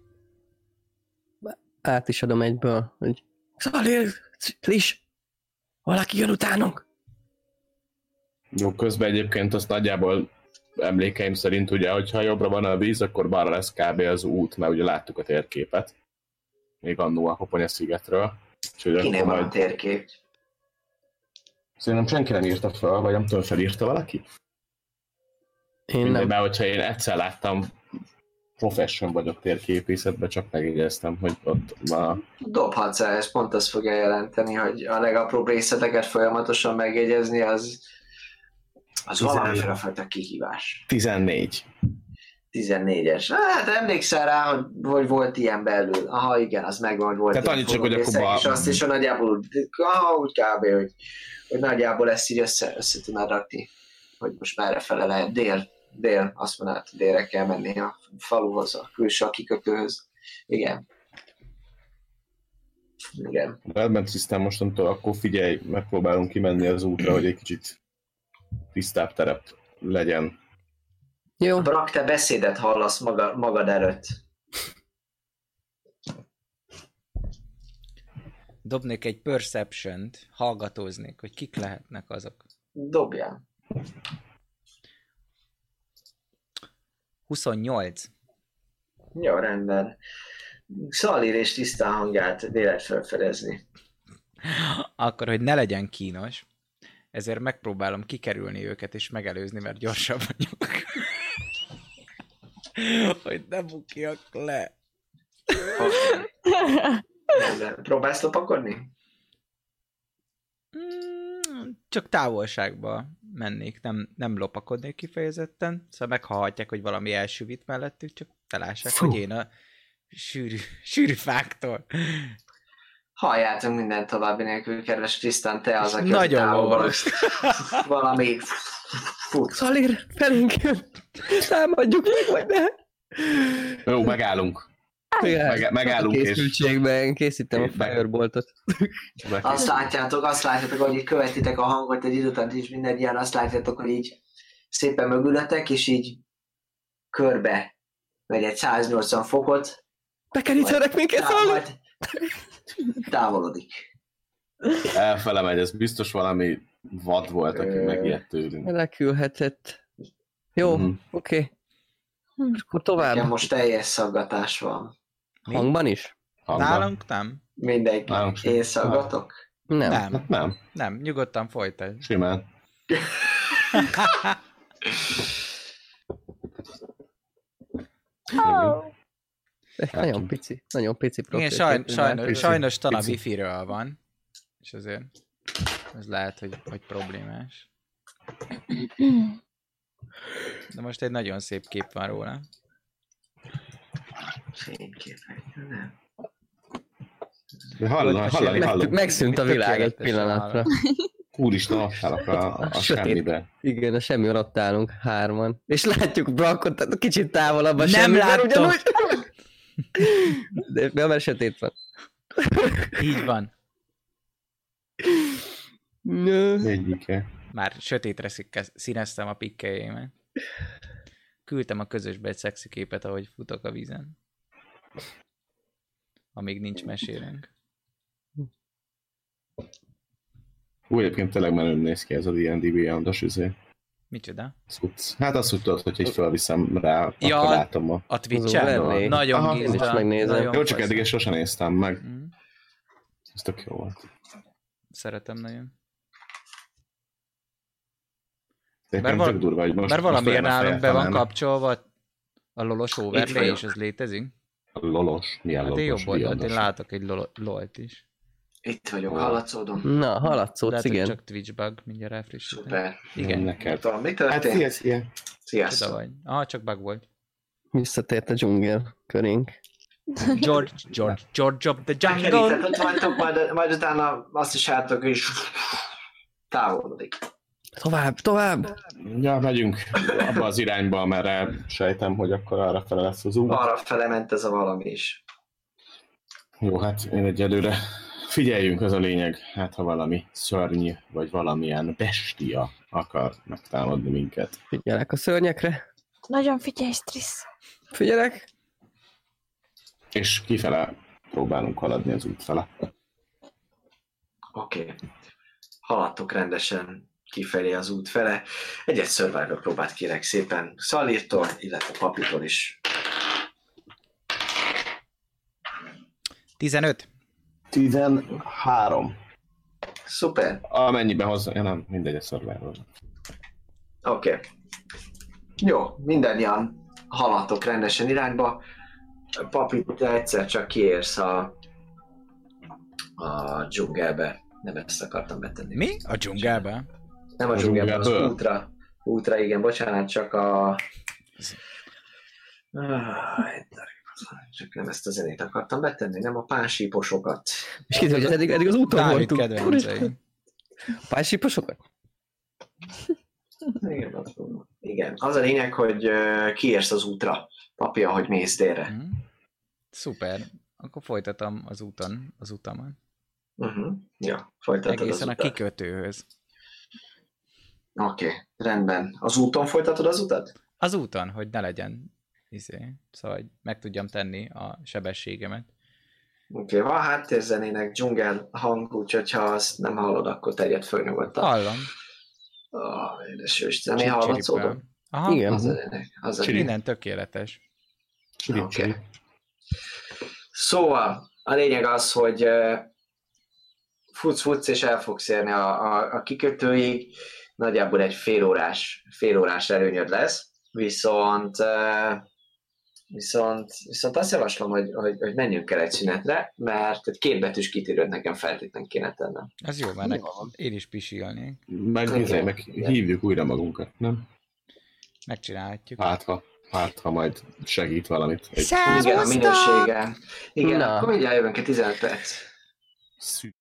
Át is adom egyből, hogy... Szalir, Tris, valaki jön utánunk. Jó, közben egyébként azt nagyjából emlékeim szerint ugye, hogyha jobbra van a víz, akkor balra lesz kb. Az út, mert ugye láttuk a térképet. Még annó a Koponya szigetről. Úgyhogy Kinél akkor van a majd... térkép? Szerintem senki nem írta fel, vagy nem tudom, felírta valaki? Én Mindegy, nem. mert hogyha én egyszer láttam, profession vagyok térképészetben, csak megjegyeztem, hogy ott ma... Dobhatsz el, ez pont azt fogja jelenteni, hogy a legapróbb részleteket folyamatosan megjegyezni, az, az Tizenegy. valamiféle fajta kihívás. tizennégy. tizennégyes. Hát emlékszel rá, hogy, hogy volt ilyen belül. Aha, igen, az megvan, hogy volt Tehát ilyen annyit csak, hogy akkor részek, ba- és azt is, hogy nagyjából úgy, aha, úgy kb. Hogy, hogy nagyjából ezt így össze, össze tudnád rakni, hogy most merre fele lehet. Dél, dél, azt mondod, délre kell menni a faluhoz, a külső a kikötőhöz. Igen. Igen. Rendben, tisztán mostantól, akkor figyelj, megpróbálunk kimenni az útra, hogy egy kicsit tisztább terep legyen. Jó, Brak, te beszédet hallasz maga, magad előtt. Dobnék egy perception-t, hallgatóznék, hogy kik lehetnek azok. Dobjál. huszonnyolc. Jó, rendben. Szalir és tisztán hangját vélet felfedezni. Akkor, hogy ne legyen kínos, ezért megpróbálom kikerülni őket és megelőzni, mert gyorsabb vagyok. Hogy ne bukjak le. Rendben. Próbálsz lopakodni? Mm, Csak távolságba mennék, nem, nem lopakodnék kifejezetten, szóval meghallhatják, hogy valami elsüvít mellettük, csak te lássák, Fú. hogy én a sűrű, sűrű fáktól. Halljátok minden további nélkül, kedves Krisztán, te az, aki Nagyon távolban lovas. valami fut. Szalir, felénk jön. Támadjuk meg, vagy ne? Jó, megállunk. Meg, megállunk és... Készültségben készítem a Meg- fireboltot. Azt látjátok, azt látjátok, hogy így követitek a hangot egy idő után is minden ilyen, azt látjátok, hogy így szépen mögületek, és így körbe megy egy száznyolcvan fokot, Bekerítenek minket, tá- Szalir! majd távolodik. Elfele megy, ez biztos valami vad volt, aki megijedt tőlünk. Lekülhetett. Jó, Mhm. oké. Hm. Akkor tovább. Nekem most teljes szaggatás van. Hangban is? Hangban. Nálunk nem. Mindenki. Nálunk sem. Én szaggatok? Nem. Nem. Hát nem, Nem, nyugodtan folytasd. simán. Oh. Egy nagyon pici, nagyon pici Igen, profil. sajn, sajnos, pici, sajnos Tana pici. wifi-ről van, és azért ez lehet, hogy, hogy problémás. De most egy nagyon szép kép van róla. Fényképek, nem? Hallani, hallani, Meg, hallani. megszűnt a világ egy Tökéletesen pillanatra. Úristen, ott állok a, a Sötét. semmibe. Igen, a semmi ott állunk hárman. És látjuk Brankot tehát kicsit távolabb a Nem semmiben, láttok. ugyanúgy. De nem, mert sötét van. Így van. Nö. Egyike. Már sötétre szikke- színeztem a pikkelyémet. Küldtem a közösbe egy szexi képet, ahogy futok a vízen. Amíg nincs mesélünk. Úgy egyébként tényleg menőn néz ki ez a dé and dé Beyond-os izé. Micsoda? Cucc. Hát azt úgy tudod, hogy így felviszem rá, Ja. akkor látom a... A Az Twitch-en? overlay. Nagyon Aha, én is gizda. megnézem. nagyon Jó, csak fasz. eddig is sosem néztem meg. Mm. Ez tök jó volt. Szeretem nagyon. Éppen Bár val- tök durva, hogy most... Mert most valamiért olyan a nálunk be van fejemben. kapcsolva a lolos overlay, vagyok. és az létezik. A lolos? Milyen Hát lolos? én jobb oldalt, én Beyondos? látok egy lol- lolt is. Itt vagyok, hallatszódom. Na, haladszódsz, Lehet, hogy igen. csak Twitch bug, mindjárt elfrissítem. Szuper. Igen, Neked. Tudom, mi Hát történt? szia, szia. csoda Sziasztok. vagy. Aha, csak bug volt. Visszatért a dzsungel körénk. George, George, George of the Tehát Jungle. ott vagytok, majd, majd utána azt is látok, hogy távolodik. Tovább, tovább! Ja, megyünk abba az irányba, amerre sejtem, hogy akkor arra fele lesz az út. Arra fele ment ez a valami is. Jó, hát én egyelőre figyeljünk, az a lényeg. Hát ha valami szörny, vagy valamilyen bestia akar megtámadni minket. Figyelek a szörnyekre. Nagyon figyelj, Strisz. Figyelek. És kifele próbálunk haladni az út fele. Oké. Okay. Haladtok rendesen kifelé az út fele. Egyet survival próbát kérek szépen Szalírtól, illetve Papitól is. tizenöt. tizenhárom. Szuper. Amennyiben hozzá... Ja, nem, mindegy, a survival. Oké. Okay. Jó, mindannyian haladtok rendesen irányba. Papi, te egyszer csak kiérsz a, a dzsungelbe. Nem ezt akartam betenni. Mi? A dzsungelbe? Nem a A dzsungelbe, az dzsungelből? útra. Útra, igen, bocsánat, csak a... Ah, csak nem ezt a zenét akartam betenni, nem a pánsíposokat. És kiderül, hogy eddig, eddig az úton Dávid voltunk. kedvencei. Pályasíposokat? Igen, az, igen. Az a lényeg, hogy uh, kiérsz az útra, Papi, ahogy mész délre. Mhm. Szuper. Akkor folytatom az úton, az utamat. Uh-huh. Ja, folytatod Egészen az a utat. kikötőhöz. Oké, okay, rendben. Az úton folytatod az utat? Az úton, hogy ne legyen izé, szóval hogy meg tudjam tenni a sebességemet. Oké, okay, van háttérzenének dzsungel hang, úgyhogy ha azt nem hallod, akkor terjed föl nyugodtan. Hallom. Oh, édes Isten, mi Csip- hallatszódom? csiripel. Aha, Igen. Az a lényeg, az a lényeg. minden tökéletes. Oké. Okay. Szóval, a lényeg az, hogy uh, futsz-futsz és el fogsz érni a, a, a kikötőig, nagyjából egy fél órás, fél órás előnyöd lesz, viszont, uh, viszont, viszont azt javaslom, hogy, hogy, hogy menjünk el egy szünetre, mert egy kétbetűs kitérőt nekem feltétlenül kéne tennem. Ez jó, mert nek- én is pisilnék. Meg, Igen, izé, meg igen. hívjuk újra magunkat, nem? Megcsinálhatjuk. Hát ha. Hát, ha majd segít valamit. Egy Igen, a minősége. Igen, Na. akkor mindjárt jövünk egy tizenöt perc. szű-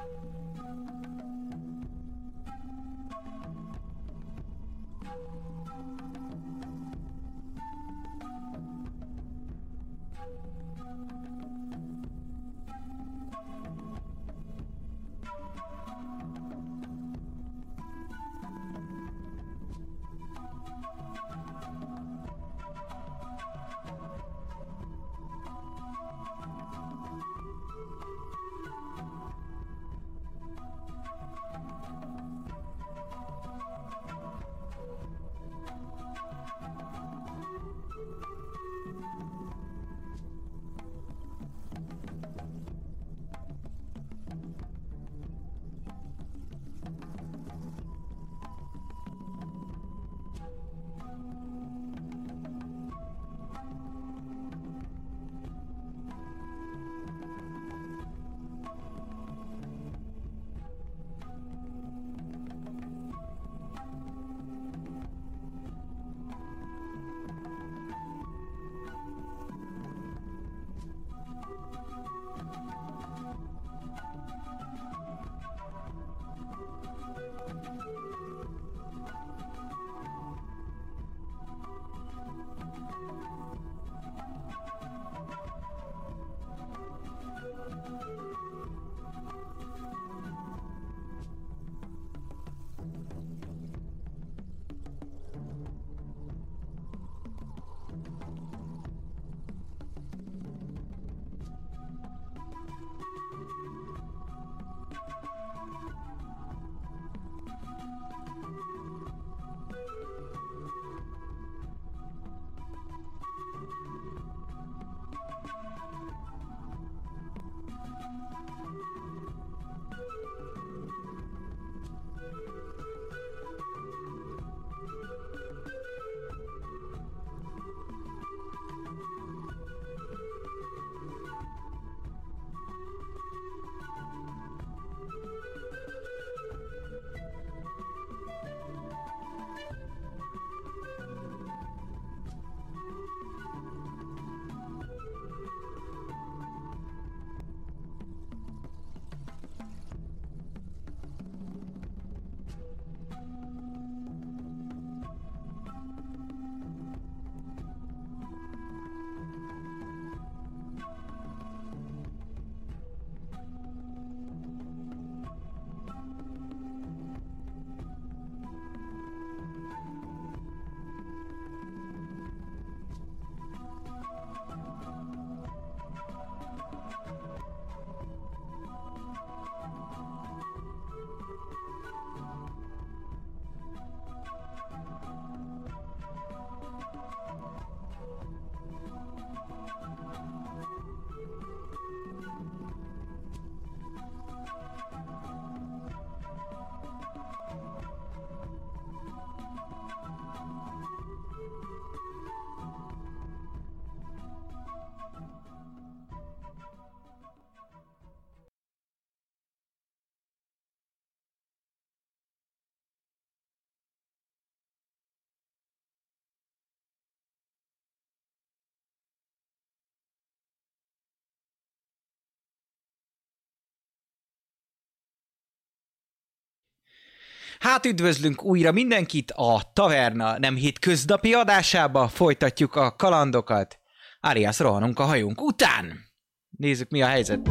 Hát üdvözlünk újra mindenkit a Taverna nem hétköznapi adásába, folytatjuk a kalandokat. Alias rohanunk a hajónk után. Nézzük, mi a helyzet.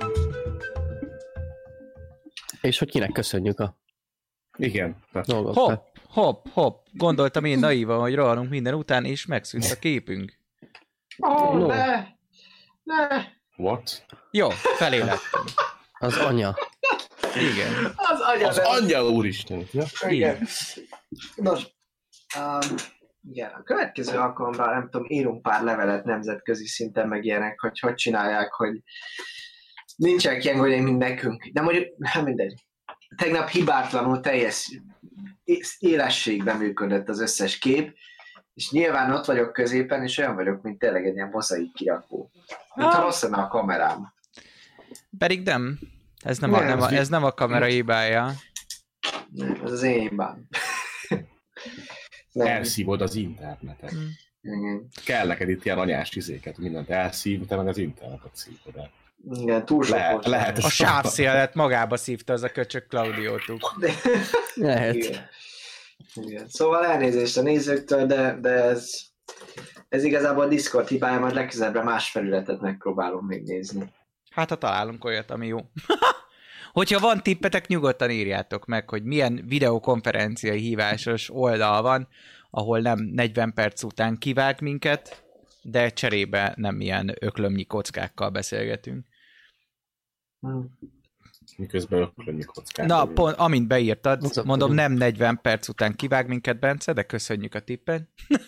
És hogy kinek köszönjük a Igen. dolgot. Hopp, hopp, hopp. Gondoltam én naívan, hogy rohanunk minden után, és megszűnt a képünk. Oh, No. ne! Ne! What? Jó, felé lettem. Az anya. Igen. Az anya, Az de- angyal úristen. Ja? Igen. Nos, um, igen, a következő alkalommal, nem tudom, írunk pár levelet nemzetközi szinten meg ilyenek, hogy hogy csinálják, hogy nincsenek ilyen gondjaink, mint nekünk. De mondjuk, nem mindegy. Tegnap hibátlanul teljes élességben működött az összes kép, és nyilván ott vagyok középen, és olyan vagyok, mint tényleg egy ilyen mozaik kirakó. Mint ha rossz lenne a kamerám. Pedig nem. Ez nem, a, Nem, nem, a, ez ez nem a kamera hibája. Nem, ez az én hibám. Nem. Elszívod az internetet. Igen. Kell neked itt ilyen anyás izéket, mindent elszív, te meg az internetet szívod el. Igen, túl sok Le, most. lehet. A sávszélet magába szívta az a köcsök Claudiótuk. Lehet. Igen. Igen. Szóval elnézést a nézőktől, de, de ez, ez igazából a Discord hibája, majd legközelebbre más felületet megpróbálom még nézni. Hát ha találunk olyat, ami jó. Hogyha van tippetek, nyugodtan írjátok meg, hogy milyen videokonferenciai hívásos oldal van, ahol nem negyven perc után kivág minket, de cserébe nem ilyen öklömnyi kockákkal beszélgetünk. Hmm. Miközben öklömnyi kockák. Na, pont, amint beírtad, Az a mondom, pont. nem negyven perc után kivág minket, Bence, de köszönjük a tippet.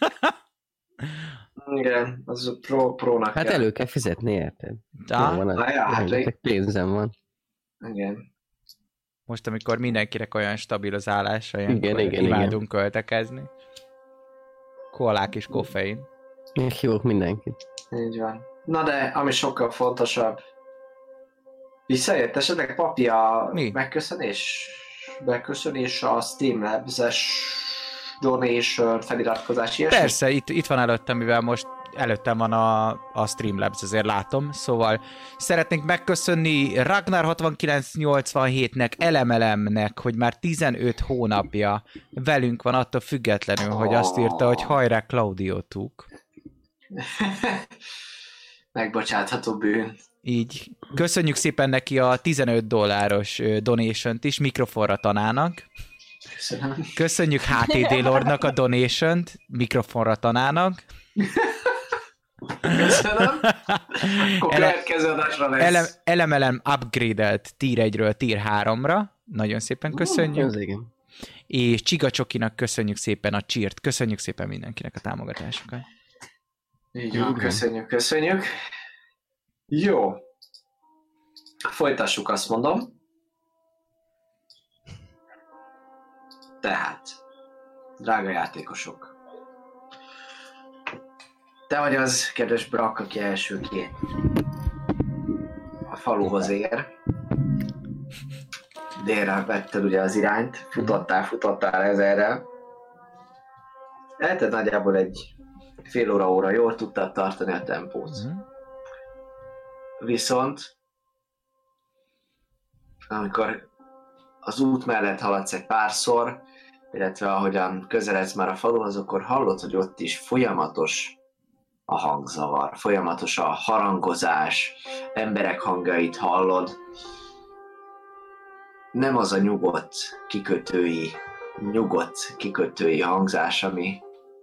Igen, az pro, prónak Hát kell. elő kell fizetni, érted? Á, Jó van, Na ja, hát rengeteg pénzem van. Igen. most, amikor mindenkinek olyan stabil az állása, Igen, ilyenkor igen, imádunk költekezni. Koalák és koffein. Még hívok mindenkit. Így van. Na de, ami sokkal fontosabb. Visszajött esetleg papi a Mi? megköszönés? Megköszönés a Steam Labs-es donation feliratkozás ilyesmi? Persze, itt, itt van előttem, mivel most előttem van a, a Streamlabs, azért látom. Szóval szeretnénk megköszönni Ragnar hatvankilenc nyolcvanhétnek, Elemelemnek, hogy már tizenöt hónapja velünk van, attól függetlenül, hogy azt írta, hogy hajrá Claudiotuk. Megbocsátható bűn. Így. Köszönjük szépen neki a tizenöt dolláros ö, donation-t is mikrofonra tanának. Köszönöm. Köszönjük há té dé Lordnak a donation-t mikrofonra tanának. Köszönöm. Akkor Ele- következő adásra lesz. Ele- Elemelem upgrade-elt tier egyről tier háromra. Nagyon szépen köszönjük. Az igen. És Csiga Csokinak köszönjük szépen a cheert. Köszönjük szépen mindenkinek a támogatásokat. Így van, köszönjük, köszönjük. Jó. Folytassuk, azt mondom. Tehát, drága játékosok. Te vagy az, kedves Brak, aki elsőként a faluhoz ér. Délre vetted ugye az irányt, futottál, futottál ezerrel. Elted nagyjából egy fél óra-óra, jól tudtad tartani a tempót. Mhm. Viszont, amikor az út mellett haladsz egy párszor, illetve ahogyan közeledsz már a faluhoz, akkor hallod, hogy ott is folyamatos a hangzavar, folyamatos a harangozás, emberek hangjait hallod. Nem az a nyugodt kikötői, nyugodt kikötői hangzás, ami,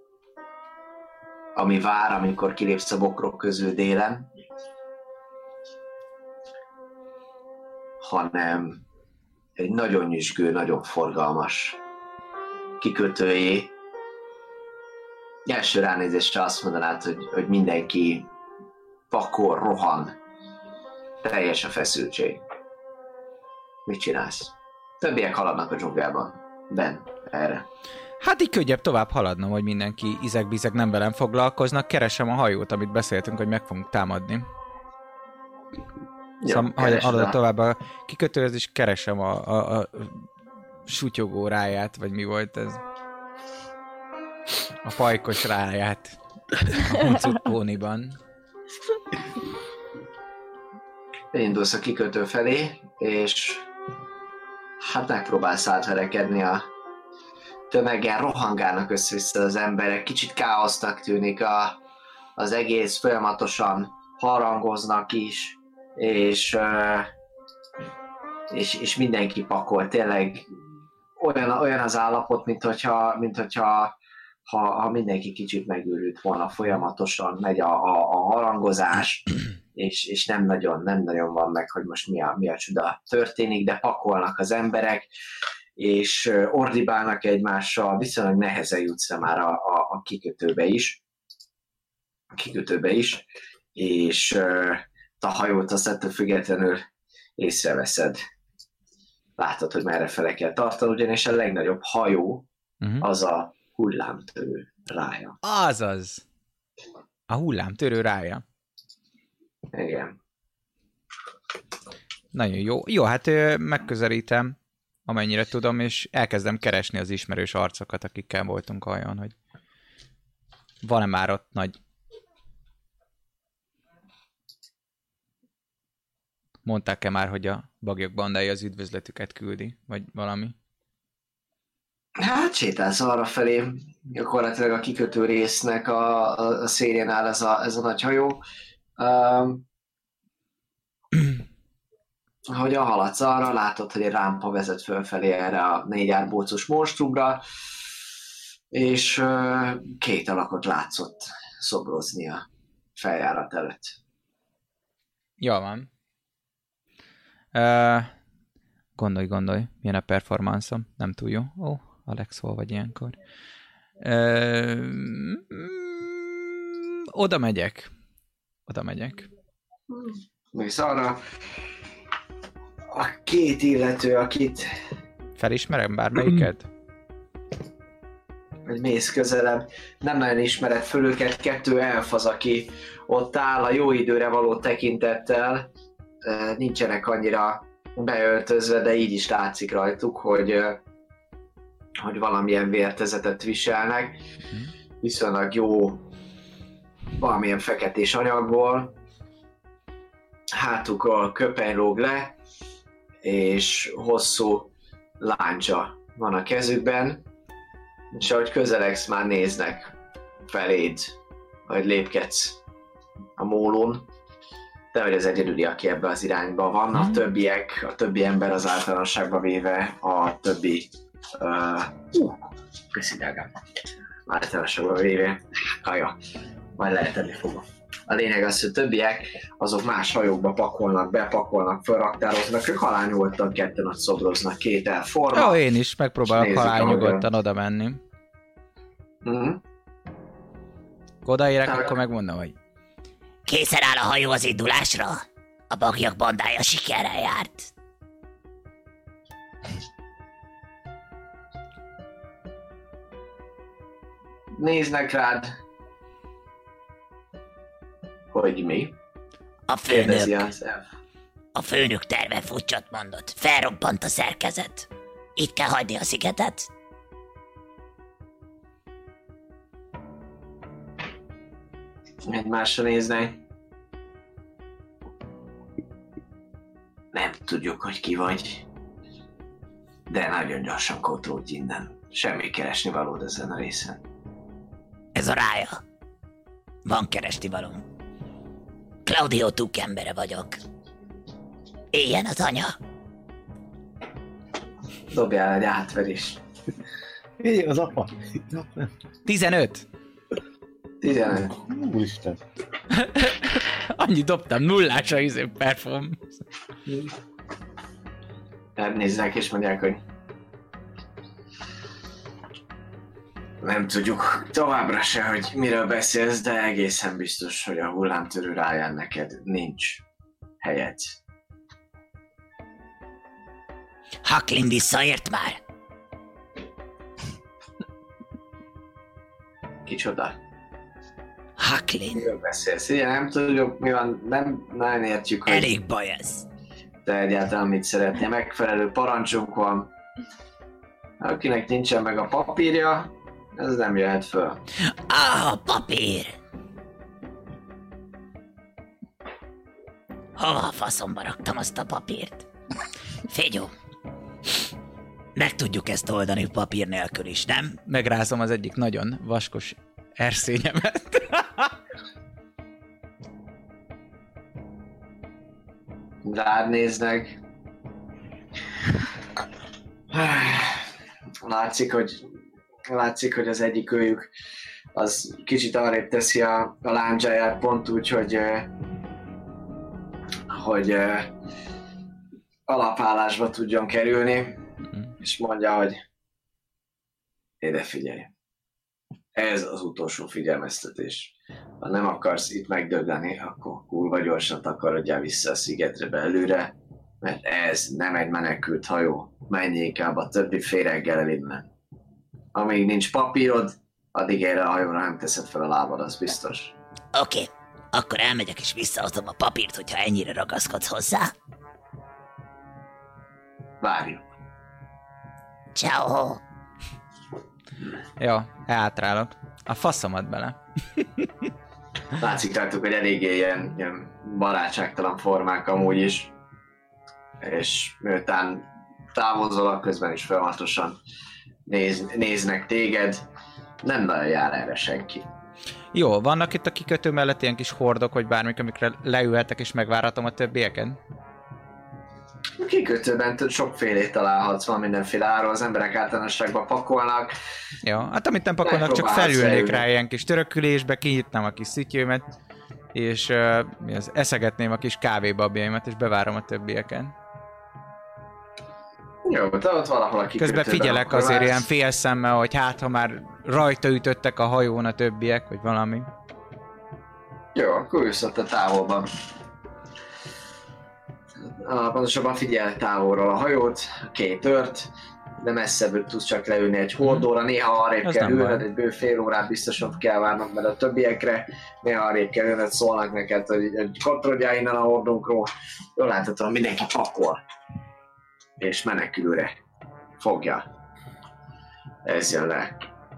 ami vár, amikor kilépsz a bokrok közül délen, hanem egy nagyon nyüzsgő, nagyon forgalmas kikötői. Első ránézésre azt mondanád, hogy, hogy mindenki pakol, rohan, teljes a feszültség. Mit csinálsz? Többiek haladnak a dzsungelban. Ben, erre. Hát így könnyebb tovább haladnom, hogy mindenki izeg-bizeg nem velem foglalkoznak. Keresem a hajót, amit beszéltünk, hogy meg fogunk támadni. Szóval keresd haladok a- tovább a kikötőhöz, és keresem a, a, a sutyogó ráját, vagy mi volt ez? A pajkos ráját. A huncut póniban. Indulsz a kikötő felé, és hát megpróbálsz átverekedni a tömeggel, rohangálnak össze-vissza az emberek, kicsit káosznak tűnik a, az egész, folyamatosan harangoznak is, és, ö, és, és mindenki pakol, tényleg olyan, olyan az állapot, mint hogyha, mint hogyha ha, ha mindenki kicsit megőrült volna, folyamatosan megy a, a, a harangozás, és, és nem, nagyon, nem nagyon van meg, hogy most mi a, mi a csoda történik, de pakolnak az emberek, és ö, ordibálnak egymással, viszonylag nehezen jutsz le már a, a, a kikötőbe is, a kikötőbe is, és ö, a hajót azt ettől függetlenül észreveszed. Látod, hogy merre fele kell tartani, ugyanis a legnagyobb hajó Uh-huh. az a hullámtörő rája. Azaz. A hullámtörő rája. Igen. Nagyon jó. Jó, hát ö, megközelítem, amennyire tudom, és elkezdem keresni az ismerős arcokat, akikkel voltunk a hajón, hogy van-e már ott nagy... mondták-e már, hogy a bagyok bandája az üdvözletüket küldi, vagy valami? Hát sétálsz arra felé, gyakorlatilag a kikötő résznek a, a, a szélén áll ez a, ez a nagy hajó. Um, Ahogyan haladsz arra, látod, hogy egy rámpa vezet fölfelé erre a négy árbócos monstrumra, és uh, két alakot látszott szobrozni a feljárat előtt. Jó van. Uh, gondolj, gondolj, milyen a performance-om, nem túl jó. Ó, oh, Alex, hol vagy ilyenkor? Uh, mm, oda megyek. Oda megyek. Mész arra, a két illető, akit... Felismerem bármelyiket? Hogy mész közelebb, nem nagyon ismered föl őket, kettő elf az, aki ott áll a jó időre való tekintettel, nincsenek annyira beöltözve, de így is látszik rajtuk, hogy, hogy valamilyen vértezetet viselnek, viszonylag jó valamilyen feketés anyagból, hátukról köpeny lóg le, és hosszú láncsa van a kezükben, és ahogy közelegsz, már néznek feléd, ahogy lépkedsz a mólón, de hogy az egyedüli, aki ebbe az irányba van, a többiek, a többi ember az általánosságban véve, a többi uh, uh, köszi drágám, általánosságban véve, haja, majd lehetetni fogom. A lényeg az, hogy többiek, azok más hajókba pakolnak, bepakolnak, felraktároznak, ők halálnyugodtan ketten ott szobroznak, két elforma. Jó, én is megpróbálok halálnyugodtan oda menni. Mm-hmm. Odaérek, akkor megmondom, hogy... Készen áll a hajó az indulásra? A bagyok bandája sikerrel járt. Néznek rád. Hogy mi? A főnök. A főnök terve futcsot mondott. Felrobbant a szerkezet. Itt kell hagyni a szigetet. Egymásra néznek. Nem tudjuk, hogy ki vagy. De nagyon gyorsan kótolódj innen. Semmi keresni valód ezen a részen. Ez a rája. Van keresni valóm. Claudio Tuk embere vagyok. Éljen az anya. Dobjál egy átverést. Éljen az apa. tizenöt. tizenöt. Úristen. Annyit dobtam, nullás a izé perform. Elnéznek és mondják, hogy nem tudjuk továbbra se, hogy miről beszélsz, de egészen biztos, hogy a hullámtörő ráján neked nincs helyed. Haklin visszaért már. Kicsoda? Haklin. Miről beszélsz? Igen, nem tudjuk, mi van, nem nagyon értjük, hogy Elég baj ez. te egyáltalán mit szeretnél. Megfelelő parancsunk van. Akinek nincsen meg a papírja, ez nem jöhet föl. Ah, papír! Hova a faszomba raktam azt a papírt? Figyó, meg tudjuk ezt oldani papír nélkül is, nem? Megrázom az egyik nagyon vaskos erszényemet. Rád néznek. Látszik, hogy látszik, hogy az egyik őjük az kicsit arrébb teszi a, a láncsáját pont úgy, hogy hogy alapállásba tudjon kerülni, és mondja, hogy ide figyelj. Ez az utolsó figyelmeztetés. Ha nem akarsz itt megdögleni, akkor kurva gyorsan takarodjál vissza a szigetre belőle, mert ez nem egy menekült hajó. Menj inkább a többi féreggel el innen. Amíg nincs papírod, addig erre a hajóra nem teszed fel a lábad, az biztos. Oké, okay. Akkor elmegyek és visszahozom a papírt, hogyha ennyire ragaszkodsz hozzá. Várjuk. Ciao. Jó, átrálok. A faszomat bele. Látszik rajtuk, hogy eléggé ilyen, ilyen barátságtalan formák amúgy is. és miután távozol, közben is folyamatosan néz, néznek téged, nem nagyon jár erre senki. Jó, vannak itt a kikötő mellett ilyen kis hordok, vagy bármik, amikre leülhetek és megvárhatom a többieken? A kikötőben sokfélét találhatsz, van mindenféle áról, az emberek általánosságban pakolnak. Jó, hát amit nem pakolnak, csak felülnék rá ilyen kis törökülésbe, kinyitnám a kis szütyőmet, és uh, mi az, eszegetném a kis kávébabjaimat, és bevárom a többieken. Jó, de ott valahol a kikötőben. Közben figyelek azért ilyen félszemmel, hogy hát, ha már rajta ütöttek a hajón a többiek, vagy valami. Jó, akkor ülsz ott a távolban. Ah, pontosabban figyel távolról a hajót, a két ört, de messzebből tudsz csak leülni egy hordóra, néha arrébb kell ülned, egy bő fél órát biztosan kell várnod meg a többiekre, néha arrébb kell ülned, szólnak neked, hogy katrodjál innen a hordónkról. Jól láthatóan mindenki pakol, és menekülőre fogja. Ez jön le.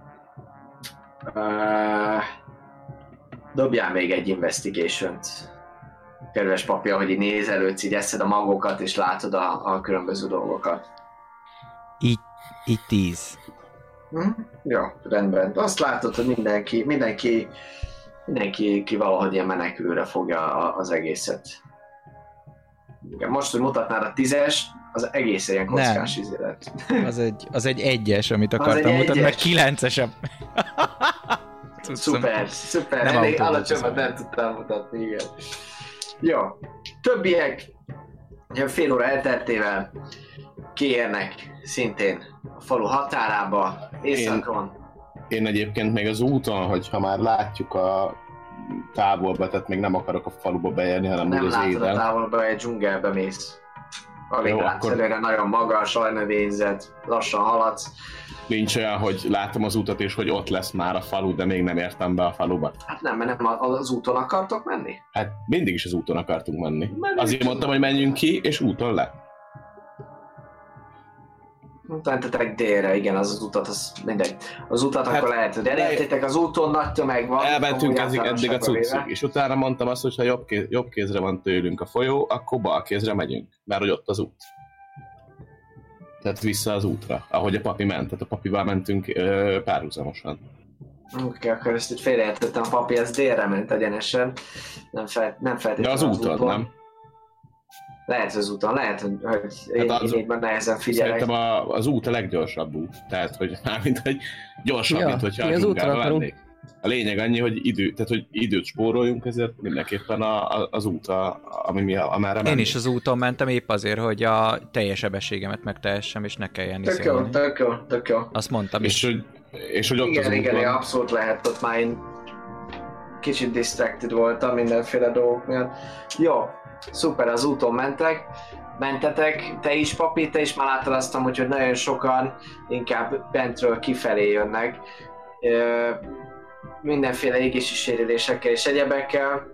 Uh, dobjál még egy investigation-t. Kedves papja, hogy így nézelődsz, így eszed a magokat, és látod a, a különböző dolgokat. Így, így tíz. Hm? Jó, rendben. Azt látod, hogy mindenki, mindenki, mindenki ki valahogy ilyen menekülőre fogja az egészet. Igen, most, hogy mutatnád a tízes, az egész ilyen kockás izé lett. Az egy, az egy egyes, amit akartam mutatni, meg kilencesebb. Szuper, szuper. Elég alacsonyan nem tudtam mutatni, igen. Jó, többiek fél óra elteltével kiérnek szintén a falu határába, északon. Én, én egyébként még az úton, hogyha már látjuk a távolba, tehát még nem akarok a faluba beérni, hanem nem úgy az éden. Nem látod a távolba, egy dzsungelbe mész. Alig látsz előre, nagyon magas, ajnövényzet, lassan haladsz. Nincs olyan, hogy látom az utat és hogy ott lesz már a falu, de még nem értem be a faluba. Hát nem, mert nem az úton akartok menni? Hát mindig is az úton akartunk menni. Menjünk. Azért mondtam, hogy menjünk ki, és úton le. Mentetek délre, igen, az az utat, az mindegy. Az utat hát, akkor lehet, hogy elértétek az úton, nagy tömeg van. Elmentünk eddig, eddig a cuccig, és utána mondtam azt, hogy ha jobb, kéz, jobb kézre van tőlünk a folyó, akkor bal kézre megyünk, mert hogy ott az út. Tehát vissza az útra, ahogy a papi ment, tehát a papival mentünk ö, párhuzamosan. Oké, okay, akkor ezt itt félreértettem, a papi ez délre ment egyenesen, nem, fel, nem feltétlenül de az, az úton, úton. nem? Lehet az úton, lehet, hogy, hogy én, hát az, én így nehezen figyelek. Szerintem a, az út a leggyorsabb út, tehát hogy mármint, hogy gyorsabb, ja, mint hogyha a dzsungelbe lennék. A lényeg annyi, hogy, idő, tehát, hogy időt spóroljunk, ezért mindenképpen a, a, az út, a, ami mi, amerre mennék. Én is az úton mentem épp azért, hogy a teljes sebességemet megtehessem, és ne kelljen tök jó, tök jó, tök jó. Azt mondtam és is. Hogy, és hogy ott igen, az igen, úton... igen, abszolút lehet, ott már én kicsit distracted voltam mindenféle dolgok miatt. Jó, szuper, az úton mentek, mentetek, te is papi, te is már láttad azt, hogy nagyon sokan inkább bentről kifelé jönnek. Mindenféle égési sérülésekkel és egyebekkel.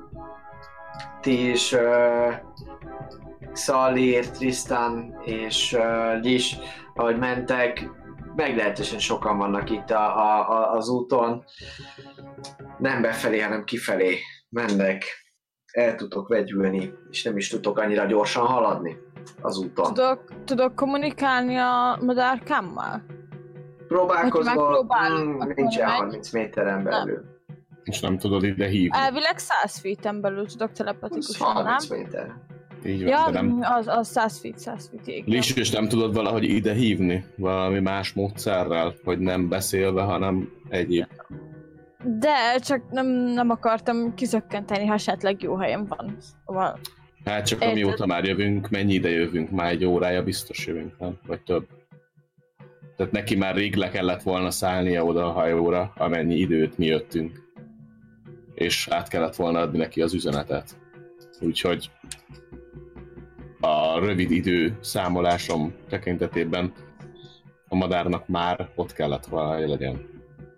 Ti is uh, Xalir, Tristan és uh, Lis, ahogy mentek, meglehetősen sokan vannak itt a, a, a, az úton. Nem befelé, hanem kifelé mennek. El tudtok vegyülni, és nem is tudtok annyira gyorsan haladni az úton. Tudok, tudok kommunikálni a madárkámmal? Próbálkozol, mm, nincsen harminc méteren belül. És nem tudod ide hívni. Elvileg száz feet-en belül tudok telepatikusan, nem? harminc méter. Így van, ja, de nem... az, az száz feet, száz feet, igen. Lis, és nem tudod valahogy ide hívni? Valami más módszerrel? Hogy nem beszélve, hanem egyéb? De, csak nem, nem akartam kizökkenteni, ha esetleg jó helyen van. Szóval... Hát csak amióta már jövünk, mennyi ide jövünk? Már egy órája biztos jövünk, nem? Vagy több. Tehát neki már rég le kellett volna szállnia oda a hajóra, amennyi időt mi jöttünk. És át kellett volna adni neki az üzenetet. Úgyhogy a rövid idő számolásom tekintetében a madárnak már ott kellett volna legyen.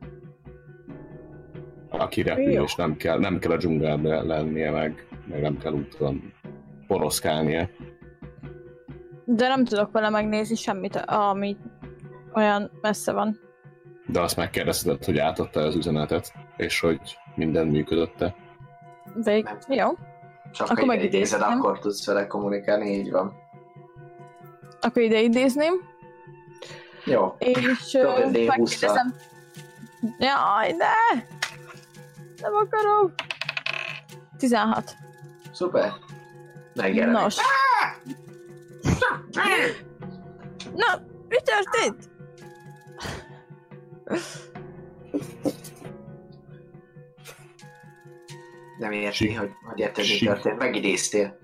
Aki repül, és nem kell, nem kell a dzsungelbe lennie, meg, meg nem kell úton poroszkálnia. De nem tudok vele megnézni semmit, ami olyan messze van. De azt megkérdezted, hogy átadta az üzenetet, és hogy minden működött-e. Vég... Jó. Csak akkor megidézed, akkor tudsz vele kommunikálni, így van. Akkor ide idézném. Jó. És Dobj ö, D húsz-szal. megkérdezem. Jaj, ne! Nem akarom. tizenhat. Szuper. Megjelenik. Nos. Na, mi történt? Nem érti, Sik- hogy, hogy érted, mi Sik- történt. Megidéztél.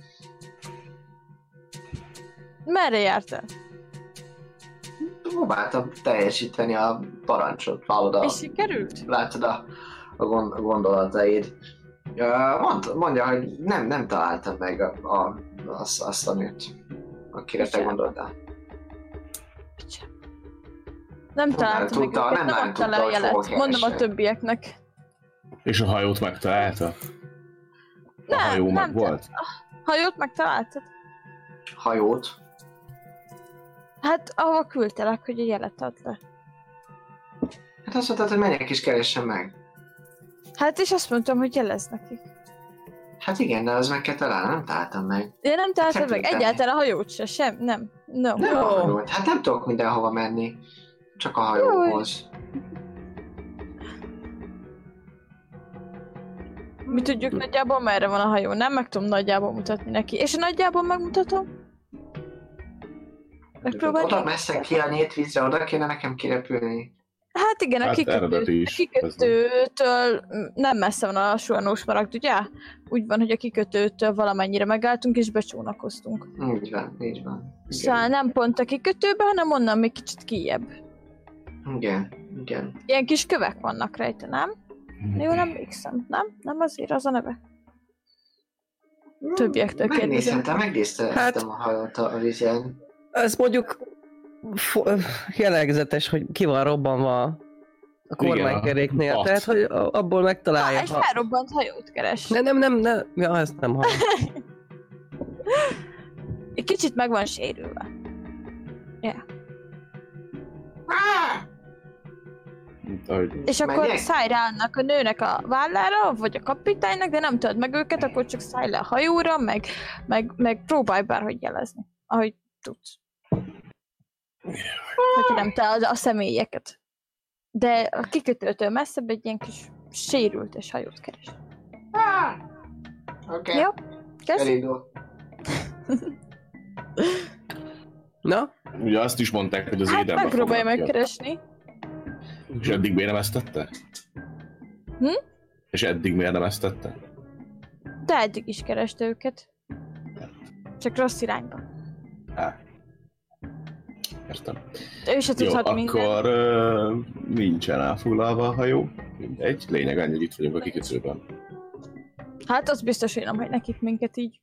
Merre jártál? Próbáltam teljesíteni a parancsot. Hallod a... És sikerült? Látod a, a, gond, a gondolataid. Uh, mond, mondja, hogy nem, nem találtam meg a, a, azt, azt a nőt, akire te Micsoda? gondoltál. Nem találtam meg tudta, őket, nem nem nagyon adta tudta, le a hogy jelet. hol Mondom a keresni. többieknek. És a hajót megtalálta? A Nem, hajó nem meg volt? Hajót megtaláltad? Hajót. Hát ahova küldtelek, hogy a jelet add le. Hát azt mondtad, hogy menjek és keressen meg. Hát és azt mondtam, hogy jelez nekik. Hát igen, de az meg kell találni, nem találtam meg. Én nem találtam meg Szerintem. egyáltalán a hajót se, sem, nem. No. Nem a hajót. Hát nem tudok mindenhova menni. Csak a hajóhoz. Mi tudjuk nagyjából merre van a hajó, nem? Meg tudom nagyjából mutatni neki. És a nagyjából megmutatom? Megpróbáljuk? Oda messze ki a nyílt vízre, oda kéne nekem kirepülni. Hát igen, a Hát kikötő, eredeti is, a kikötőtől nem messze van a suhanós maragd, ugye? Úgy van, hogy a kikötőtől valamennyire megálltunk és becsónakoztunk. Így van, így van. Igen. Szóval nem pont a kikötőbe, hanem onnan még kicsit kijjebb. Igen, igen. Ilyen kis kövek vannak rajta, nem? Jó, nem emlékszem, nem? Nem azért az a neve. Többiektől kérdezem. Megnézhetem, megnéztem Hát- a hajót a vízen. Ez mondjuk fo- jellegzetes, hogy ki van robbanva a kormánykeréknél, a- tehát hogy a- abból Ah, megtalálja. egy Ha... felrobbant hajót keres. Ne, nem, nem, nem, ja, ezt nem hallom. Egy kicsit meg van sérülve. Ja. Ahogy És akkor Menjek? szállj rá annak a nőnek a vállára, vagy a kapitánynak, de nem tudod meg őket, akkor csak szállj le a hajóra, meg, meg, meg próbálj bárhogy jelezni, ahogy tudsz. Hogyha nem te a, a személyeket. De a kikötőtől messzebb egy ilyen kis sérültes hajót keres. Oké, okay. Jó? Köszi. elindul. Na? ugye azt is mondták, hogy az Hát édenbe megpróbálja fognak jönni. megkeresni. És eddig miért nem ezt tette? Hm? És eddig miért nem ezt tette? De eddig is kereste őket. Csak rossz irányba. Á. Értem. Ő se Jó, tudhat mindent. akkor uh, nincsen elfoglalva a hajó. Mindegy, lényeg annyi, hogy itt vagyunk a kikötőben. Hát az biztos, hogy nem hagy nekik minket így.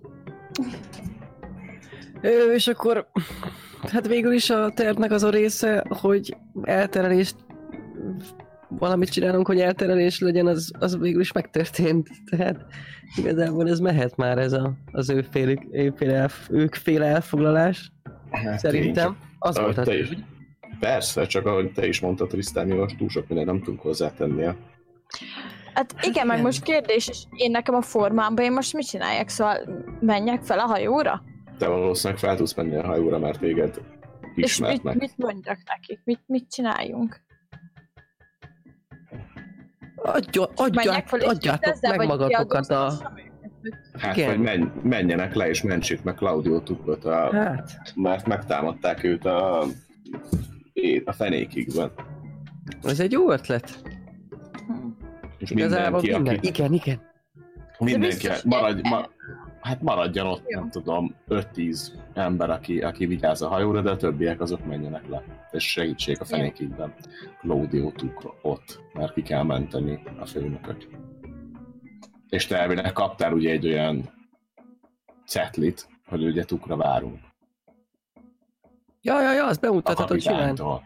Ö, és akkor, hát végül is a tervnek az a része, hogy elterelést, valamit csinálunk, hogy elterelés legyen, az, az végül is megtörtént. Tehát igazából ez mehet már ez a, az ő félük, ő féle elf, ők féle elfoglalás. Hát Szerintem az Ahogy volt a te is. Persze, csak ahogy te is mondtad, Trisztán, mi most túl sok mindent nem tudunk hozzátenni. Hát igen, meg most kérdés, és én nekem a formámban, én most mit csináljak? Szóval menjek fel a hajóra? Te valószínűleg fel tudsz menni a hajóra, mert téged És mit, ismernek. mit mondjak nekik? Mit, mit csináljunk? Adja, adját, fel és adjátok kérdezzel, meg vagy magatokat a... kiadóztassam őket? Hát, igen. vagy menj, menjenek le és mentsék meg Claudio Tukrot, a, Hát, mert megtámadták őt a, a fenékigben. ez egy jó ötlet. Hm. És Igazából mindenki, minden. aki, Igen, igen. mindenki biztos, maradj, hogy- ma, hát maradjon ott, Jó. nem tudom, öt-tíz ember, aki, aki vigyáz a hajóra, de a többiek azok menjenek le. És segítsék a fenékigben Claudio Tukrot, mert ki kell menteni a főnököt. És te elvileg kaptál ugye egy olyan cetlit, hogy ugye Tukra várunk. Ja, ja, ja, azt A bemutathatod simán. kapitánytól.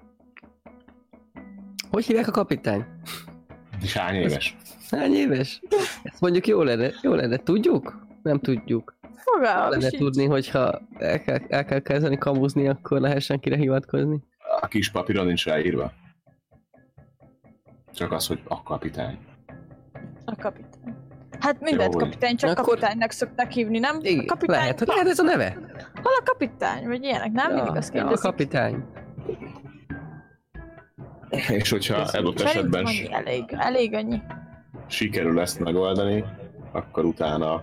Hogy hívják a kapitány? És hány éves? Hány éves? Ezt mondjuk jó lenne, jó lenne. Tudjuk? Nem tudjuk. Fogalmam Lenne sincs. tudni, hogyha el kell, el kell kezdeni kamuzni, akkor lehessen kire hivatkozni. A kis papíron nincs ráírva. Csak az, hogy a kapitány. A kapitány. Hát mindent Jó, kapitány, csak akkor- kapitánynak szokták hívni, nem? Igen, A kapitány. lehet, hogy lehet ez a neve. Hol a kapitány, vagy ilyenek, nem? Mindig azt Ja, a kérdezik. kapitány. És hogyha adott Szerintem esetben annyi, elég, elég annyi. sikerül ezt megoldani, akkor utána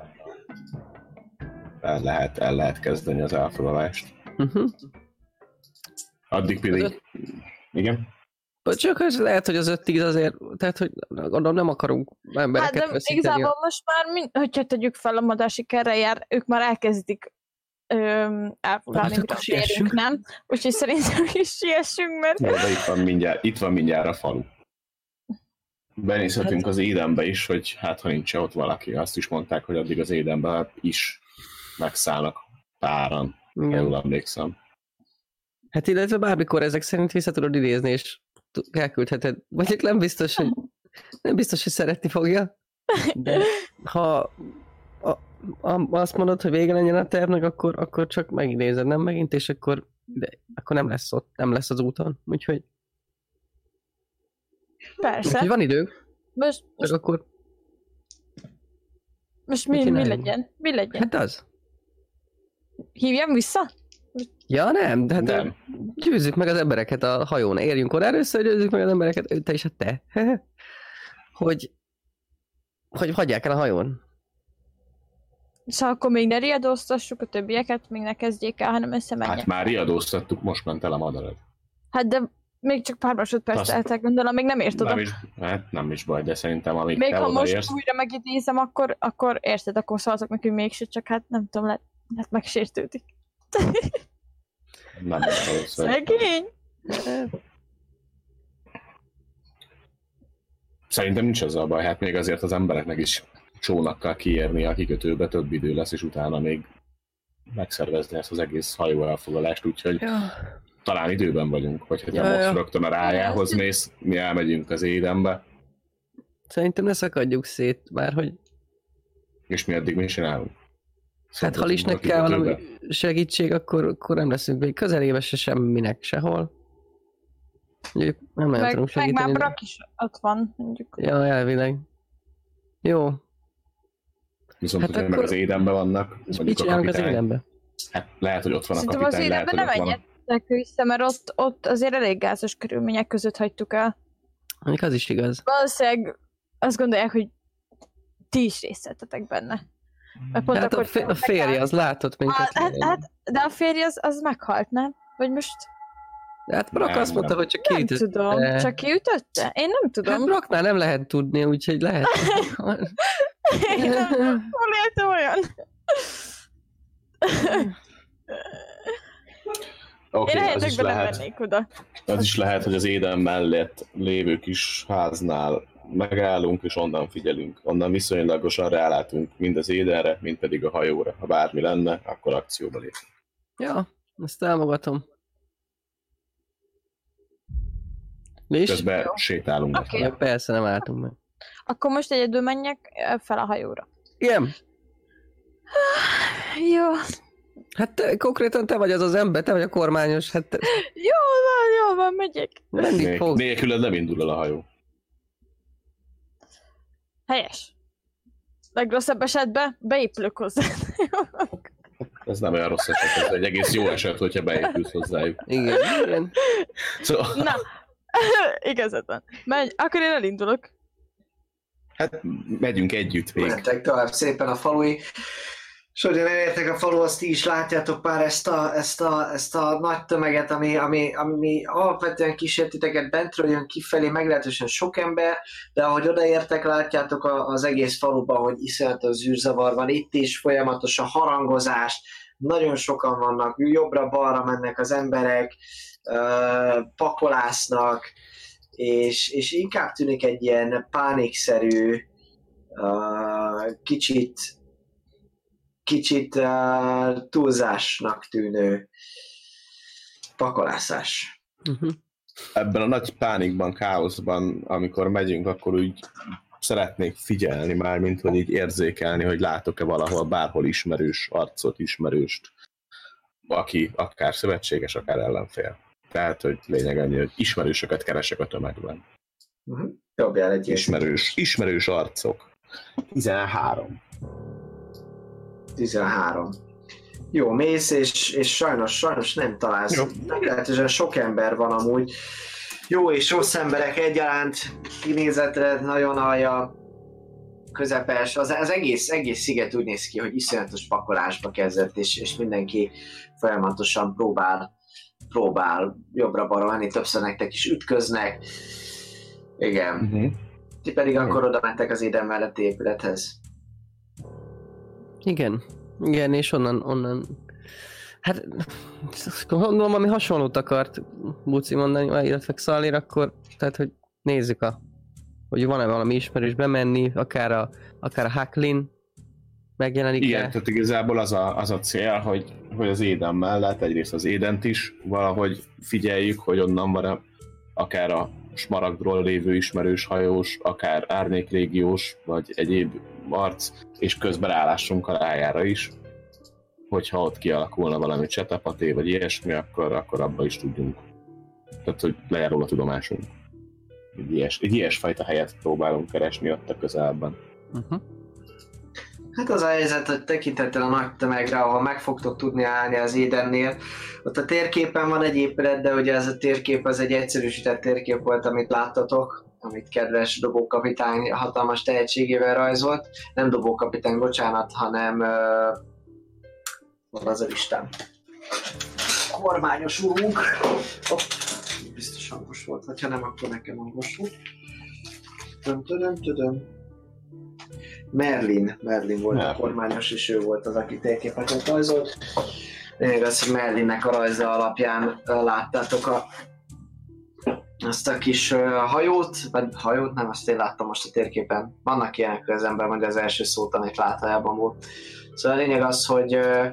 el lehet, el lehet kezdeni az elfoglalást. Uh-huh. Addig pedig... Igen? Csak az lehet, hogy az öt tíz azért, tehát hogy gondolom nem akarunk Hát embereket de veszíteni. igazából most már, mind, hogyha tegyük fel a madársi kerre jár, ők már elkezdik öm, elfoglalni, Hát mire akkor siessünk. térünk, nem? Úgyhogy szerintem is siessünk, mert... Ja, de itt van mindjárt, itt van mindjárt a falu. Benézhetünk az édenbe is, hogy hát ha nincs ott valaki. Azt is mondták, hogy addig az édenbe is megszállnak páran, ha Igen. jól emlékszem. Hát illetve bármikor ezek szerint vissza tudod idézni, és t- elküldheted. Vagy nem biztos, hogy nem biztos, hogy szeretni fogja. De ha a, a, azt mondod, hogy vége legyen a tervnek, akkor, akkor csak megidézed, nem megint, és akkor, de, akkor nem lesz ott, nem lesz az úton. Úgyhogy, Persze. úgyhogy van időnk, Most, csak most, akkor, most mit mi, mi csináljunk? legyen? Mi legyen? hát az. Hívjam vissza? Ja, nem, de hát Nem. győzzük meg az embereket a hajón. Érjünk oda először, győzzük meg az embereket, te és hát te. hogy, hogy hagyják el a hajón. Szóval akkor még ne riadóztassuk a többieket, még ne kezdjék el, hanem összemenjek. Hát már riadóztattuk, most ment el a madarat. Hát de még csak pár másodperc Azt- eltek, gondolom, még nem ért oda. Nem is, hát nem is baj, de szerintem amíg Még te ha most odaérsz, újra megidézem, akkor, akkor érted, akkor szóltok neki, hogy mégse, csak hát nem tudom, lehet, lehet megsértődik. nem valószínű. Szegény! Szerintem nincs az a baj, hát még azért az embereknek is csónakkal kiérni a kikötőbe, több idő lesz, és utána még megszervezni ezt az egész hajó elfoglalást, úgyhogy Ja. talán időben vagyunk, vagy hogyha Ja, most ja. rögtön a rájához mész, mi elmegyünk az édenbe, Szerintem ne szakadjuk szét, már hogy és mi addig mi csinálunk. hát ha Szokhatunk Lisnek a kell valami kikötőbe. segítség, akkor, akkor nem leszünk még közelébe se semminek sehol. Mondjuk nem nagyon Meg, tudunk meg segíteni. már de- Brak is ott van, mondjuk. Ja, elvileg. Jó. Viszont, hát hogyha meg akkor- az édenben vannak, És mondjuk mit a csinálunk az kapitány, édenbe? hát lehet, hogy ott van a Szerintem az kapitány, lehet, életben hogy nem ott van a... menjetek vissza, mert ott, ott azért elég gázos körülmények között hagytuk el. Mondjuk az is igaz. Valószínűleg azt gondolják, hogy ti is részt vettetek benne. Mert pont Hát a, akkor fé- a férje az látott minket. Hát, hát, hát, de a férje az, az meghalt, nem? Vagy most Hát Brock Nem, azt mondta, nem. hogy csak nem kiütötte. tudom, csak kiütötte? Én nem tudom. Hát Brocknál nem lehet tudni, úgyhogy lehet. Én nem tudom, hol éltem olyan. Oké, Én az helyetekben is nem lehet. mennék oda. Az is lehet, hogy az éden mellett lévő kis háznál megállunk, és onnan figyelünk. Onnan viszonylagosan rálátunk mind az édenre, mind pedig a hajóra. Ha bármi lenne, akkor akcióba lépünk. Ja, ezt támogatom. Mi is? Közben Jó. sétálunk. Oké. Ja, Okay. persze, nem álltunk meg. Akkor most egyedül menjek ö, fel a hajóra. Igen, Jó, hát te, konkrétan te vagy az az ember, te vagy a kormányos, hát te jó van, jó van, megyek. menni Né- fog. nélküled nem indul el a hajó. Helyes. Legrosszabb esetben beépülök hozzá. Ez nem olyan rossz eset, ez egy egész jó eset, hogyha beépülsz hozzájuk. Igen, igen. Szóval, Na, igazad van. Menj, akkor én elindulok. hát megyünk együtt még. Mentek tovább szépen a falui. És hogyha nem értek a faluhoz, ti is látjátok már ezt a, ezt a, ezt a nagy tömeget, ami, ami, ami alapvetően kísértiteket bentről jön kifelé, meglehetősen sok ember, de ahogy odaértek, látjátok a- az egész faluban, hogy iszonyatos zűrzavar van itt is, folyamatosan harangozás, nagyon sokan vannak, jobbra-balra mennek az emberek, ö, pakolásznak, és, és inkább tűnik egy ilyen pánikszerű, ö, kicsit kicsit uh, túlzásnak tűnő pakolászás. Uh-huh. Ebben a nagy pánikban, káoszban, amikor megyünk, akkor úgy szeretnék figyelni már, mint hogy így érzékelni, hogy látok-e valahol bárhol ismerős arcot, ismerőst, aki akár szövetséges, akár ellenfél. Tehát, hogy lényeg annyi, hogy ismerősöket keresek a tömegben. Uh-huh. Dobjál egy Ismerős, ismerős arcok. tizenhárom. tizenhárom. Jó, mész, és, és sajnos, sajnos nem találsz. Jó. Meglehetősen sok ember van amúgy. Jó és rossz emberek egyaránt, kinézetre nagyon alja, közepes. Az, az egész, egész sziget úgy néz ki, hogy iszonyatos pakolásba kezdett, és, és mindenki folyamatosan próbál, próbál jobbra-balra menni, többször nektek is ütköznek. Igen. Uh-huh. Ti pedig akkor oda mentek az Éden melletti épülethez. Igen. Igen, és onnan, onnan... Hát, gondolom, ami hasonlót akart Buci mondani, illetve Xalir, akkor, tehát, hogy nézzük a... hogy van-e valami ismerős bemenni, akár a, akár a Haklin megjelenik. Igen, tehát igazából az a, az a cél, hogy, hogy az Éden mellett egyrészt az Édent is valahogy figyeljük, hogy onnan van akár a Smaragdról lévő ismerős hajós, akár árnyékrégiós, vagy egyéb arc, és közben rálássunk a rájára is, hogyha ott kialakulna valami csetepaté, vagy ilyesmi, akkor, akkor abba is tudjunk. Tehát, hogy legyen róla tudomásunk. Egy, ilyes, egy ilyesfajta helyet próbálunk keresni ott a közelben. Uh-huh. Hát az a helyzet, hogy tekintettel a nagy tömegre, ahol meg fogtok tudni állni az Édennél, ott a térképen van egy épület, de ugye ez a térkép az egy egyszerűsített térkép volt, amit láttatok, amit kedves dobókapitány hatalmas tehetségével rajzolt. Nem dobókapitány, bocsánat, hanem... Uh, van az a listám. Kormányos úrunk. Hopp, biztos hangos volt, ha nem, akkor nekem hangos volt. Töm, töm, töm. Merlin, Merlin volt Merlin. A kormányos, és ő volt az, aki térképeket rajzolt. Lényeg az, hogy Merlinnek a rajza alapján láttátok a, azt a kis uh, hajót, vagy hajót, nem, azt én láttam most a térképen. Vannak ilyenek, az ember mondja az első szót, amit láthatóan volt. Szóval a lényeg az, hogy uh,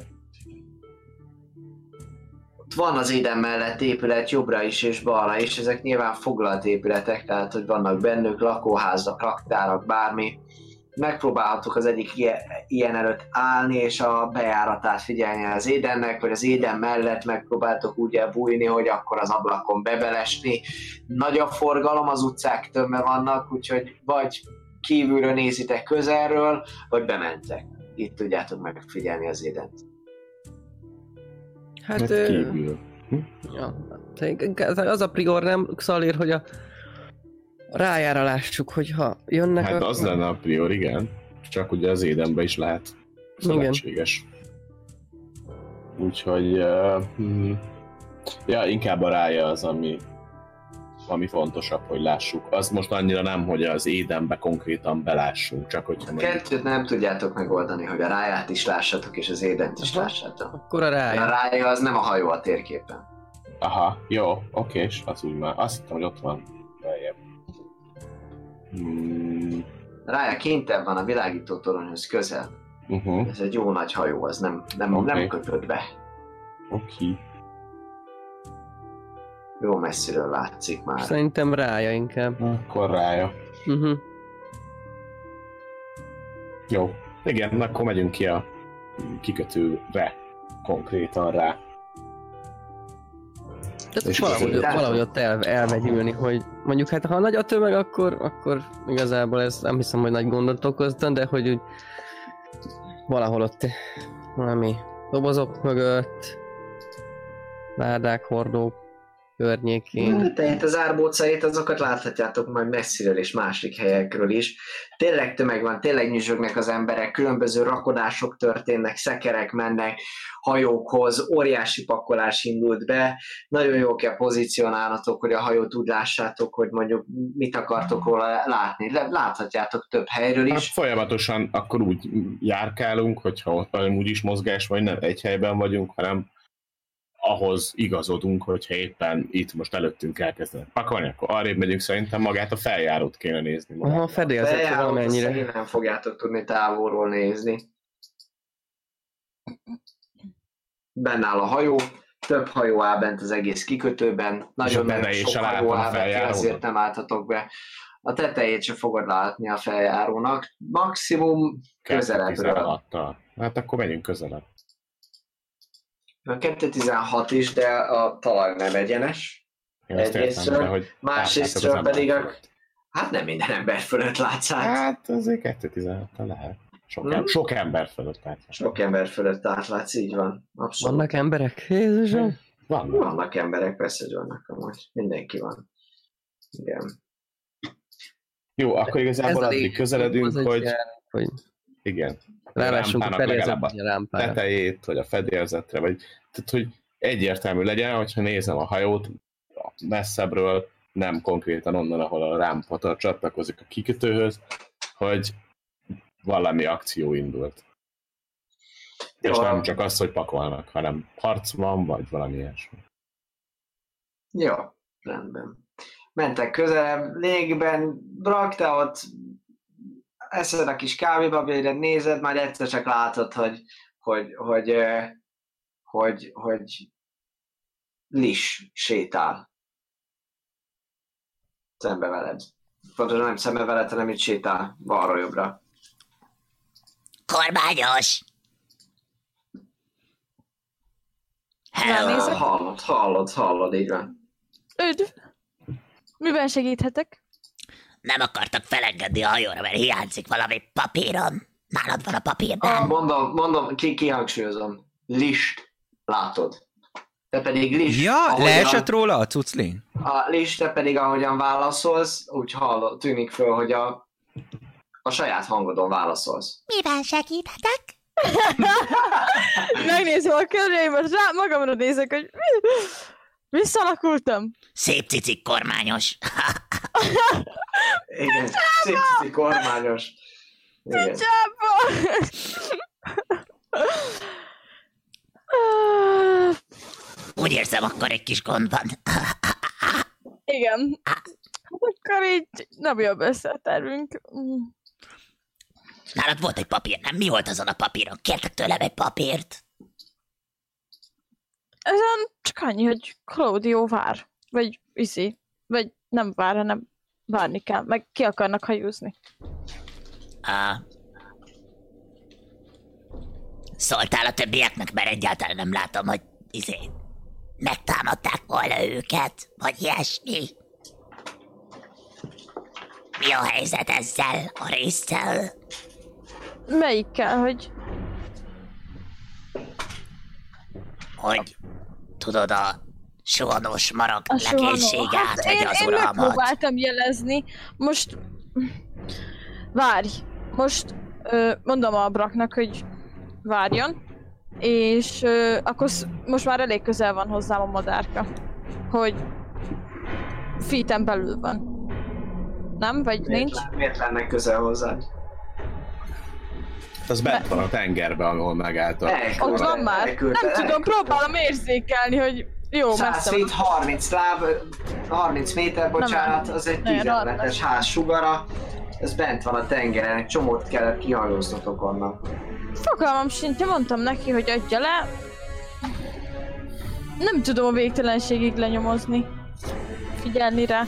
van az Éden mellett épület jobbra is és balra is, ezek nyilván foglalt épületek, tehát hogy vannak bennük lakóházak, raktárak, bármi. Megpróbálhatok az egyik ilyen előtt állni, és a bejáratát figyelni az Édennek, vagy az Éden mellett megpróbáltok úgy elbújni, hogy akkor az ablakon bebelesni. Nagy a forgalom, az utcák tömve vannak, úgyhogy vagy kívülről nézitek közelről, vagy bementek. Itt tudjátok megfigyelni az Édent. Hát... Kívül. Hm? Ja, az a prior nem, Xalir, hogy a rájára lássuk, hogyha jönnek... Hát a... az lenne a prior, igen. Csak ugye az Édenben is lehet szövetséges. Úgyhogy... Uh, hm, ja, inkább a rája az, ami, ami fontosabb, hogy lássuk. Az most annyira nem, hogy az Édenbe konkrétan belássunk, csak hogyha... Kettőt nem tudjátok megoldani, hogy a ráját is lássatok, és az Édent is Aha. lássátok. Akkor a rája. A rája az nem a hajó a térképen. Aha, jó, oké, és az úgy már. Azt hittem, hogy ott van beljebb. Hmm. Rája kénytelen van a világító toronyhoz közel. Uh-huh. Ez egy jó nagy hajó, az nem, nem, Okay. nem kötött be. Oké. Okay. Jó messziről látszik már. Szerintem rája inkább. Akkor rája. Uh-huh. Jó. Igen, akkor megyünk ki a kikötőre. Konkrétan rá. Tehát valahogy, ott, valahogy ott el, elmegyülni, hogy mondjuk hát ha nagy a tömeg, akkor, akkor igazából ez nem hiszem, hogy nagy gondot okoztan, de hogy úgy valahol ott valami dobozok mögött, ládák, hordók környékén. Tehát az árbócait, azokat láthatjátok majd messziről és másik helyekről is. Tényleg tömeg van, tényleg nyüzsögnek az emberek, különböző rakodások történnek, szekerek mennek hajókhoz, óriási pakolás indult be. Nagyon jól kell pozícionálnatok, hogy a hajót úgy lássátok, hogy mondjuk mit akartok róla látni. Láthatjátok több helyről is. Hát folyamatosan akkor úgy járkálunk, hogyha ott úgy is mozgás, vagy nem egy helyben vagyunk, hanem ahhoz igazodunk, hogyha éppen itt most előttünk elkezdenek pakolni, akkor arrébb megyünk, szerintem magát a feljárót kéne nézni. Aha, a fedélzetre valamennyire. Feljárót nem fogjátok tudni távolról nézni. Benne áll a hajó, több hajó áll bent az egész kikötőben, nagyon-nagyon sok hajó áll bent, ezért nem álltatok be. A tetejét sem fogod látni a feljárónak, maximum közelebbről. Hát akkor menjünk közelebb. A kettő tizenhat is, de a talaj nem egyenes. Egyrésztről, másrésztről pedig a... Hát nem minden ember fölött látsz át. Hát azért kettő tizenhat lehet. Sok, Hmm. em- sok ember fölött átlátsz. Sok ember fölött átlátsz, így van. Abszolút. Vannak emberek? Jézusom. Vannak. Vannak emberek, persze, hogy vannak amúgy. Mindenki van. Igen. Jó, akkor igazából addig lég- közeledünk, az egy hogy ilyen, hogy igen. rálássunk a rámpának legalább fedélzetre, a a rámpára. tetejét, vagy a fedélzetre, vagy tehát, hogy egyértelmű legyen, hogyha nézem a hajót messzebbről, nem konkrétan onnan, ahol a rámpa csatlakozik a kikötőhöz, hogy valami akció indult. És Jó. nem csak az, hogy pakolnak, hanem harc van, vagy valami ilyesmi. Jó, rendben. Mentek közelebb, lényegben Brak, te ott eszed a kis kávébabéret, nézed, majd egyszer csak látod, hogy hogy, hogy, hogy, hogy, hogy Lis sétál. Szembe veled. Pontosan nem szembe veled, hanem itt sétál balra-jobbra. Kormányos! Hello! Ránézek. Hallod, hallod, hallod, így van. Üdv! Miben segíthetek? Nem akartak felengedni a hajóra, mert hiányzik valami papíron. Nálad van a papír, Ah, nem? mondom, mondom, ki, kihangsúlyozom. List látod. Te pedig List. Ja, ahogyan- leesett róla a cucli? A List, te pedig ahogyan válaszolsz, úgy hallod, tűnik föl, hogy a, a saját hangodon válaszolsz. Miben segíthetek? Megnézem a környeimet, rá magamra nézek, hogy visszalakultam. Szép cicik, kormányos. Igen, szép cici kormányos. Igen. Csápa! Úgy érzem, akkor egy kis gond van. Igen. Hát akkor így nem jobb össze a tervünk. Nálad volt egy papír, nem? Mi volt azon a papíron? Kértek tőlem egy papírt? Ezen csak annyi, hogy Claudio vár. Vagy iszi. Vagy nem vár, hanem várni kell. Meg ki akarnak hajózni. Ah. Szóltál a többieknek, mert egyáltalán nem látom, hogy izé, megtámadták volna őket, vagy ilyesmi. Mi a helyzet ezzel a résszel? Melyikkel, hogy... Hogy tudod a suhanós marag A suhanó. legénységát, Hát vagy én, az én uralmat? megpróbáltam jelezni. Most... Várj. Most ö, mondom a Braknak, hogy várjon. És ö, akkor sz- most már elég közel van hozzám a madárka. Hogy... Feet-en belül van. Nem? Vagy Miért, nincs? le- miért lenne közel hozzád? Az bent van a tengerben, ahol megálltak. Elküldte, Ott van már? elküldte, Nem tudom, elküldte. próbálom érzékelni, hogy jó, száz messze feet, van. harminc láb, harminc méter, bocsánat, az egy Nagyon tizenhetes ház sugara. Ez bent van a tengeren, egy csomót kellett kihajóztatok onnan. Fogalmam sincs, mondtam neki, hogy adja le. Nem tudom a végtelenségig lenyomozni. Figyelni rá.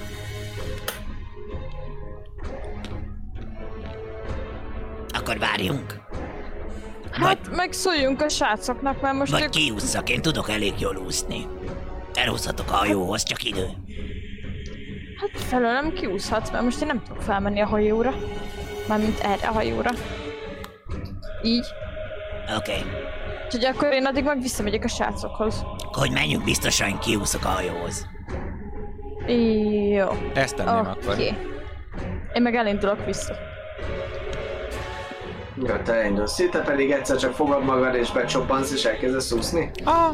Akkor várjunk. Hát megszóljunk a srácoknak, mert most Vagy ők... kiússzak, én tudok elég jól úszni. Elúszhatok a hajóhoz, csak idő. Hát felőlem kiúszhatsz, mert most én nem tudok felmenni a hajóra. Mármint erre a hajóra. Így. Oké. Okay. Úgyhogy akkor én addig meg visszamegyek a srácokhoz. Hogy menjünk biztosan, kiúszok a hajóhoz. Jó. Ezt tenném Oké. akkor. Én meg elindulok vissza. Jó, te elindulsz, te pedig egyszer csak fogad magad és becsobbansz és elkezdesz úszni. Ah,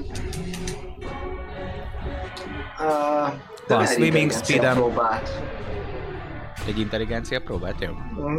Uh, Van swimming speed-em. próbált. egy intelligencia próbált, jó? Mm.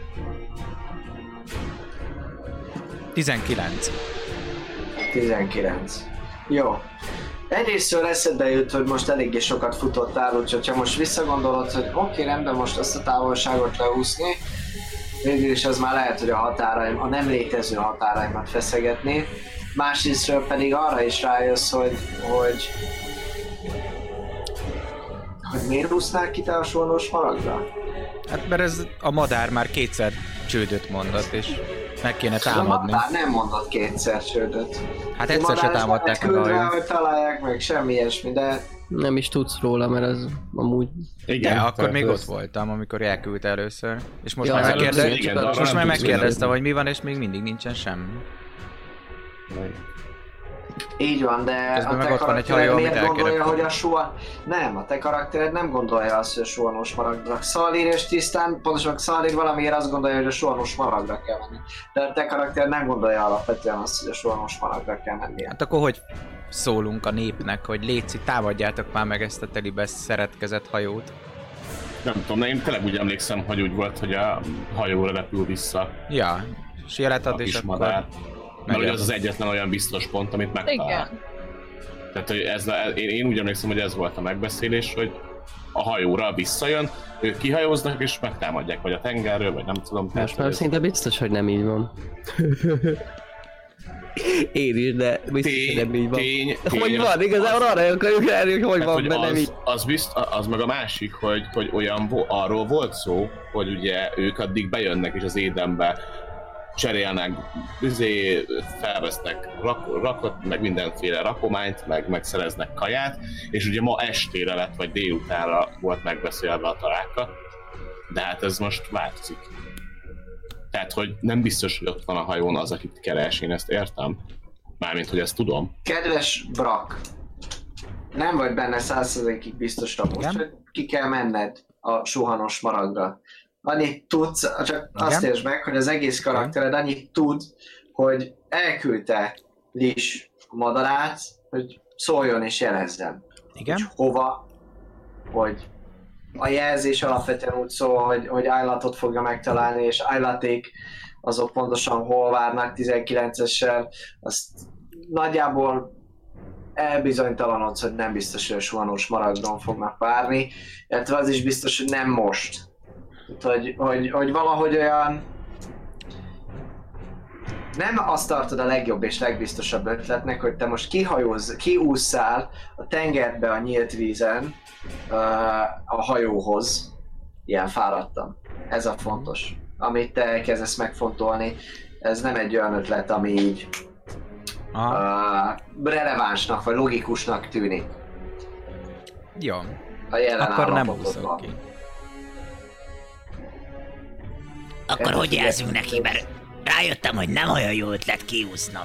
tizenkilenc. tizenkilenc. Jó. Egyrésztől eszedbe jut, hogy most eléggé sokat futottál, úgyhogy ha most visszagondolod, hogy oké, okay, rendben most azt a távolságot leúszni, végül is az már lehet, hogy a határaim, a nem létező határaimat feszegetné. Másrésztről pedig arra is rájössz, hogy, hogy hogy miért úsznál ki te a sornos maragra? Hát mert ez a madár már kétszer csődöt mondott, és meg kéne A támadni. madár nem mondott kétszer csődöt. Hát egyszer se támadták meg a küldve, hajót. hogy találják meg, semmi ilyesmi, de Nem is tudsz róla, mert az amúgy... Igen, De akkor még ez- ott voltam, amikor elküldte először. És most Ja, már hát megkérdezte, de- igen, csak de a- arra most már nem tudsz megkérdezte, venni. hogy mi van, és még mindig nincsen semmi. Így van, de Közben a meg te ott van egy karaktered hajó, miért amit el gondolja, kellett hogy a soha... Nem, a te karaktered nem gondolja azt, hogy a sohanos maragra. Szalír és tisztán, pontosan Szalír valamiért azt gondolja, hogy a sohanos maragra kell menni. De a te karaktered nem gondolja alapvetően azt, hogy a sohanos maragra kell mennie. Hát akkor hogy szólunk a népnek, hogy léci, támadjátok már meg ezt a telibe szeretkezett hajót. Nem tudom, de én tényleg úgy emlékszem, hogy úgy volt, hogy a hajóra repül vissza Ja, és jelet a ad, és kis akkor... madár. Mert ugye megy. az az egyetlen olyan biztos pont, amit megtalál. Igen. Tehát hogy ez, én, én úgy emlékszem, hogy ez volt a megbeszélés, hogy a hajóra visszajön, ők kihajóznak és megtámadják, vagy a tengerről, vagy nem tudom. Most tehát, már hogy szinte biztos, hogy nem így van. Én is, de biztos, hogy tény, nem így van. tény, Hogy tény, van? Igazából arra akarjuk elni, hogy hogy Tehát, van, hogy de nem az, így. az, bizt, az meg a másik, hogy, hogy olyan vo, arról volt szó, hogy ugye ők addig bejönnek és az édenbe cserélnek, üzé, felvesznek rak, rakot, meg mindenféle rakományt, meg megszereznek kaját, és ugye ma estére lett, vagy délutánra volt megbeszélve a találka, de hát ez most változik. Tehát, hogy nem biztos, hogy ott van a hajón az, akit keres, én ezt értem. Mármint, hogy ezt tudom. Kedves Brak, nem vagy benne száz százalékig biztosra most, Igen? hogy ki kell menned a sohanos maragra. Annyit tudsz, csak azt Igen? értsd meg, hogy az egész karaktered annyit tud, hogy elküldte Lis a madarát, hogy szóljon és jelezzen. Igen? Hogy hova, hogy a jelzés alapvetően úgy szól, hogy, hogy állatot fogja megtalálni, és állaték azok pontosan hol várnak tizenkilencessel, azt nagyjából elbizonytalanodsz, hogy nem biztos, hogy a sohanos maragdon fognak várni, illetve az is biztos, hogy nem most. Hogy, hogy, hogy valahogy olyan... Nem azt tartod a legjobb és legbiztosabb ötletnek, hogy te most kihajóz, kiússzál a tengerbe a nyílt vízen uh, a hajóhoz, ilyen fáradtan. Ez a fontos. Amit te elkezdesz megfontolni, ez nem egy olyan ötlet, ami így Aha. uh, relevánsnak vagy logikusnak tűnik. Jó. A jelen Akkor nem állapotodban. úszok ki. Akkor hogy jelzünk neki, mert rájöttem, hogy nem olyan jó ötlet kiúsznom.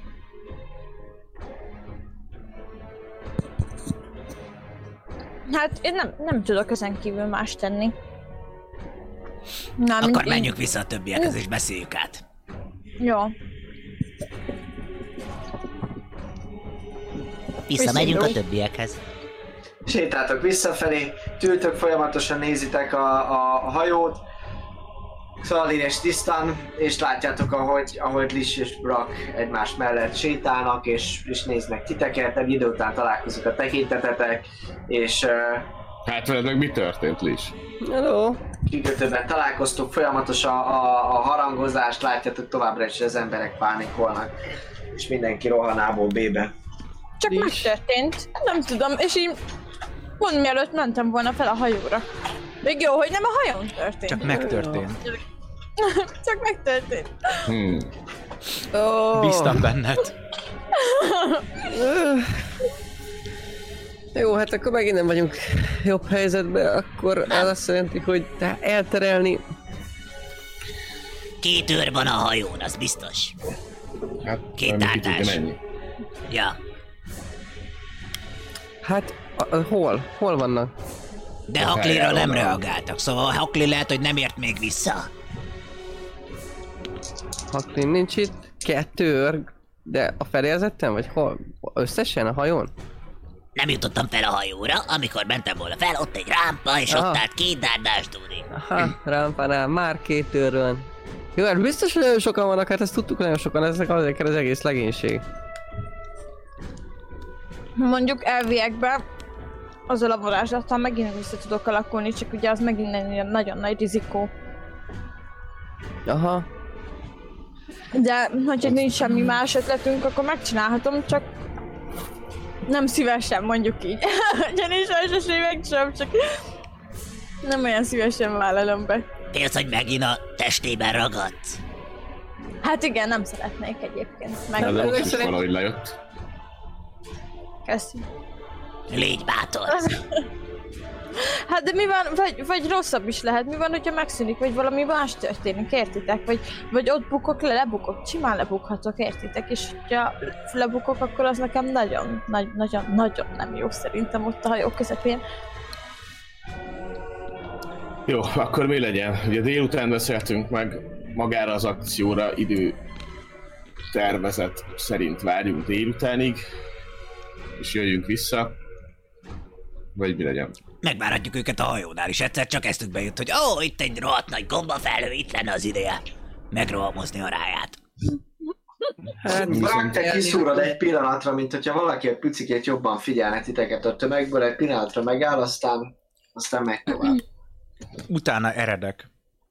Hát én nem, nem tudok ezen kívül más tenni. Nem, Akkor menjünk vissza a többiekhez és beszéljük át. Jó. Visszamegyünk a Viszont- többiekhez. Sétáltok visszafelé, tűltök, folyamatosan nézitek a, a hajót, Szalír és tisztán, és látjátok, ahogy, ahogy Lis és Brak egymás mellett sétálnak, és, és néznek titeket, egy idő után találkozik a tekintetetek, és uh, Hát veled meg mi történt, Lis? Hello. kikötőben találkoztok, folyamatos a, a, a harangozást, látjátok továbbra is, hogy az emberek pánikolnak, és mindenki rohan A-ból B-be. Csak Is. megtörtént. Nem tudom, és így pont mielőtt mentem volna fel a hajóra. Még jó, hogy nem a hajón történt. Csak megtörtént. Csak megtörtént. Hmm. Oh. Bíztam benned. Jó, hát akkor megint nem vagyunk jobb helyzetben, akkor ez azt jelenti, hogy te elterelni... Két őr van a hajón, az biztos. Hát, Két valami kicsit, tártás. de mennyi? Ja, Hát, a, a, hol? Hol vannak? de A Haklira helyálló nem van. reagáltak, szóval Hakli lehet, hogy nem ért még vissza. Haklin nincs itt, kettő őr, de a fedélzeten, vagy hol? Összesen a hajón? Nem jutottam fel a hajóra, amikor mentem volna fel, ott egy rámpa, és Aha. ott állt két dárdás dúri. Aha, rámpánál, már két őr van. Jó, hát biztos, hogy nagyon sokan vannak, hát ezt tudtuk nagyon sokan, ezek azért kell az egész legénység. Mondjuk elviekben azzal a varázslattal megint vissza tudok alakulni, csak ugye az megint egy ilyen nagyon nagy rizikó. Aha, De hogyha nincs semmi más ötletünk, akkor megcsinálhatom, csak nem szívesen, mondjuk így. Ha nincs más esély, meg sem, csak nem olyan szívesen vállalom be. Félsz, hogy megint a testében ragadsz? Hát igen, nem szeretnék egyébként. Meg Hát de most is szerint- valahogy lejött. Köszi. Légy bátor. Hát de mi van, vagy, vagy rosszabb is lehet, mi van, hogyha megszűnik, vagy valami más történik, értitek? Vagy, vagy ott bukok le, lebukok, simán lebukhatok, értitek? És hogyha lebukok, akkor az nekem nagyon, nagy, nagyon, nagyon nem jó szerintem ott a hajó közepén. Jó, akkor mi legyen? Ugye délután beszéltünk meg, magára az akcióra idő tervezet szerint várjunk délutánig, és jöjjünk vissza, vagy mi legyen? Megvárhatjuk őket a hajónál is, egyszer csak eszükbe jut, hogy ó, oh, itt egy rohadt nagy gombafelhő, itt lenne az ideje megrohamozni a ráját. Hát, Brak, te kiszúrod egy pillanatra, mint hogyha valaki egy picikét jobban figyelne titeket a tömegből, egy pillanatra megáll, aztán, aztán megy tovább. Utána eredek.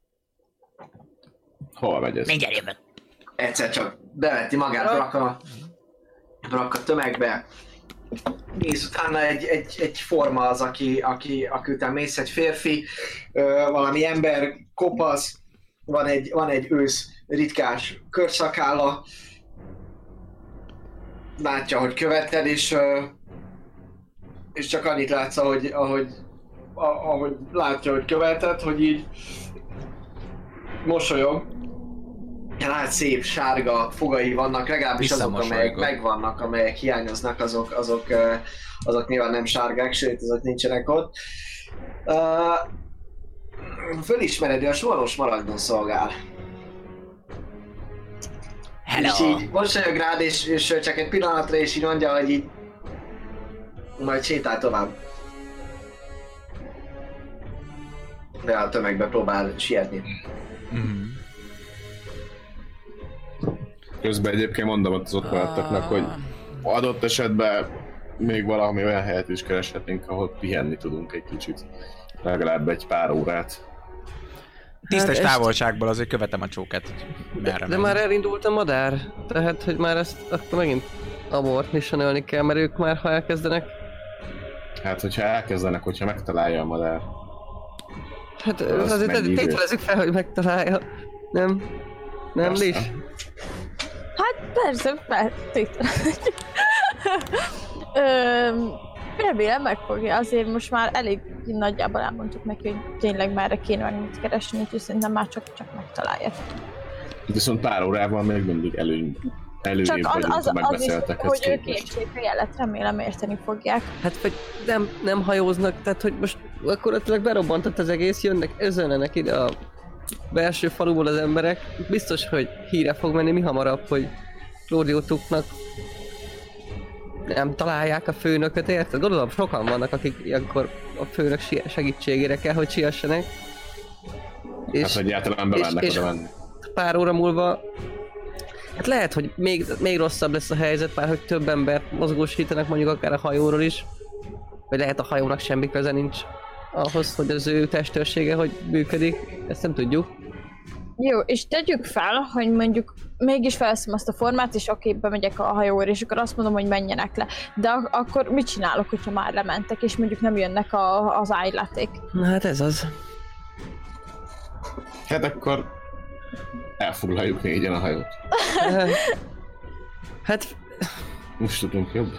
Hol megy ez? Mindjárt jövök. Egyszer csak bevetti magát Brak a, Brak a tömegbe. Mész utána egy, egy, egy forma az, aki, aki, aki után mész, egy férfi, ö, valami ember, kopasz, van egy, van egy ősz ritkás körszakálla, látja, hogy követed, és, ö, és csak annyit látsz, ahogy, ahogy, ahogy látja, hogy követed, hogy így mosolyog. Hát szép sárga fogai vannak, legalábbis azok, amelyek megvannak, amelyek hiányoznak, azok, azok, azok nyilván nem sárgák, sőt, azok nincsenek ott. Uh, fölismered, a sorros maradnon szolgál. Hello. És így mosolyog rád, és, és csak egy pillanatra, és így mondja, hogy így majd sétál tovább. De a tömegbe próbál sietni. Mm-hmm. Közben egyébként mondom ott az ott maradtaknak, hogy adott esetben még valami olyan helyet is kereshetnénk, ahol pihenni tudunk egy kicsit. Legalább egy pár órát. Tisztes Hát ezt- távolságból azért követem a csóket. Merre De megy. már elindult a madár, tehát hogy már ezt akkor megint abort missionölni kell, mert ők már ha elkezdenek. Hát, hogyha elkezdenek, hogyha megtalálja a madár. Hát Az azért mennyi idő? tételezzük fel, hogy megtalálja. Nem? Nem, Persze. Lis? Hát persze, feltételezzük. Remélem megfogja, azért most már elég nagyjából elmondtuk neki, hogy tényleg merre kéne meg mit keresni, úgyhogy szerintem már csak, csak megtalálják. Viszont pár órával még mindig előny, előrébb Csak az, vagyunk az, a az is, megbeszéltekhez hogy ők képest. értsék a jelet, remélem érteni fogják. Hát vagy nem, nem hajóznak, tehát hogy most gyakorlatilag berobbantott az egész, jönnek, özönlenek ide a belső faluból az emberek. Biztos, hogy híre fog menni mi hamarabb, hogy Claudiotuknak nem találják a főnököt, érted? Gondolom sokan vannak, akik ilyenkor a főnök si- segítségére kell, hogy siessenek. És Hát egyáltalán bemennek és- oda menni. pár óra múlva, hát lehet, hogy még, még rosszabb lesz a helyzet, pár, hogy több embert mozgósítanak mondjuk akár a hajóról is. Vagy lehet a hajónak semmi köze nincs ahhoz, hogy az ő testőrsége hogy működik, ezt nem tudjuk. Jó, és tegyük fel, hogy mondjuk mégis felveszem azt a formát, és oké, bemegyek a hajóra, és akkor azt mondom, hogy menjenek le. De ak- akkor mit csinálok, hogyha már lementek, és mondjuk nem jönnek a, az ájlaték? Na hát ez az. Hát akkor elfoglaljuk négyen a hajót. Hát Most tudunk jobb.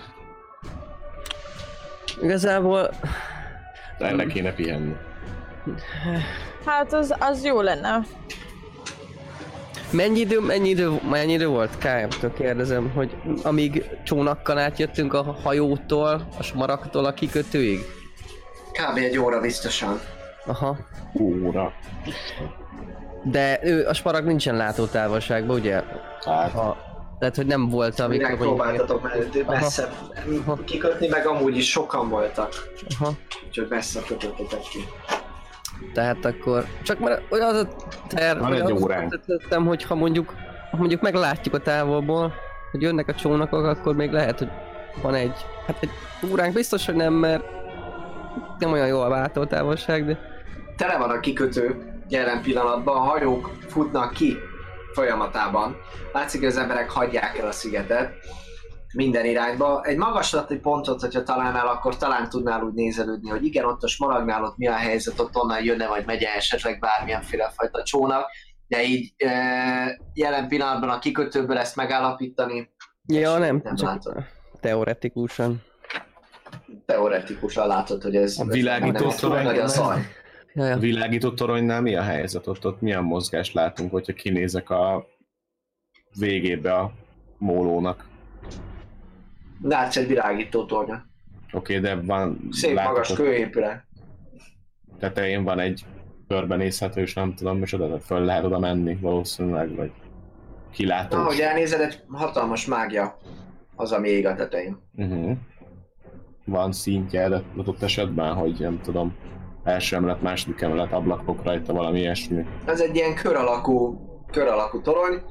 igazából De erre kéne pihenni. Hát az, az jó lenne. mennyi idő, mennyi idő, mennyi idő volt? Kályamtól kérdezem, hogy amíg csónakkal átjöttünk a hajótól, a smaragtól a kikötőig? Kb. Egy óra biztosan. Aha. Óra. De ő, a smaragd nincsen látótávolságban, ugye? Hát, Ha, tehát, hogy nem volt, amikor... Megpróbáltatok mellett messze Aha. kikötni, meg amúgy is sokan voltak. Aha. Úgyhogy messze kötöttetek ki. Tehát akkor... Csak már olyan az a terv, Van hogy egy azt óránk. tettem, hogy ha mondjuk, ha mondjuk meglátjuk a távolból, hogy jönnek a csónakok, akkor még lehet, hogy van egy... Hát egy óránk biztos, hogy nem, mert nem olyan jó a váltótávolság, de... Tele van a kikötő jelen pillanatban, a hajók futnak ki folyamatában. Látszik, hogy az emberek hagyják el a szigetet minden irányba. Egy magaslati pontot, hogyha találnál, akkor talán tudnál úgy nézelődni, hogy igen, ott a smaragnál ott mi a helyzet, ott onnan jönne vagy megye esetleg bármilyenféle fajta csónak, de így e, jelen pillanatban a kikötőből ezt megállapítani. Ja, nem, nem csak látod. teoretikusan. teoretikusan látod, hogy ez A világító nem torony- nagy a zaj. Ja, A ja. világító toronynál mi a helyzet? Ott, ott milyen mozgást látunk, hogyha kinézek a végébe a mólónak? Látsz egy világító tornya. Oké, okay, de van... Szép látok magas ott kőépület. tetején van egy körbenézhető, és nem tudom, és oda föl lehet oda menni valószínűleg, vagy kilátós. Ahogy elnézed, egy hatalmas mágia az, ami ég a tetején. Uh-huh. Van szintje adott esetben, hogy nem tudom, első emelet, második emelet, ablakok rajta, valami ilyesmi. Ez egy ilyen kör alakú, kör alakú torony.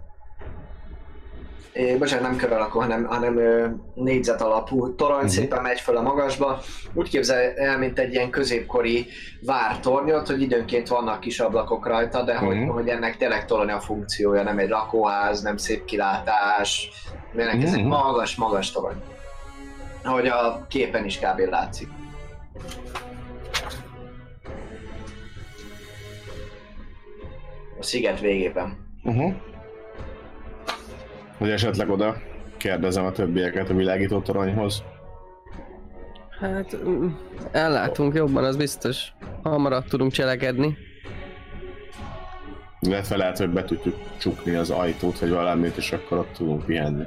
É, bocsánat, nem kör alakú, hanem, hanem ö, négyzet alapú torony, Mhm. szépen megy föl a magasba. Úgy képzel el, mint egy ilyen középkori vártornyot, hogy időnként vannak kis ablakok rajta, de hogy, Mhm. hogy ennek tényleg torony a funkciója, nem egy lakóház, nem szép kilátás, ennek ez egy Mhm. magas, magas torony. Ahogy a képen is kb. Látszik. A sziget végében. Uh-huh. Hogy esetleg oda kérdezem a többieket a világító toronyhoz. Hát mm, ellátunk jobban, az biztos. Hamarabb tudunk cselekedni. Illetve lehet, hogy be tudjuk csukni az ajtót, vagy valamit, és akkor ott tudunk pihenni.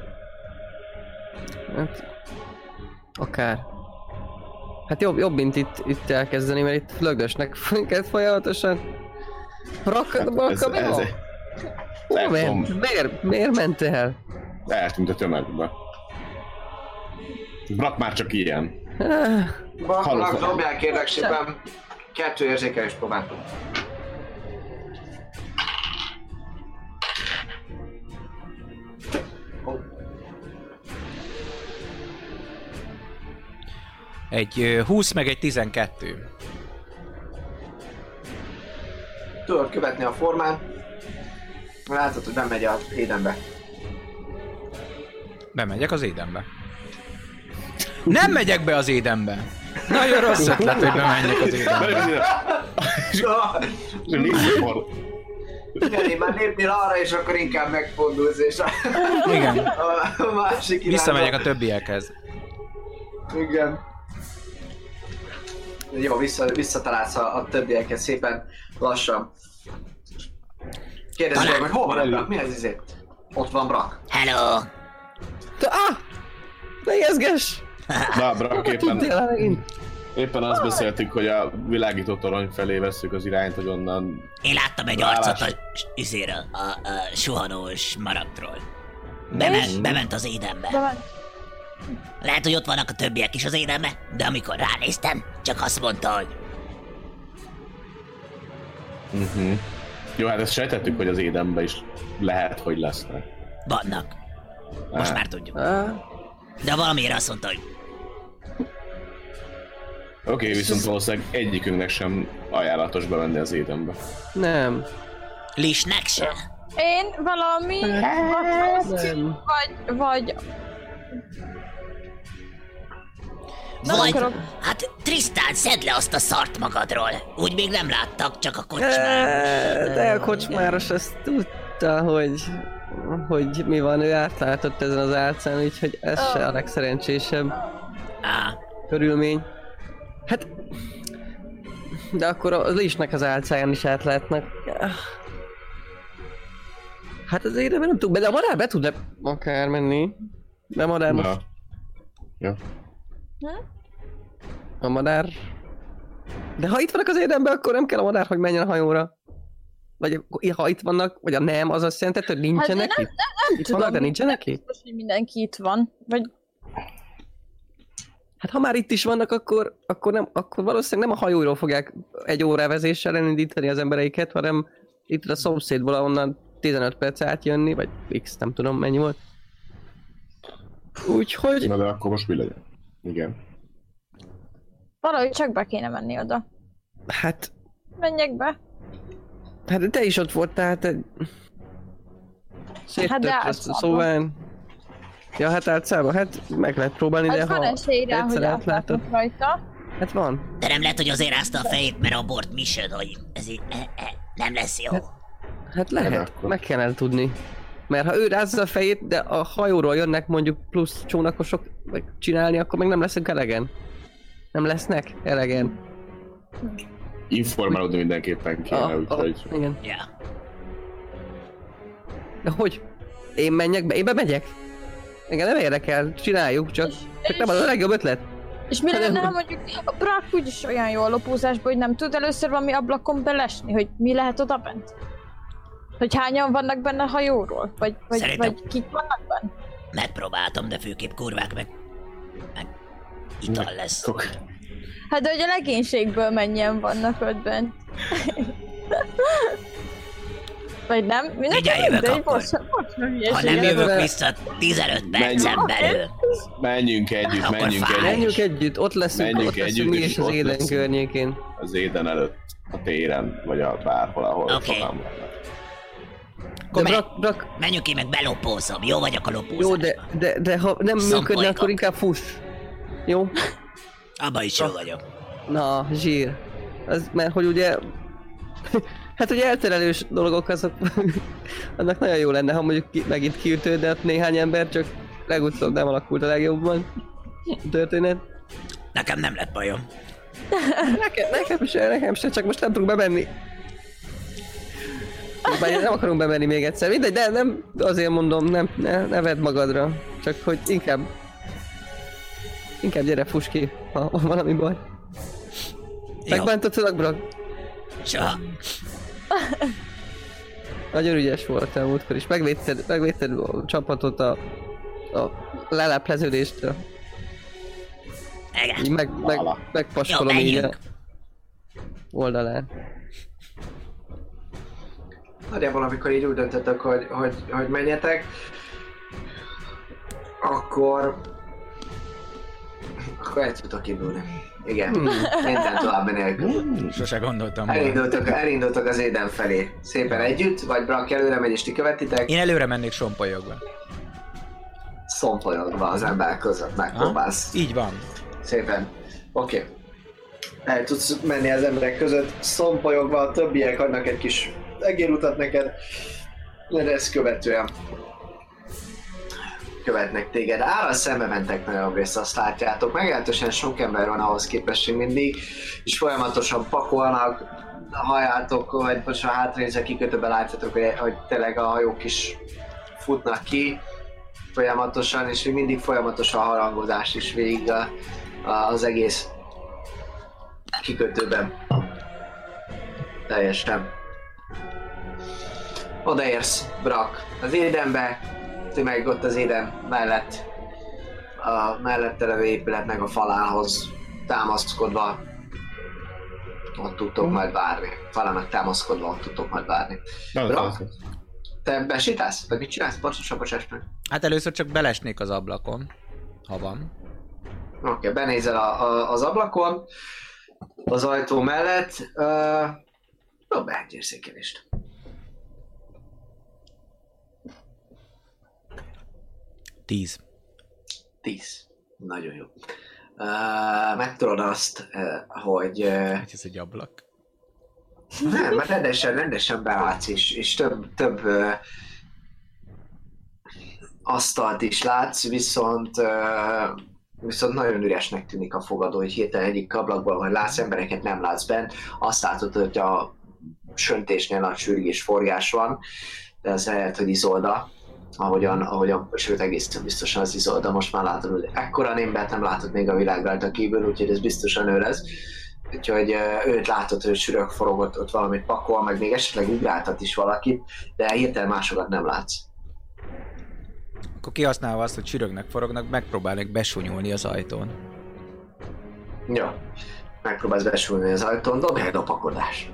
Hát, akár. Hát jobb, jobb mint itt, itt elkezdeni, mert itt lögdösnek minket folyamatosan. Rakad a ez, ez, balka, nem tudom, miért, miért, miért ment el? eltűnt a tömegbe. Brak már csak ilyen. Ah, Balkonak Hallott- dobjál kérlek szépen kettő érzékelés próbát. Egy ö, húsz meg egy tizenkettő. Tudod követni a formán. Látod, hogy bemegy a édenbe. Bemegyek az édenbe. Nem megyek be az édenbe! Nagyon rossz ötlet, hogy bemenjek az édenbe. Visszafordul. Igen, én már lépnél arra, és akkor inkább megfordulsz, és a, Igen, a, a másik irányba. visszamegyek a többiekhez. Igen. Jó, vissza, visszatalálsz a, a többiekhez szépen lassan. Kérdezzük meg, hogy hol van a Brak? Mi ez izé? Ott van Brak. Hello! te, ah! Ne ijeszgess! Na, Brak, éppen, Tudtél el megint? éppen azt beszéltük, hogy a világító torony felé vesszük az irányt, hogy onnan... Én láttam egy Válasz. arcot a, izéről, a, a suhanós maragtról. Bement, bement az édenbe. De van. Lehet, hogy ott vannak a többiek is az édenbe, de amikor ránéztem, csak azt mondta, hogy Uh-huh. Jó, hát ezt sejtettük, hogy az édenben is lehet, hogy lesznek. vannak. Most Ah. már tudjuk. Ah, De valamiért azt mondta, hogy Oké, okay, viszont valószínűleg egyikünknek sem ajánlatos bemenni az édenbe. nem. Lisnek se. Én valami... Nem. Vagy... Vagy... Nem Vagy, akarok. hát Trisztán, szedd le azt a szart magadról. Úgy még nem láttak, csak a kocsmán. Eh, De a kocsmáros azt tudta, hogy, hogy mi van, ő átlátott ezen az álcán, úgyhogy ez se a legszerencsésebb Á, körülmény. Hát... De akkor a Lisnek az álcáján is átlátnak. Hát az édemben nem tud be, de a madár be tud le akár menni. De a madár most... Na. Jó. A madár... De ha itt vannak az édenben, akkor nem kell a madár, hogy menjen a hajóra. Vagy ha itt vannak, vagy a nem, az azt jelenti, hogy nincsenek Hát én itt? Nem Itt tudom, vannak, de nincsenek itt? biztos, hogy mindenki itt van. Vagy... Hát ha már itt is vannak, akkor, akkor, nem, akkor valószínűleg nem a hajóról fogják egy óravezéssel elindítani az embereiket, hanem itt a szomszédból, ahonnan tizenöt perc átjönni, vagy X, nem tudom mennyi volt. Úgyhogy... Na de akkor most mi legyen? Igen. Valahogy csak be kéne menni oda. Hát... Menjek be. Hát te is ott voltál, hát... egy- Hát de Széttört, álcában. szóval... Ja, hát álcában, hát meg lehet próbálni, de Hát van ha esély rá, hogy egyszer átlátod... átlátnak rajta. Hát van. de nem lehet, hogy azért rázta a fejét, mert abort mission, hogy ez így, e, e, nem lesz jó. Hát lehet, akkor. meg kellene tudni. Mert ha ő rázza a fejét, de a hajóról jönnek mondjuk plusz csónakosok meg csinálni, akkor meg nem leszünk elegen. Nem lesznek elegen. Informálódni mindenképpen kéne, Ah, úgyhogy... ah, igen. Ja. De hogy? Én menjek be? Én bemegyek? Engem nem érdekel, csináljuk, csak, csak nem az a legjobb ötlet. És mi Hát lenne, nem- ha mondjuk a Brak úgyis olyan jó a lopózásban, hogy nem tud először valami ablakon belesni, hogy mi lehet oda bent? Hogy hányan vannak benne a hajóról? Vagy, vagy, Szerintem- vagy kik vannak benne? Megpróbáltam, de főképp kurvák meg... meg... ital lesz. Kok. Hát de hogy a legénységből mennyien vannak ott bent. Vagy nem? Mi Mindjárt nekem jövök mindegy, akkor. most, most nem Ha hülyeség. nem Igen, jövök de- vissza tizenöt percen belül, Menjünk együtt, Akkor menjünk fáj. együtt. Menjünk együtt, ott leszünk, Menjünk ott leszünk együtt, mi és is az ott éden leszünk. környékén. Az éden előtt, a téren, vagy a bárhol, ahol Oké. sokan vannak. De Akkor menj. Brak, Brak, menjünk ki, meg belopózom. Jó vagyok a lopózásban. jó, de, de, de ha nem működne, Szomkolygok. akkor inkább fuss. Jó? Abba is jó vagyok. Na, zsír. Az, mert hogy ugye... Hát ugye elterelős dolgok azok... annak nagyon jó lenne, ha mondjuk ki, megint kiütődött néhány ember, csak legutóbb nem alakult a legjobban a történet. Nekem nem lett bajom. Nekem, nekem se, nekem se, csak most nem tudunk bemenni. Bár nem akarunk bemenni még egyszer, mindegy, de nem, azért mondom, nem, ne, ne vedd magadra. Csak hogy inkább... Inkább gyere, fuss ki, ha van valami baj. Jó, Megbántottalak, Brak? soha. Nagyon ügyes voltál múltkor is. Megvédted, megvédted a csapatot a, a lelápleződéstől. Igen. Így meg, meg, Vala. megpaskolom Jó, így a menjünk. oldalán. Nagyjából amikor így úgy döntöttök, hogy, hogy, hogy menjetek, akkor... Akkor el tudtok indulni. Igen, Hmm. minden további nélkül. Sose gondoltam volna. Elindultok, elindultok az éden felé. Szépen együtt, vagy Brak előre megy és ti követitek. Én előre mennék sompolyogva. Szompolyogva az emberek között megpróbálsz. Így van. Szépen. Oké. Okay. El tudsz menni az emberek között, szompolyogva, a többiek adnak egy kis egérutat neked, de ezt követően követnek téged. Ára szembe mentek nagyobb részt, azt látjátok. Meglehetősen sok ember van ahhoz képest még mindig, és folyamatosan pakolnak, halljátok, vagy most a hátranézve kikötőben látjátok, hogy, hogy tényleg a hajók is futnak ki folyamatosan, és még mindig folyamatos a harangozás is végig a, a, az egész kikötőben. Teljesen. Odaérsz, Brak, az édenbe, ti meg ott az éden mellett, a mellette levő épületnek a falához támaszkodva, ott tudtok majd várni. Falának támaszkodva ott tudtok majd várni. Brak, te besítálsz? Vagy mit csinálsz? Bocsáss, bocsáss meg. Hát először csak belesnék az ablakon, ha van. Oké, okay, benézel a, a, az ablakon, az ajtó mellett. Uh, Dobd be egy érzékelést. Tíz. tíz. Nagyon jó. Uh, megtudod azt, uh, hogy... Uh, Hogy ez egy ablak. nem, mert rendesen, rendesen belátsz is, és több, több uh, asztalt is látsz, viszont uh, viszont nagyon üresnek tűnik a fogadó, hogy hirtelen egyik ablakból, hogy látsz embereket, nem látsz bent. Azt látod, hogy a söntésnél nagy sürgés forgás van, de ez lehet, hogy Izolda, ahogyan, ahogyan, sőt egészen biztosan az Izolda, most már látod, hogy ekkora némbert nem látod még a világ rajta kívül, úgyhogy ez biztosan ő lesz. Úgyhogy uh, őt látod, hogy sürög forogott, ott valamit pakol, meg még esetleg ugráltat is valakit, de hirtelen másokat nem látsz. Akkor kihasználva azt, hogy csürögnek, forognak, megpróbálnék besúnyolni az ajtón. Jó. Megpróbálsz besúlni az ajtón, dobj egy lopakodás.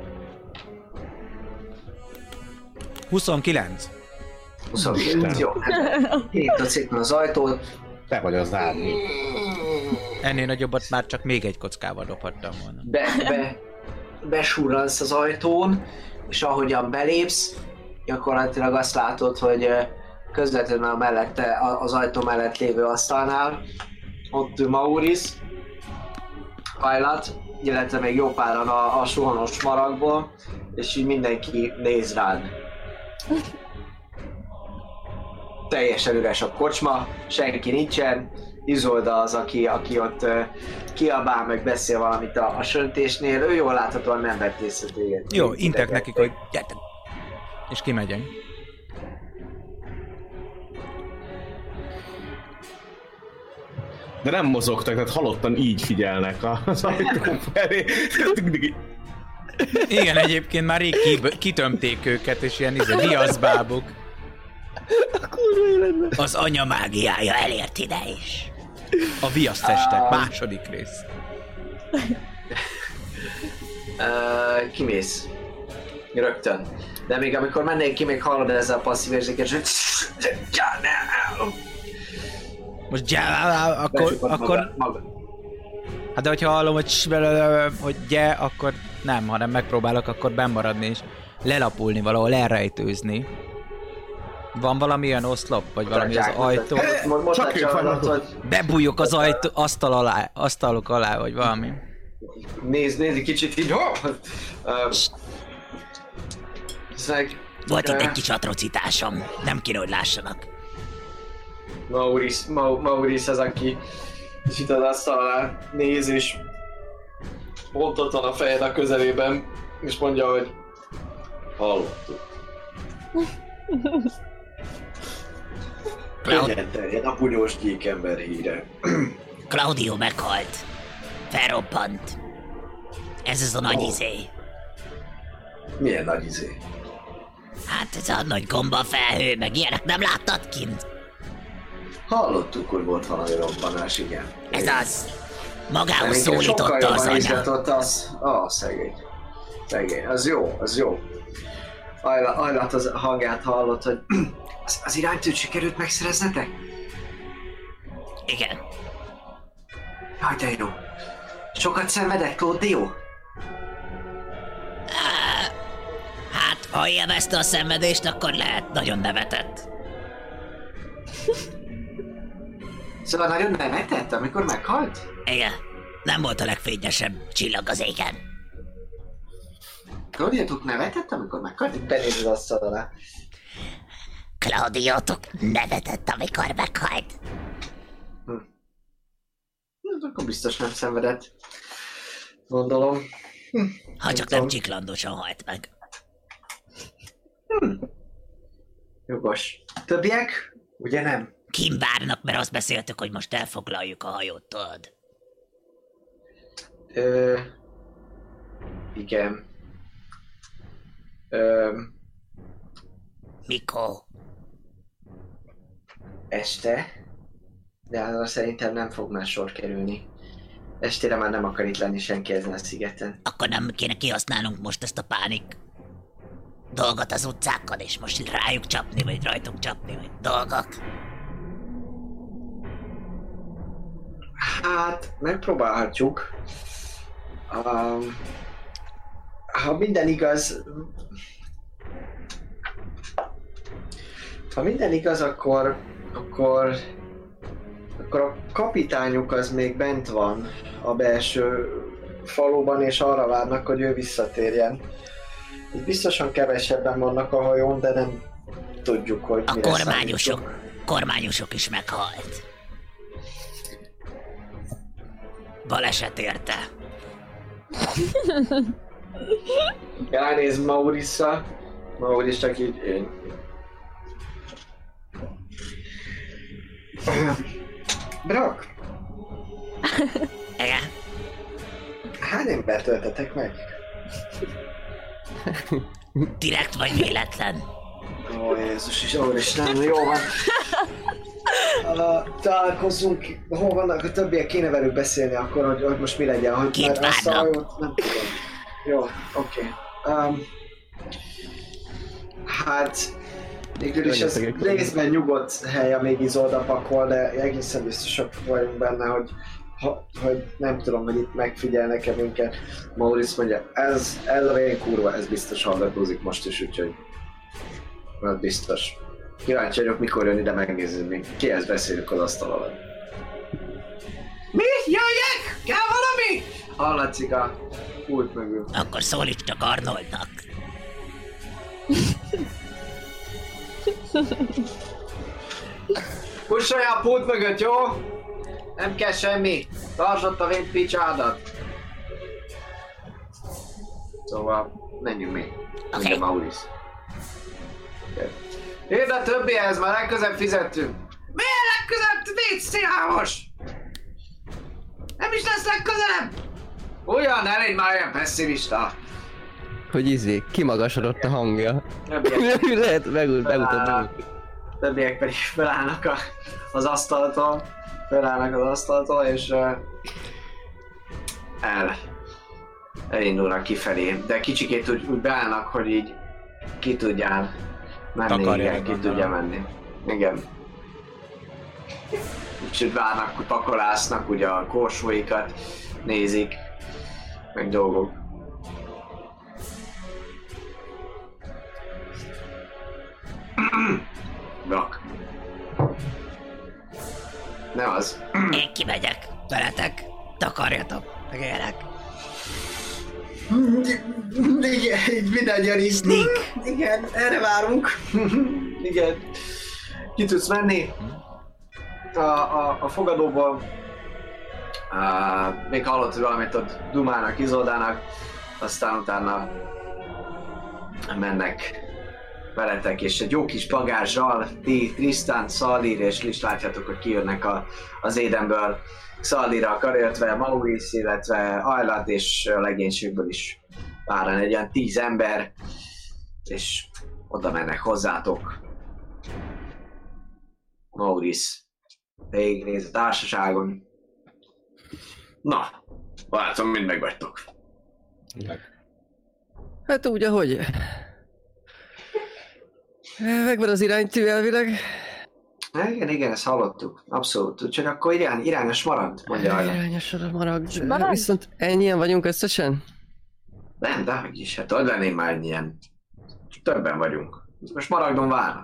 huszonkilenc. huszonkilenc, jó. Nyitod szépen az ajtót. Te vagy az árnyék. Ennél nagyobbat már csak még egy kockával dobhattam volna. Be, be, besurransz az ajtón, és ahogyan belépsz, gyakorlatilag azt látod, hogy eh, közvetlenül a mellette, az ajtó mellett lévő asztalnál ott ül Maurice, Hajlat, illetve még jó páran a, a suhonos maragból, és így mindenki néz rád. teljesen üres a kocsma, senki nincsen. Izolda az, aki, aki ott uh, kiabál, meg beszél valamit a, a söntésnél. Ő jól láthatóan nem vett észre téged. Jó, intek nekik, hogy gyertek. És kimegyek. De nem mozogtak, tehát halottan így figyelnek az ajtó felé. Igen, egyébként már rég ki, kitömték őket, és ilyen izé, viaszbábok. Az anya mágiája elért ide is. A viasztestek, um, második rész. uh, kimész. Rögtön. De még amikor mennék ki, még hallod ezzel a passzív érzéket, hogy... Most gyá, akkor... akkor... Hát de hogyha hallom, hogy, hogy gye, akkor nem, hanem megpróbálok akkor bennmaradni és lelapulni valahol, elrejtőzni. Van valami ilyen oszlop, vagy valami az ajtó? Csak ők vannak, hogy... Bebújjuk az ajtó, asztal alá, asztalok alá, vagy valami. Nézd, nézd, kicsit így... Volt itt egy kis atrocitásom, nem kéne, hogy lássanak. Maurice, Ma- Maurice az, aki kicsit az asztal alá néz, és pont ott van a fejed a közelében, és mondja, hogy hallottuk. Könnyen terjed a bunyós gyíkember híre. Claudio meghalt. Felrobbant. Ez az a nagy Oh. izé. Milyen nagy izé? Hát ez a nagy gomba felhő, meg ilyenek nem láttad kint? Hallottuk, hogy volt valami robbanás, igen. Ez az. Magához Sokkal szólította az jobban anya. izgatott az... Ah, szegény. Szegény, az jó, az jó. Ajla, ajlat az hangját hallott, hogy az, az iránytűt sikerült megszereznetek? Igen. Jaj, de jó. Sokat szenvedett, Claudio? Hát, ha élvezte a szenvedést, akkor lehet, nagyon nevetett. Szóval nagyon nevetett, amikor meghalt? Igen. Nem volt a legfényesebb csillag az égen. Claudiotok nevetett, amikor meghalt? Benéz az asztal alá. Claudiotok nevetett, amikor meghalt. Hm. Na, akkor biztos nem szenvedett. Gondolom. Hm. Ha csak nem csiklandosan halt meg. Hm. Jogos. Többiek? Ugye nem? Kim várnak, mert azt beszéltük, hogy most elfoglaljuk a hajót, tudod. Ö... Igen. Ö... Mikor? Este. De arra szerintem nem fog már sor kerülni. Estére már nem akar itt lenni senki ezen a szigeten. Akkor nem kéne kihasználnunk most ezt a pánik dolgot az utcákon, és most rájuk csapni, vagy rajtuk csapni, vagy dolgok. Hát, megpróbálhatjuk. Um, ha minden igaz... Ha minden igaz, akkor... Akkor... Akkor a kapitányuk az még bent van a belső faluban, és arra várnak, hogy ő visszatérjen. Itt biztosan kevesebben vannak a hajón, de nem tudjuk, hogy A mire kormányosok, számítunk. kormányosok is meghalt. Baleset érte. Ránéz Maurice-ra. Maurice csak így... Én. Brock, Igen. hány embert öltetek meg? Direkt vagy véletlen. Ó, Jézus is, Úristen, jó van. Uh, találkozzunk, hol vannak a többiek, kéne velük beszélni akkor, hogy, hogy most mi legyen, hogy Két mert azt a várnak. hajót nem tudom. Jó, oké. Okay. Um, hát, végül is ez részben nyugodt hely, amíg Izolda pakol, de egészen biztosak vagyunk benne, hogy ha, hogy nem tudom, hogy itt megfigyelnek-e minket. Maurice mondja, ez, ez a vén kurva, ez biztos hallgatózik most is, úgyhogy az biztos. Kíváncsi vagyok, mikor jön ide megnézni, még kihez beszélünk az asztal alatt. Mi? Jöjjek? Kell valami? Hallatszik a út mögül. Akkor szólíts csak Arnoldnak. Kussolj a pult mögött, jó? Nem kell semmi. Tartsd ott a vintpicsádat. Szóval, menjünk még. Oké. Maurice. Érd a többihez, már legközebb fizettünk. Miért legközebb? Légy szívás! Nem is lesz legközelebb! Ugyan, ne légy már olyan pessimista. Hogy izé, kimagasodott a hangja. Többiek, Lehet, megült, megült. többiek pedig felállnak a, az asztaltól. Felállnak az asztaltól, és uh, el, elindulnak kifelé. De kicsikét úgy, úgy beállnak, hogy így ki tudjál menni, Takarja, igen, ki gondolom. tudja menni. Igen. Kicsit várnak, pakolásznak, ugye a korsóikat nézik, meg dolgok. Brak. Nem az. Én kimegyek veletek. Takarjatok, meg ilyenek. Igen, mindannyian is. Sneak. Igen, erre várunk. Igen. Ki tudsz menni? A, a, a fogadóból uh, még hallott, hogy valamit ott dumálnak, Izoldának, aztán utána mennek veletek, és egy jó kis bagázsral, ti, Tristan, Szalír, és is látjátok, hogy kijönnek a, az édenből. Szalíra karöltve, Maurice, illetve Ajlat, és a legénységből is páran egy ilyen tíz ember, és oda mennek hozzátok. Maurice végignéz a társaságon. Na, látom, mind megvagytok. Hát úgy, ahogy. Megvan az iránytű elvileg. Igen, igen, ezt hallottuk. Abszolút. Csak akkor irány, irányos marad, mondja Ajla. Irányos a marag. Marad? Viszont ennyien vagyunk összesen? Nem, de hogy is, hát hogy lenném már ennyien. Többen vagyunk. Most Maragdon várnak.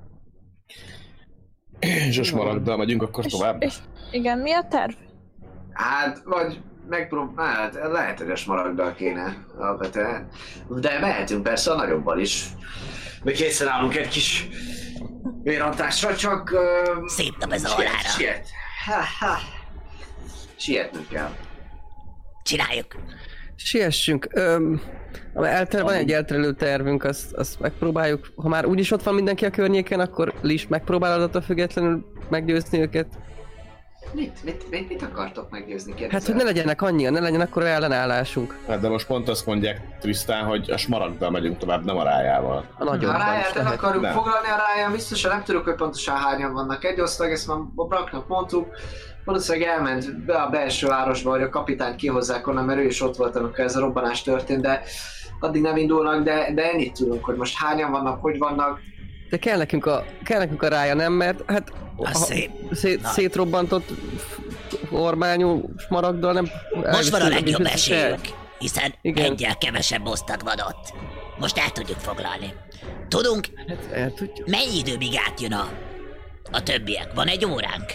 És a smaragddal megyünk akkor És, tovább. és igen, mi a terv? Hát, vagy megprób... Hát, lehet, hogy a Smaragddal kéne alapvetően. De mehetünk persze a nagyobbal is. Mi készen állunk egy kis vérantásra, csak... Uh, Szép nap ez a siet, halára. siet. Ha, ha. Sietnünk kell. Csináljuk. Siessünk. Öm, elter, van egy elterelő tervünk, azt, azt megpróbáljuk. Ha már úgyis ott van mindenki a környéken, akkor Lis megpróbálod attól függetlenül meggyőzni őket. Mit, mit, mit, mit akartok meggyőzni? Hát, Kérdezel? hogy ne legyenek annyian, ne legyen akkor ellenállásunk. Hát de most pont azt mondják Tristan, hogy a smaragddal megyünk tovább, nem a rájával. A nagyobb Ha van is ráját el lehet. akarjuk Nem. foglalni, a ráján biztosan nem tudok, hogy pontosan hányan vannak. Egy osztag, ezt már a Braknak mondtuk. Valószínűleg elment be a belső városba, hogy a kapitányt kihozzák onnan, mert ő is ott volt, amikor ez a robbanás történt, de addig nem indulnak, de, de ennyit tudunk, hogy most hányan vannak, hogy vannak. De kell nekünk a, kell nekünk a rája, nem? Mert hát Az szép. szét, Na. szétrobbantott ormányú smaragddal nem... Most van a elviszünk, legjobb biztos el. esélyünk, hiszen Igen. egyel kevesebb osztag van ott. Most el tudjuk foglalni. Tudunk, Hát el tudjuk. mennyi időig átjön a, a többiek? Van egy óránk?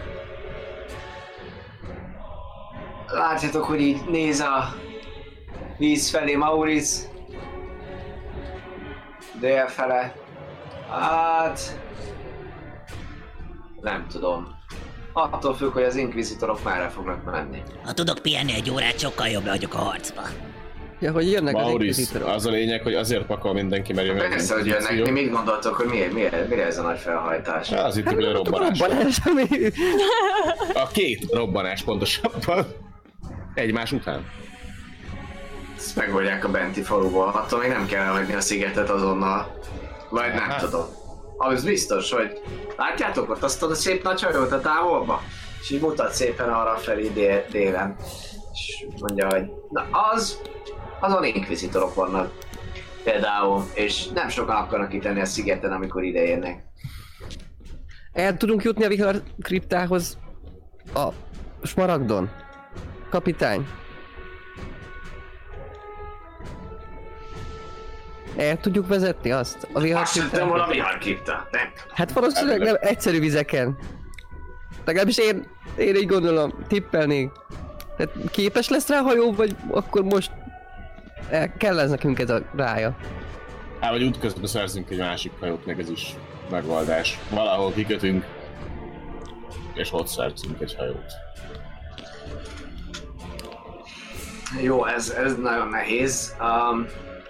Látjátok, hogy így néz a víz felé Maurice. Dél fele. Hát... Nem tudom. Attól függ, hogy az inkvizitorok merre fognak menni. Ha tudok pihenni egy órát, sokkal jobbra vagyok a harcba. Ja, hogy jönnek az Maurice, inkvizitorok. az a lényeg, hogy azért pakol mindenki, mert jön meg Persze, hogy jönnek. Mi mit gondoltok, hogy miért, miért, mire ez a nagy felhajtás? Az itt a robbanás. Robbanás, ami... A két robbanás pontosabban. Egymás után. Ezt megoldják a benti faluból. Attól még nem kell elhagyni a szigetet azonnal. Vagy nem Hát. tudom. Az biztos, hogy látjátok ott azt a szép nagy hajót a távolba? És így mutat szépen arra felé dél, délen. És mondja, hogy na az, azon inkvizitorok vannak. Például, és nem sokan akarnak itt lenni a szigeten, amikor ide érnek. El tudunk jutni a vihar kriptához a smaragdon. Kapitány. El tudjuk vezetni azt? A vihar Azt hittem kriptához? volna viharkripta. Nem. Hát valószínűleg nem egyszerű vizeken. Legalábbis én, én így gondolom, tippelnék. Tehát képes lesz rá hajó, vagy akkor most el, kell ez nekünk ez a rája? Hát, vagy útközben szerzünk egy másik hajót, meg ez is megoldás. Valahol kikötünk, és ott szerzünk egy hajót. Jó, ez, ez nagyon nehéz. Um,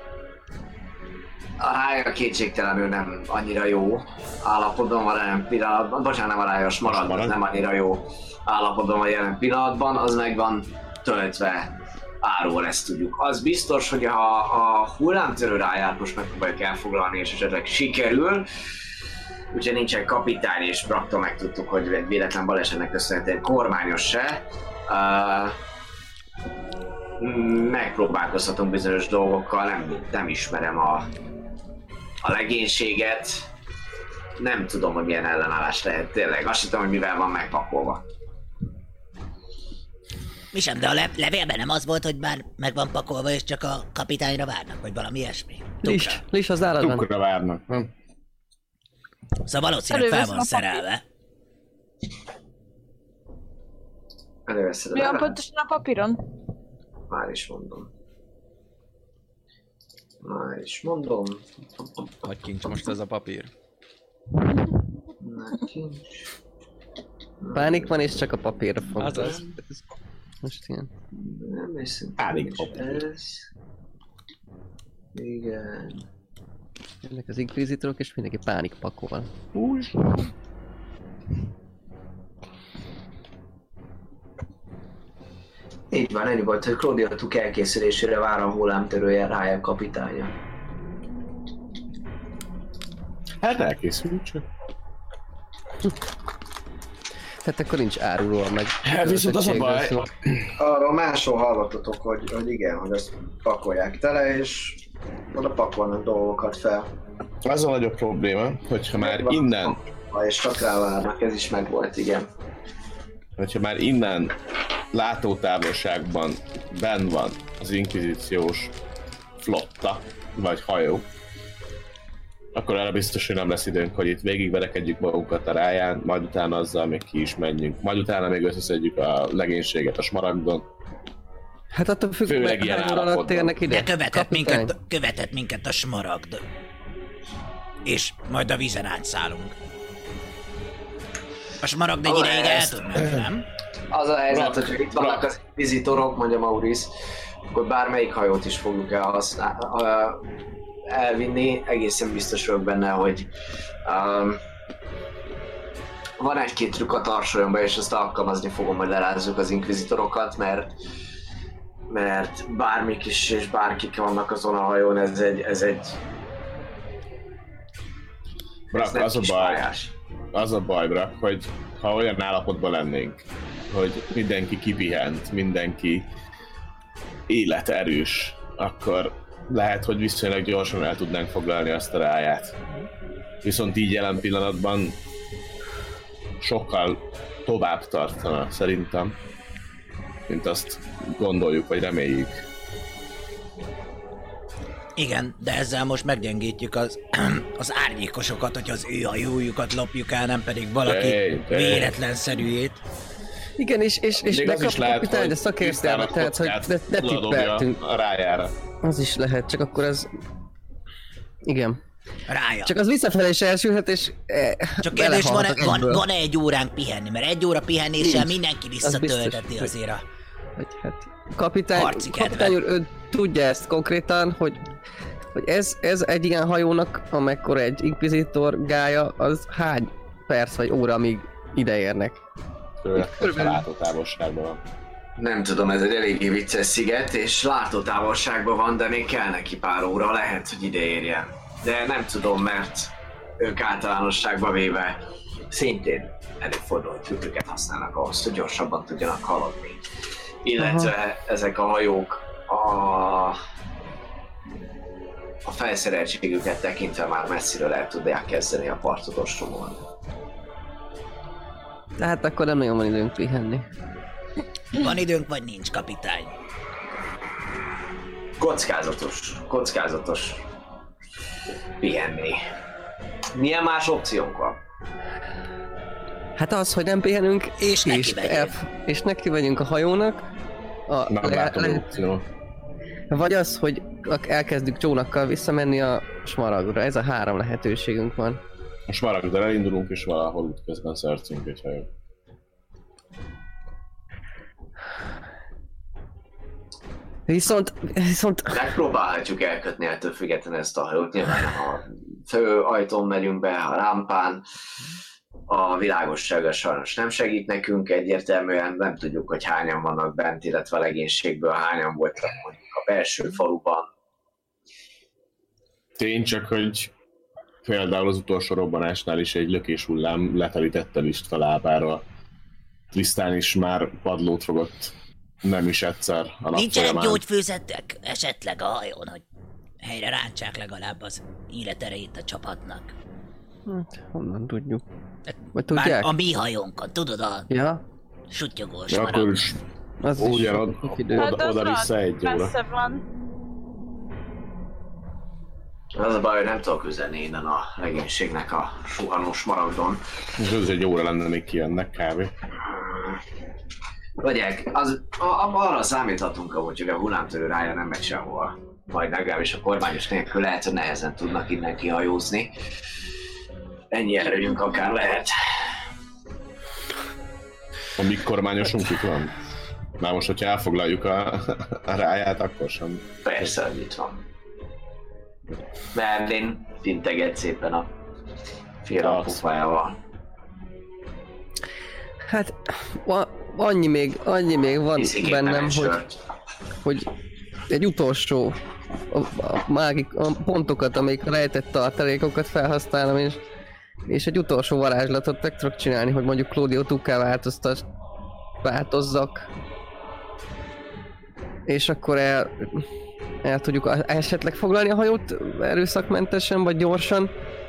a rája kétségtelenül nem annyira jó állapotban van jelen pillanatban. Bocsánat, nem a rája, a smaragd nem annyira jó állapotban van jelen pillanatban, az meg van töltve áról, ezt tudjuk. Az biztos, hogy ha a hullámtörő ráját most megpróbáljuk elfoglalni, és esetleg sikerül, ugye nincsen kapitány, és Braktól megtudtuk, hogy egy véletlen balesetnek köszönhetően kormányos se. Uh, megpróbálkozhatunk bizonyos dolgokkal, nem, nem ismerem a, a legénységet. Nem tudom, hogy milyen ellenállás lehet tényleg. Azt sem tudom, hogy mivel van megpakolva. Mi sem, de a le- levélben nem az volt, hogy már meg van pakolva, és csak a kapitányra várnak, vagy valami ilyesmi. Lis, Lis az állatban. Tukra várnak, nem? Szóval valószínűleg fel van Előveszem a szerelve. Előveszed a Mi van levelet? pontosan a papíron? Már is mondom. Már is mondom. Hogy kincs most ez a papír? Na, kincs. Pánik van, és csak a papírra fog. Azaz. Most ilyen. Nem hiszem. Pánik hogy ez. Igen. Jönnek az inkvizitorok, és mindenki pánik pakol. Így van, ennyi volt, hogy Claudia Tuk elkészülésére vár a hullámtörője rája kapitánya. Hát elkészült csak. Tehát akkor nincs áruló, meg... Hát viszont az a baj. szó. Arról máshol hallottatok, hogy, hogy igen, hogy ezt pakolják tele, és oda pakolnak dolgokat fel. Az a nagyobb probléma, hogyha már innen, És csak rá várnak, ez is megvolt, igen. hogyha már innen látótávolságban benn van az inkvizíciós flotta, vagy hajó, akkor arra biztos, hogy nem lesz időnk, hogy itt végigverekedjük magunkat a ráján, majd utána azzal még ki is menjünk. Majd utána még összeszedjük a legénységet a Smaragdon. Hát attól függ, Főleg meg ilyen hány óra alatt állapotban. érnek ide. De követett Kapitány? minket, követett minket a smaragd. És majd a vízen átszállunk. A smaragd egy Ah, ideig el ezt- tud menni, nem? Az a helyzet, Brak, hogy itt vannak Brak. az vizitorok, mondja Maurice, akkor bármelyik hajót is fogjuk el használ, uh, elvinni, egészen biztos vagyok benne, hogy um, van egy-két trükk a tarsolyomban, és azt alkalmazni fogom, hogy lerázzuk az inkvizitorokat, mert mert bármik is és bárkik vannak azon a hajón, ez egy, ez egy Brak, ez nem az a kis baj, pályás. az a baj, Brak, hogy ha olyan állapotban lennénk, hogy mindenki kipihent, mindenki életerős, akkor lehet, hogy viszonylag gyorsan el tudnánk foglalni azt a ráját. Viszont így jelen pillanatban sokkal tovább tartana, szerintem, mint azt gondoljuk, vagy reméljük. Igen, de ezzel most meggyengítjük az, az árnyékosokat, hogy az ő hajójukat lopjuk el, nem pedig valaki Hey, hey. véletlenszerűjét. Igen, és, és, és Még az bekap is a lehet, kapitány, de hogy szakértelme, tehát hogy ne, ne tippeltünk. a rájára. Az is lehet, csak akkor az... Igen. Rája. Csak az visszafelé is elsülhet, és... Eh, Csak kérdés, van-e, belehalhatok van, egyből. van-e egy óránk pihenni? Mert egy óra pihenéssel Nincs. mindenki Az visszatölteti biztos. azért a... Hogy hát, kapitány, Harci kedve. kapitány úr, ő tudja ezt konkrétan, hogy, hogy ez, ez egy ilyen hajónak, amekkora egy inkvizitor gája, az hány perc vagy óra, amíg ideérnek. Főleg, hogyha Körülbelül. látótávolságban van. Nem tudom, ez egy eléggé vicces sziget, és látótávolságban van, de még kell neki pár óra, lehet, hogy ide érjen. De nem tudom, mert ők általánosságban véve szintén előfordul, hogy tükröket használnak ahhoz, hogy gyorsabban tudjanak haladni. Illetve Aha. ezek a hajók a, a felszereltségüket tekintve már messziről el tudják kezdeni a partot ostromolni. Tehát akkor nem nagyon van időnk pihenni. Van időnk, vagy nincs, kapitány? Kockázatos, kockázatos pihenni. Milyen más opciónk van? Hát az, hogy nem pihenünk, És neki megyünk. elf- és neki megyünk a hajónak. A, Nem látom opció. vagy az, hogy elkezdjük csónakkal visszamenni a Smaragdra. Ez a három lehetőségünk van. A Smaragdra elindulunk, és valahol útközben szercünk egy hajót. Viszont, viszont... Megpróbálhatjuk elkötni ettől függetlenül ezt a hajót. Nyilván a fő ajtón megyünk be, a rámpán. A világossága sajnos nem segít nekünk, egyértelműen nem tudjuk, hogy hányan vannak bent, illetve a legénységből hányan voltak mondjuk a belső faluban. Tény csak, hogy például az utolsó robbanásnál is egy lökés hullám letelítette Liszt a lábáról. Trisztán is már padlót fogott, nem is egyszer a nap Nincsenek folyamán. gyógyfőzettek esetleg a hajón, hogy helyre rántsák legalább az életerejét a csapatnak. Hát, honnan tudjuk? Vagy Már tudják? a mi hajónkon, tudod, a Ja? suttyogós Ja, marad. akkor is Az is ugyan sok idő. Hát oda, az oda-vissza rohadt egy óra. messze van. Az a baj, hogy nem tudok üzenni innen a legénységnek a suhanós maragdon. És ez egy óra lenne, még kijönnek kb. Vagyek, az, a, a, arra számíthatunk, hogy a hullámtörő rája nem megy sehol. Majd legalábbis a kormányos nélkül lehet, hogy nehezen tudnak innen kihajózni. Ennyi erőjünk akár lehet. A mi kormányosunk itt van? Már most, hogyha elfoglaljuk a, a ráját, akkor sem. Persze, hogy itt van. Merlin integet szépen a félrapufájával. Hát, a- annyi még, annyi még van Iszik éppen bennem, egy hogy, sört. hogy egy utolsó a, a, mágik, a pontokat, amik rejtett tartalékokat felhasználom, és, és egy utolsó varázslatot meg tudok csinálni, hogy mondjuk Claudio Tucká változtat, változzak. És akkor el, el tudjuk esetleg foglalni a hajót erőszakmentesen, vagy gyorsan.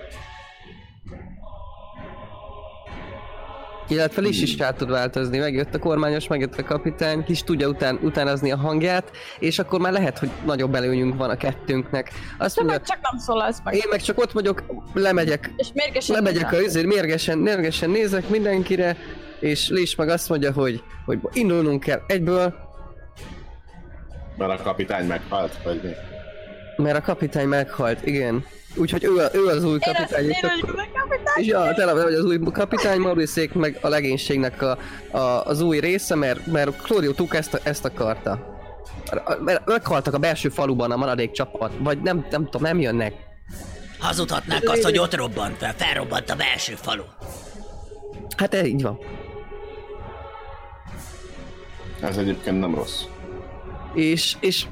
Illetve Liss is rá tud változni, megjött a kormányos, megjött a kapitány, Liss tudja után, utánozni a hangját, és akkor már lehet, hogy nagyobb előnyünk van a kettőnknek. Azt De mondja, meg csak nem szólalsz meg. én meg csak ott vagyok, lemegyek, És mérgesen lemegyek a nézel. üzért, mérgesen, mérgesen nézek mindenkire, és Liss meg azt mondja, hogy, hogy indulnunk kell egyből, Mert a kapitány meghalt, vagy mi? mert a kapitány meghalt, igen. Úgyhogy ő, ő az új Én ezt kapitány. én és akkor- vagyok a kapitány. És ja, te vagy az új kapitány, Mauriszék meg a legénységnek a, a, az új része, mert, mert Claudio Tuca ezt, ezt akarta. Mert meghaltak a belső faluban a maradék csapat, vagy nem, nem tudom, nem jönnek. Hazudhatnánk azt, hogy ott robbant fel, felrobbant a belső falu. Hát ez így van. Ez egyébként nem rossz. És, és...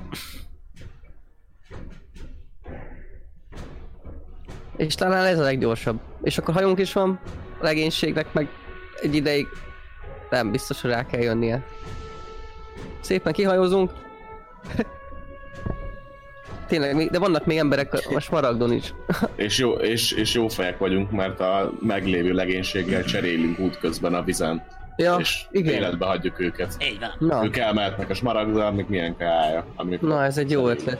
És talán ez a leggyorsabb. És akkor hajónk is van, a legénységnek meg egy ideig nem biztos, hogy rá kell jönnie. Szépen kihajózunk. Tényleg, még- de vannak még emberek a, a Smaragdon is. És jó, és, és jó fejek vagyunk, mert a meglévő legénységgel cserélünk útközben a vizen. Ja, és igen. életbe hagyjuk őket. Így van. Na, Ők elmehetnek a smaragdra, amik milyen kája. Amikor na, ez egy jó ötlet.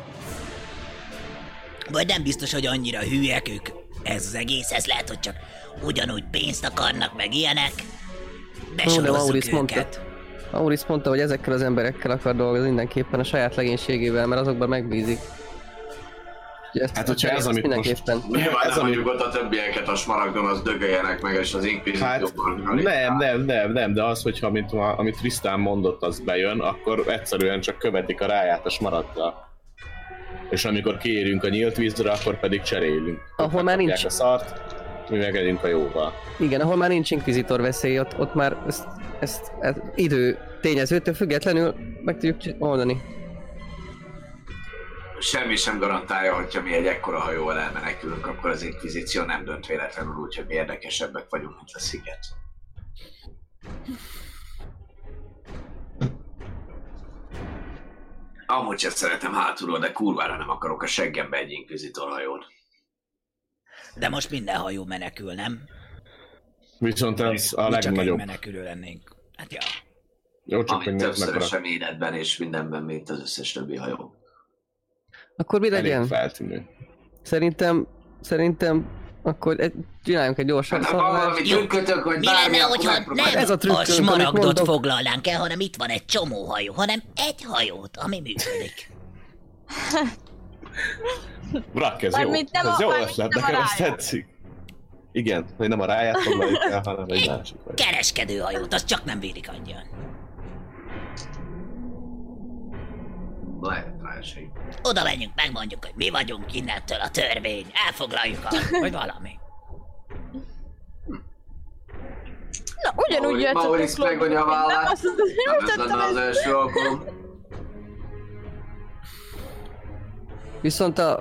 Vagy nem biztos, hogy annyira hülyek ők. Ez az egész, ez lehet, hogy csak ugyanúgy pénzt akarnak, meg ilyenek. Besorozzuk Maurice mondta. őket. Maurice mondta, hogy ezekkel az emberekkel akar dolgozni mindenképpen a saját legénységével, mert azokban megbízik. Úgyhogy ezt- Hát, hogyha ez, ezt amit most- mindenképpen. Nyilván Ez nem ami- hagyjuk ott a többieket a smaragdon, az dögöljenek meg, és az Hát inkvizícióban. nem, nem, nem, nem, de az, hogyha amit, amit Trisztán mondott, az bejön, akkor egyszerűen csak követik a ráját a smaragddal. És amikor kiérünk a nyílt vízre, akkor pedig cserélünk. Ahol Ők már megkapják nincs- a szart, mi megegyünk a jóval. Igen, ahol már nincs inkvizitor veszély, ott, ott már ezt, ezt, ezt idő tényezőtől függetlenül meg tudjuk oldani. Semmi sem garantálja, hogyha mi egy ekkora hajóval elmenekülünk, akkor az inkvizíció nem dönt véletlenül úgy, hogy mi érdekesebbek vagyunk, mint a sziget. Amúgy sem szeretem hátulról, de kurvára nem akarok a seggembe egy inkvizitor hajón. De most minden hajó menekül, nem? Viszont ez a Mi csak egy legnagyobb. menekülő lennénk. Hát ja. Jó, csak hogy Amit nem többszörösen életben és mindenben, mint az összes többi hajó. Akkor mi elég legyen? feltűnő. Szerintem, szerintem akkor egy, csináljunk egy gyorsabb Hát ha valami szaladást. trükkötök, vagy Mi bármi, lenne, akkor hogyha megpróbáljuk. nem Ez a trükkünk, a amit smaragdot mondok. foglalnánk el, hanem itt van egy csomó hajó, hanem egy hajót, ami működik. Brak, ez jó. Mármint nem Ez a- jó mármint ötlet, nem a nekem ez ráját. tetszik. Igen, hogy nem a ráját foglaljuk el, hanem egy másik. vagy. Kereskedő hajót, azt csak nem védik annyian. lehet rá esély. Oda menjünk, megmondjuk, hogy mi vagyunk innentől a törvény. Elfoglaljuk azt, vagy valami. Na, ugyanúgy jöttetek Maurice megvonja a vállát. Nem ez lenne az első alkalom. Viszont a...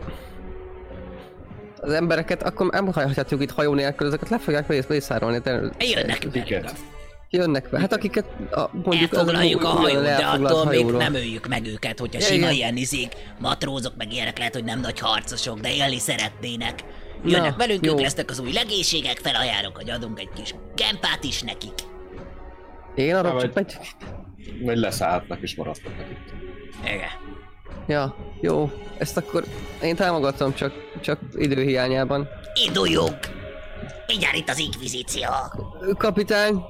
Az embereket akkor nem hagyhatjuk itt hajó nélkül, ezeket le fogják vész, vészárolni. Jönnek velünk. Jönnek be. Hát akiket a, mondjuk... Elfoglaljuk a hajót, de attól még hajóról. nem öljük meg őket, hogyha Ja, sima igen. ilyen izék, matrózok meg ilyenek lehet, hogy nem nagy harcosok, de élni szeretnének. Jönnek Na, velünk, jó. ők lesznek az új legénységek, felajánlok, hogy adunk egy kis kempát is nekik. Én arra Na, csak vagy- megy... Vagy leszállhatnak és maradhatnak itt. Igen. Ja, jó. Ezt akkor én támogatom, csak, csak időhiányában. Induljunk! Mindjárt itt az inkvizíció. Kapitány!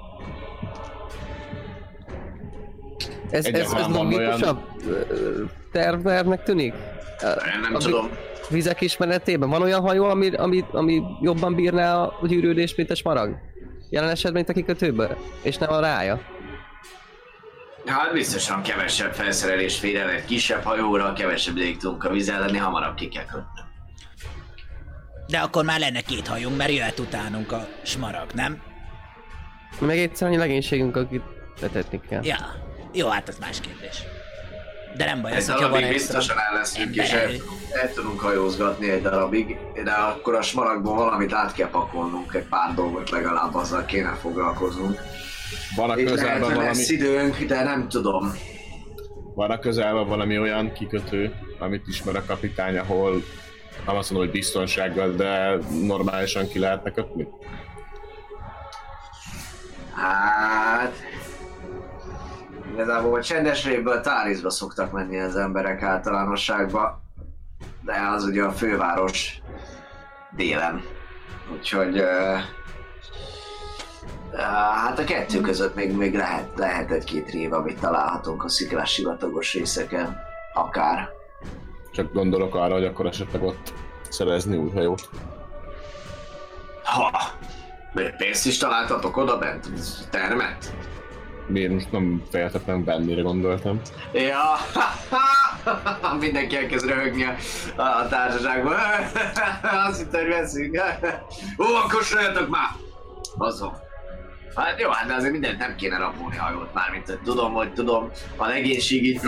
Ez, ez, ez Egyáltalán van logikusabb ö, tervnek tűnik? Én nem A tudom. Vizek ismeretében van olyan hajó, ami, ami, ami jobban bírná a gyűrődést, mint a smaragd? Jelen esetben itt a kikötőből? És nem a rája? Hát biztosan kevesebb felszerelés fér el egy kisebb hajóra, kevesebb ideig tudunk a víz lenni, hamarabb ki kell kötni. De akkor már lenne két hajónk, mert jöhet utánunk a smarag, nem? Meg egyszer annyi legénységünk, akit vetetni kell. Ja. Jó, hát az más kérdés. De nem baj, Egy az, hogyha van darabig extra biztosan el leszünk és el, embererő. el tudunk hajózgatni egy darabig, de akkor a smaragból valamit át kell pakolnunk, egy pár dolgot legalább azzal kéne foglalkoznunk. Van a Itt lehet, közelben hogy valami, lesz időnk, de nem tudom. van a közelben valami olyan kikötő, amit ismer a kapitány, ahol nem azt mondom, hogy biztonsággal, de normálisan ki lehetne kötni? Hát... Igazából a csendes révből Tárizba szoktak menni az emberek általánosságba, de az ugye a főváros délen. Úgyhogy... Uh, uh, hát a kettő között még, még lehet, lehet egy-két rév, amit találhatunk a sziklás sivatagos részeken. Akár. Csak gondolok arra, hogy akkor esetleg ott szerezni új hajót. Ha! Pénzt is találtatok oda bent? Termet? Miért most nem feltétlenül bennére gondoltam. Ja, mindenki elkezd röhögni a, a társaságban. Azt hitt, hogy veszünk. Ó, akkor srajatok már! Azon. Hát jó, hát de azért mindent nem kéne rabolni a hajót már, mint hogy tudom, hogy tudom, a legénység így...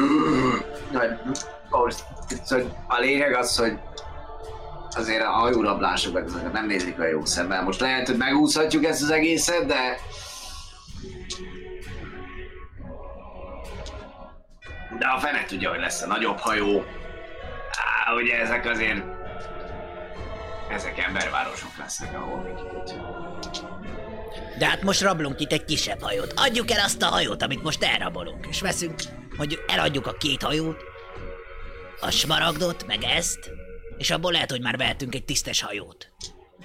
A lényeg az, hogy azért a hajórablásokat nem nézik a jó szemmel. Most lehet, hogy megúszhatjuk ezt az egészet, de... De a fene tudja, hogy lesz a nagyobb hajó. Á, ugye ezek azért... Ezek embervárosok lesznek, ahol még kikötünk. De hát most rablunk itt egy kisebb hajót. Adjuk el azt a hajót, amit most elrabolunk, és veszünk, hogy eladjuk a két hajót, a smaragdot, meg ezt, és abból lehet, hogy már vehetünk egy tisztes hajót.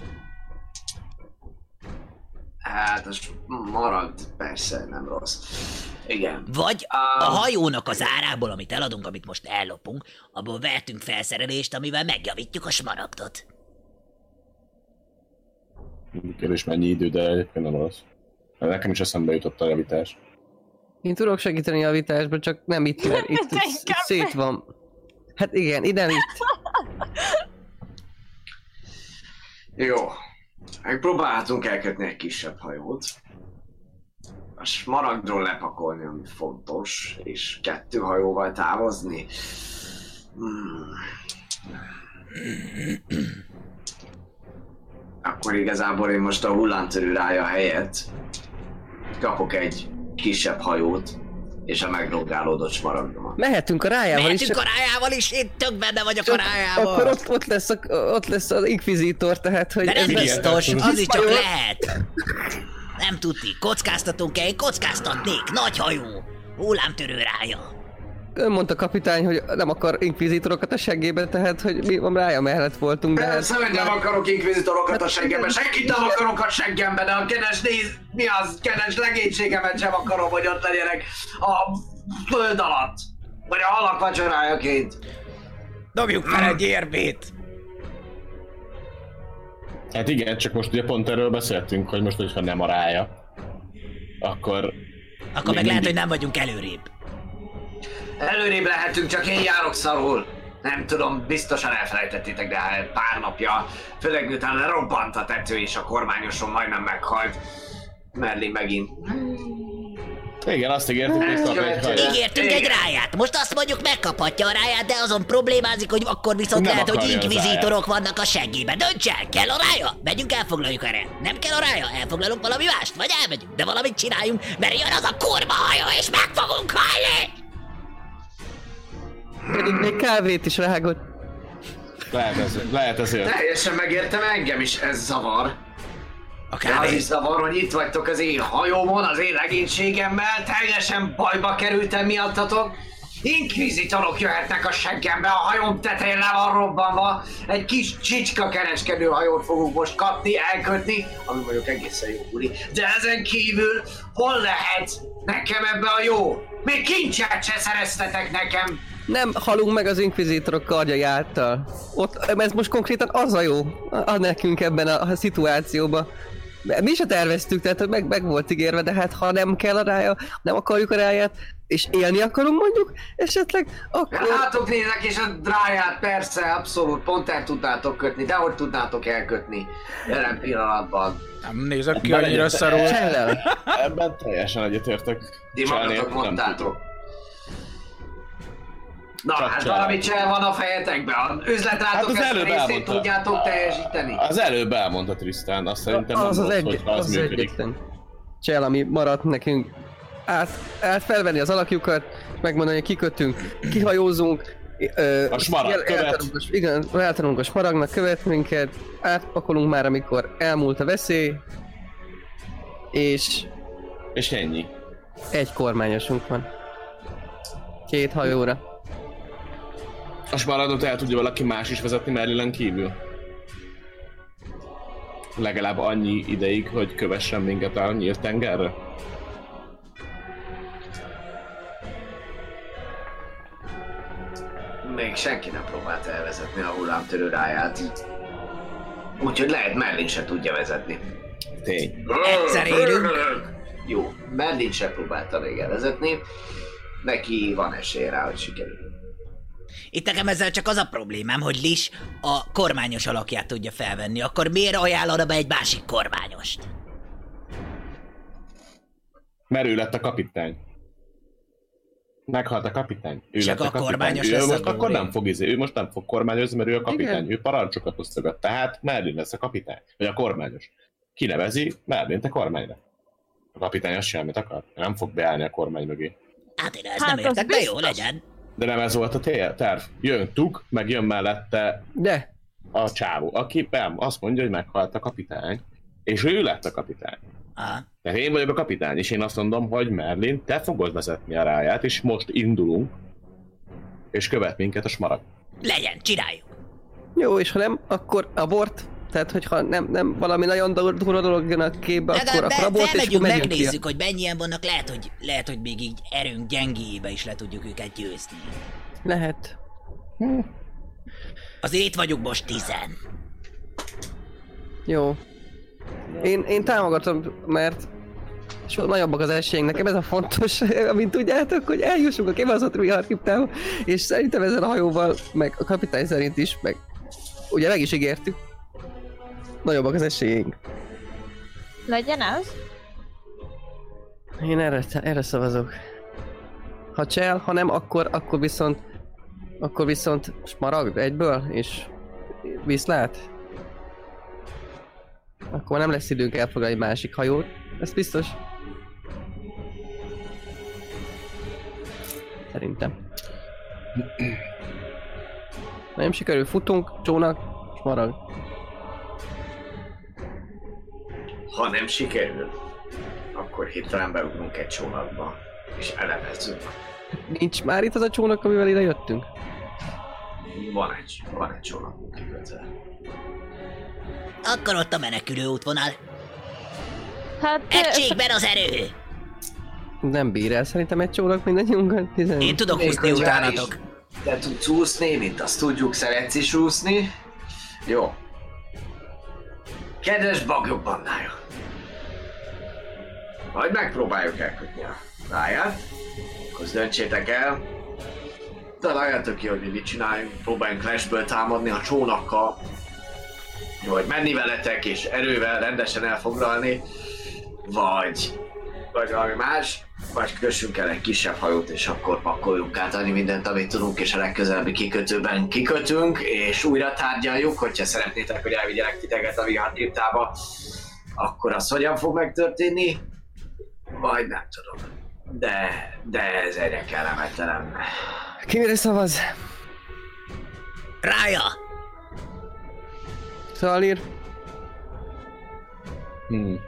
Hát, az marad, persze, nem rossz. Igen. Vagy a Um, hajónak az árából, amit eladunk, amit most ellopunk, abból vehetünk felszerelést, amivel megjavítjuk a smaragdot. Kérdés mennyi idő, de egyébként nem rossz. Nekem is eszembe jutott a javítás. Én tudok segíteni a vitásban, csak nem itt, mert itt, De itt inkább szét van. Hát igen, ide itt. Jó. Megpróbálhatunk elkötni egy kisebb hajót. A smaragdról lepakolni, ami fontos, és kettő hajóval távozni. Hmm. Akkor igazából én most a hullámtörő rája helyett kapok egy kisebb hajót, és a megrongálódott smaragdomat. Mehetünk a rájával is. Mehetünk a rájával is, én tök benne vagyok a rájával. Akkor ott, ott, lesz a, ott lesz az inkvizítor, tehát hogy... De nem ez- biztos, az is csak Jó. lehet. Nem tudti, kockáztatunk-e? Én kockáztatnék, nagy hajó, hullámtörő rája. Ön mondta kapitány, hogy nem akar inkvizítorokat a seggébe, tehát hogy mi van rája mellett voltunk, de hát... Persze, hogy nem akarok inkvizitorokat a seggembe, senkit nem akarok a seggembe, de a kenes néz, mi az, kenes legénységemet sem akarom, hogy ott legyenek a föld alatt. Vagy a halak vacsorájaként. Dobjuk fel egy érvét! Hát igen, csak most ugye pont erről beszéltünk, hogy most, hogyha nem a rája, akkor... Akkor meg még lehet, mindig- hogy nem vagyunk előrébb. Előrébb lehetünk, csak én járok szarul. Nem tudom, biztosan elfelejtettétek, de pár napja, főleg miután lerobbant a tető és a kormányoson majdnem meghalt. Merlin megint. Igen, azt ígértük, hogy kap egy haját. Ígértünk egy ráját. Most azt mondjuk megkaphatja a ráját, de azon problémázik, hogy akkor viszont Nem lehet, hogy akarja az inkvizítorok vannak a seggében. Dönts el, kell a rája? Megyünk, elfoglaljuk erre. Nem kell a rája? Elfoglalunk valami mást? Vagy elmegyünk? De valamit csináljunk, mert jön az a kurva hajó, és meg fogunk halni! Pedig még kávét is rágott. Lehet ez, lehet ezért. Teljesen megértem, engem is ez zavar. A De az kávé. is zavar, hogy itt vagytok az én hajómon, az én legénységemmel, teljesen bajba kerültem miattatok. Inkvizitorok jöhetnek a seggembe, a hajóm tetején le van robbanva. Egy kis csicska kereskedő hajót fogunk most kapni, elkötni, ami mondjuk egészen jó buli. De ezen kívül hol lehet nekem ebbe a jó? Még kincset se szereztetek nekem. Nem halunk meg az inkvizítorok kardjai által. Ott, ez most konkrétan az a jó, ad nekünk ebben a, a szituációban. Mi se terveztük, tehát meg, meg volt ígérve, de hát ha nem kell a rája, nem akarjuk a ráját, és élni akarunk mondjuk, esetleg, akkor... Látok, nézek, és a dráját persze, abszolút, pont el tudnátok kötni, de hogy tudnátok elkötni jelen pillanatban? Nem nézek ki annyira szarul. Csellel. Ebben teljesen egyetértek. Ti Cselni magatok nem mondtátok. tudok. Na, Csak hát csel. valami csel van a fejetekben, az üzletrátok Hát az ezt a előbb részét elmondta. tudjátok teljesíteni. Az előbb elmondta Trisztán, azt szerintem Az nem az, rossz, egy, hogyha az, az, az működik. egyetlen csel, ami maradt nekünk. Át, át felvenni az alakjukat, megmondani, hogy kikötünk, kihajózunk. Ö, A smaragd el- követ. eltanulunk a- Igen, eltanulunk a smaragnak, követ minket, átpakolunk már, amikor elmúlt a veszély. És És ennyi. egy kormányosunk van. Két hajóra. A smaragdot el tudja valaki más is vezetni Merlinen kívül? Legalább annyi ideig, hogy kövessen minket a nyílt tengerre? Még senki nem próbált elvezetni a hullámtörő ráját. Úgyhogy lehet Merlin se tudja vezetni. Tény. Egyszer élünk. Jó, Merlin se próbálta még elvezetni. Neki van esély rá, hogy sikerül. Itt nekem ezzel csak az a problémám, hogy Lis a kormányos alakját tudja felvenni. Akkor miért ajánlana be egy másik kormányost? Mert ő lett a kapitány. Meghalt a kapitány. Ő Csak lett a a kapitány. kormányos Ő lesz a most akkor Glory. nem fog izé, ő most nem fog kormányozni, mert ő a kapitány. Igen. Ő parancsokat osztogat. Tehát Merlin lesz a kapitány. Vagy a kormányos. Kinevezi Merlint a kormányra. A kapitány azt sem, amit akar. Nem fog beállni a kormány mögé. Hát én ezt Hát nem az értek, de jó biztos. legyen. De nem ez volt a té- terv. Jön Tuk, meg jön mellette De, a csávó, aki nem, azt mondja, hogy meghalt a kapitány, és ő lett a kapitány. Aha. Tehát én vagyok a kapitány, és én azt mondom, hogy Merlin, te fogod vezetni a ráját, és most indulunk, és követ minket a smaragd. Legyen, csináljuk. jó, és ha nem, akkor abort. Tehát, hogyha nem, nem valami nagyon durva dolog jön a képbe, akkor, Legalább akkor be, abort, és akkor felmegyünk, megyünk ki. megnézzük, hogy mennyien vannak. Lehet, hogy, lehet, hogy még így erőnk gyengéjébe is le tudjuk őket győzni. Lehet. Azért itt vagyunk most tizen. Jó. Én, én támogatom, mert so, nagyobbak az esélyeink. Nekem ez a fontos, amint tudjátok, hogy eljussunk a kibaszott új archiptába, és szerintem ezzel a hajóval, meg a kapitány szerint is, meg ugye meg is ígértük, nagyobbak az esélyeink. Legyen ez? Én erre, erre szavazok. Ha csel, ha nem, akkor, akkor viszont akkor viszont smaragd egyből, és viszlát. Akkor nem lesz időnk elfoglalni egy másik hajót. Ez biztos. Szerintem. Ha nem sikerül, futunk, csónak, smaragd. Ha nem sikerül, akkor hirtelen beugrunk egy csónakba, és elemezzünk. Nincs már itt az a csónak, amivel ide jöttünk? Van egy, van egy csónakunk igazán. Akkor ott a menekülő útvonal. Hát... Egységben az erő! Nem bír el szerintem egy csónak mindannyiunkat. Tizen... Én tudok Még húzni közben utánatok. is. Te tudsz úszni, mint azt tudjuk, szeretsz is úszni. Jó. Kedves bagyok bandája. Majd megpróbáljuk elkötni a ráját. Akkor döntsétek el, találjátok ki, hogy mi mit csináljunk, próbáljunk Clashből támadni a csónakkal, vagy menni veletek és erővel rendesen elfoglalni, vagy, vagy valami más, vagy kössünk el egy kisebb hajót, és akkor pakoljunk át annyi mindent, amit tudunk, és a legközelebbi kikötőben kikötünk, és újra tárgyaljuk, hogyha szeretnétek, hogy elvigyelek titeket a viharkriptába, akkor az hogyan fog megtörténni? Vagy nem tudom. De, de ez egyre kellemetlen. Ki mire szavaz? Rája! Szalír? Hmm.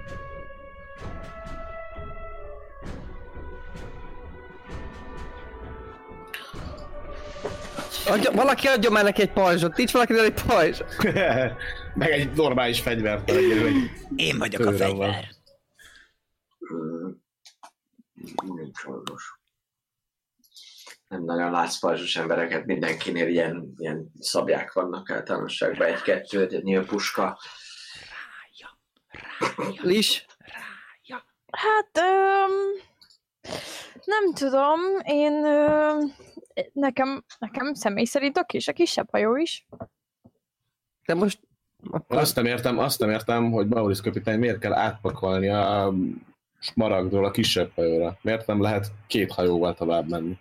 Adja, valaki adjon már neki egy pajzsot, nincs valakinek egy pajzs. Meg egy normális fegyvert, hogy Én vagyok a fegyver. Nincs sajnos. Nem nagyon látsz pajzsos embereket, mindenkinél ilyen, ilyen szabják vannak általánosságban, egy-kettő, egy nyílpuska. Lis? Hát, öm, nem tudom, én, öm, nekem, nekem személy szerint a kis, a kisebb hajó is. De most... Akkor... Azt nem értem, azt nem értem, hogy Maurice kapitány miért kell átpakolni a smaragdról a kisebb hajóra. Miért nem lehet két hajóval tovább menni?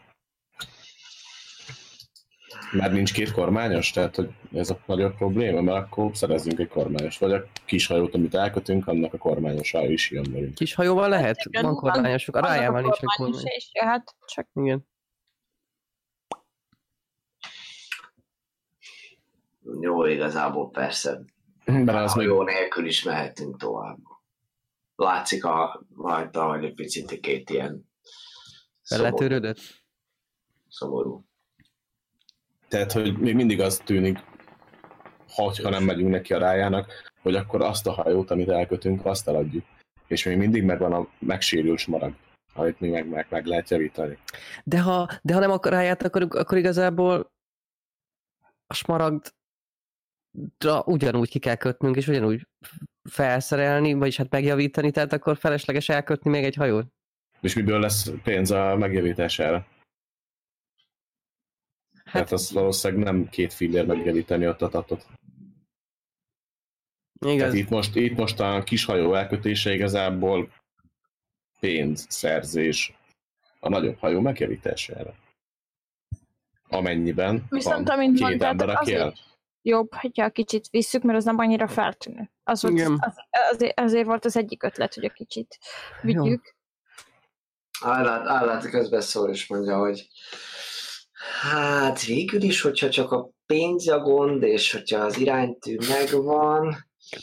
Mert nincs két kormányos? Tehát, hogy ez a nagyobb probléma, mert akkor szerezzünk egy kormányos. Vagy a kis hajót, amit elkötünk, annak a kormányosa is jön velünk. Kis hajóval lehet? Van kormányosuk. A rájával nincs egy kormány. Hát csak... Igen. Jó, igazából persze. De az még... Jó nélkül is mehetünk tovább. Látszik a rajta, hogy egy picit két ilyen Beletörődött? Szomorú. Tehát, hogy még mindig az tűnik, ha nem megyünk neki a rájának, hogy akkor azt a hajót, amit elkötünk, azt eladjuk. És még mindig megvan a megsérült smaragd, amit még meg, meg, meg lehet javítani. De ha, de ha nem akar ráját, akkor, akkor igazából a smaragdra ugyanúgy ki kell kötnünk, és ugyanúgy felszerelni, vagyis hát megjavítani, tehát akkor felesleges elkötni még egy hajót. És miből lesz pénz a megjavítására? Hát, hát az valószínűleg nem két fillér megjavítani ott a tatot. Igaz. Tehát itt most, itt most a kis hajó elkötése igazából pénz, szerzés a nagyobb hajó megjavítására. Amennyiben Viszont, van amint két mondtátok, ember, aki el... azért jobb, hogyha kicsit visszük, mert az nem annyira feltűnő. Az volt, az, azért, azért volt az egyik ötlet, hogy a kicsit vigyük. Állát, állát közbeszól és mondja, hogy hát végül is, hogyha csak a pénz a gond, és hogyha az iránytű megvan...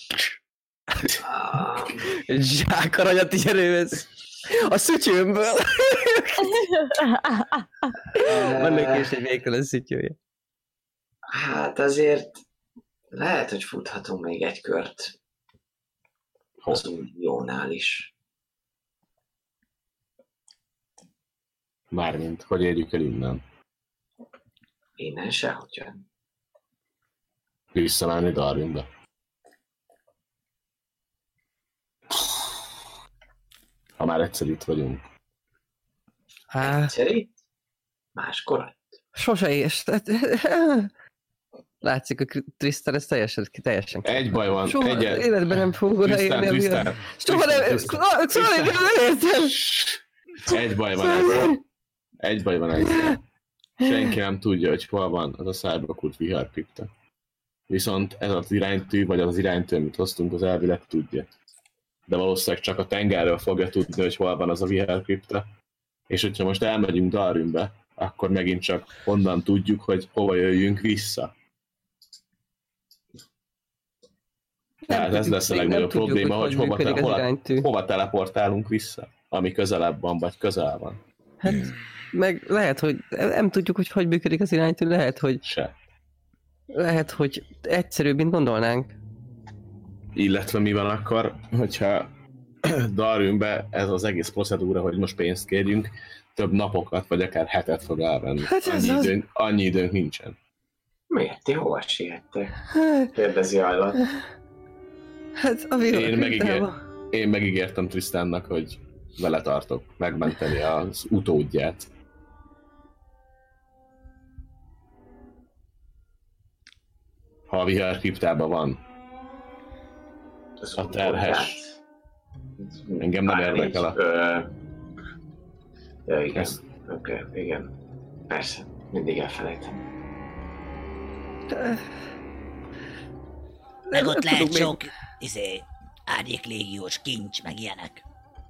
Zsák aranyat is elővesz. A szütyőmből. Van neki is egy végtelen szütyője. Hát azért lehet, hogy futhatunk még egy kört. Az Uniónál is. Mármint, hogy érjük el innen? Innen sehogyan. Visszamenni Darwinbe. Ha már egyszer itt vagyunk. Egyszer itt? Máskor? Sose és... Látszik, a Tristan ez teljesen, teljesen Egy baj van. Soha egy... életben nem fogok odaérni. Tristan, Soha nem... Soha nem értem. Egy baj van ezzel. Egy baj van ezzel. Senki nem tudja, hogy hol van az a szárbakult viharkripta. Viszont ez az iránytű, vagy az iránytű, amit hoztunk, az elvileg tudja. De valószínűleg csak a tengerről fogja tudni, hogy hol van az a viharkripta. És hogyha most elmegyünk Darwinbe, akkor megint csak onnan tudjuk, hogy hova jöjjünk vissza. Tehát ez lesz a legnagyobb probléma, hogy, hogy hova, te, hova, hova teleportálunk vissza, ami közelebb van, vagy közel van. Hát, meg lehet, hogy nem tudjuk, hogy hogy működik az iránytű, lehet, hogy... Se. Lehet, hogy egyszerűbb, mint gondolnánk. Illetve mi van akkor, hogyha Darwinbe ez az egész procedúra, hogy most pénzt kérjünk, több napokat, vagy akár hetet fog elvenni. Hát annyi, az... időnk, annyi időnk nincsen. Miért? Ti hova siettek? Kérdezi Ajlat. Hát a én, megígér, én megígértem Tristannak, hogy vele tartok megmenteni az utódját. Ha a vihar kriptában van, a terhes. Engem nem érdekel a... Ö... Ja, igen. Oké, okay, igen. Persze, mindig elfelejtem. Meg ott Nem lehet tudok sok, izé, árnyéklégiós kincs, meg ilyenek.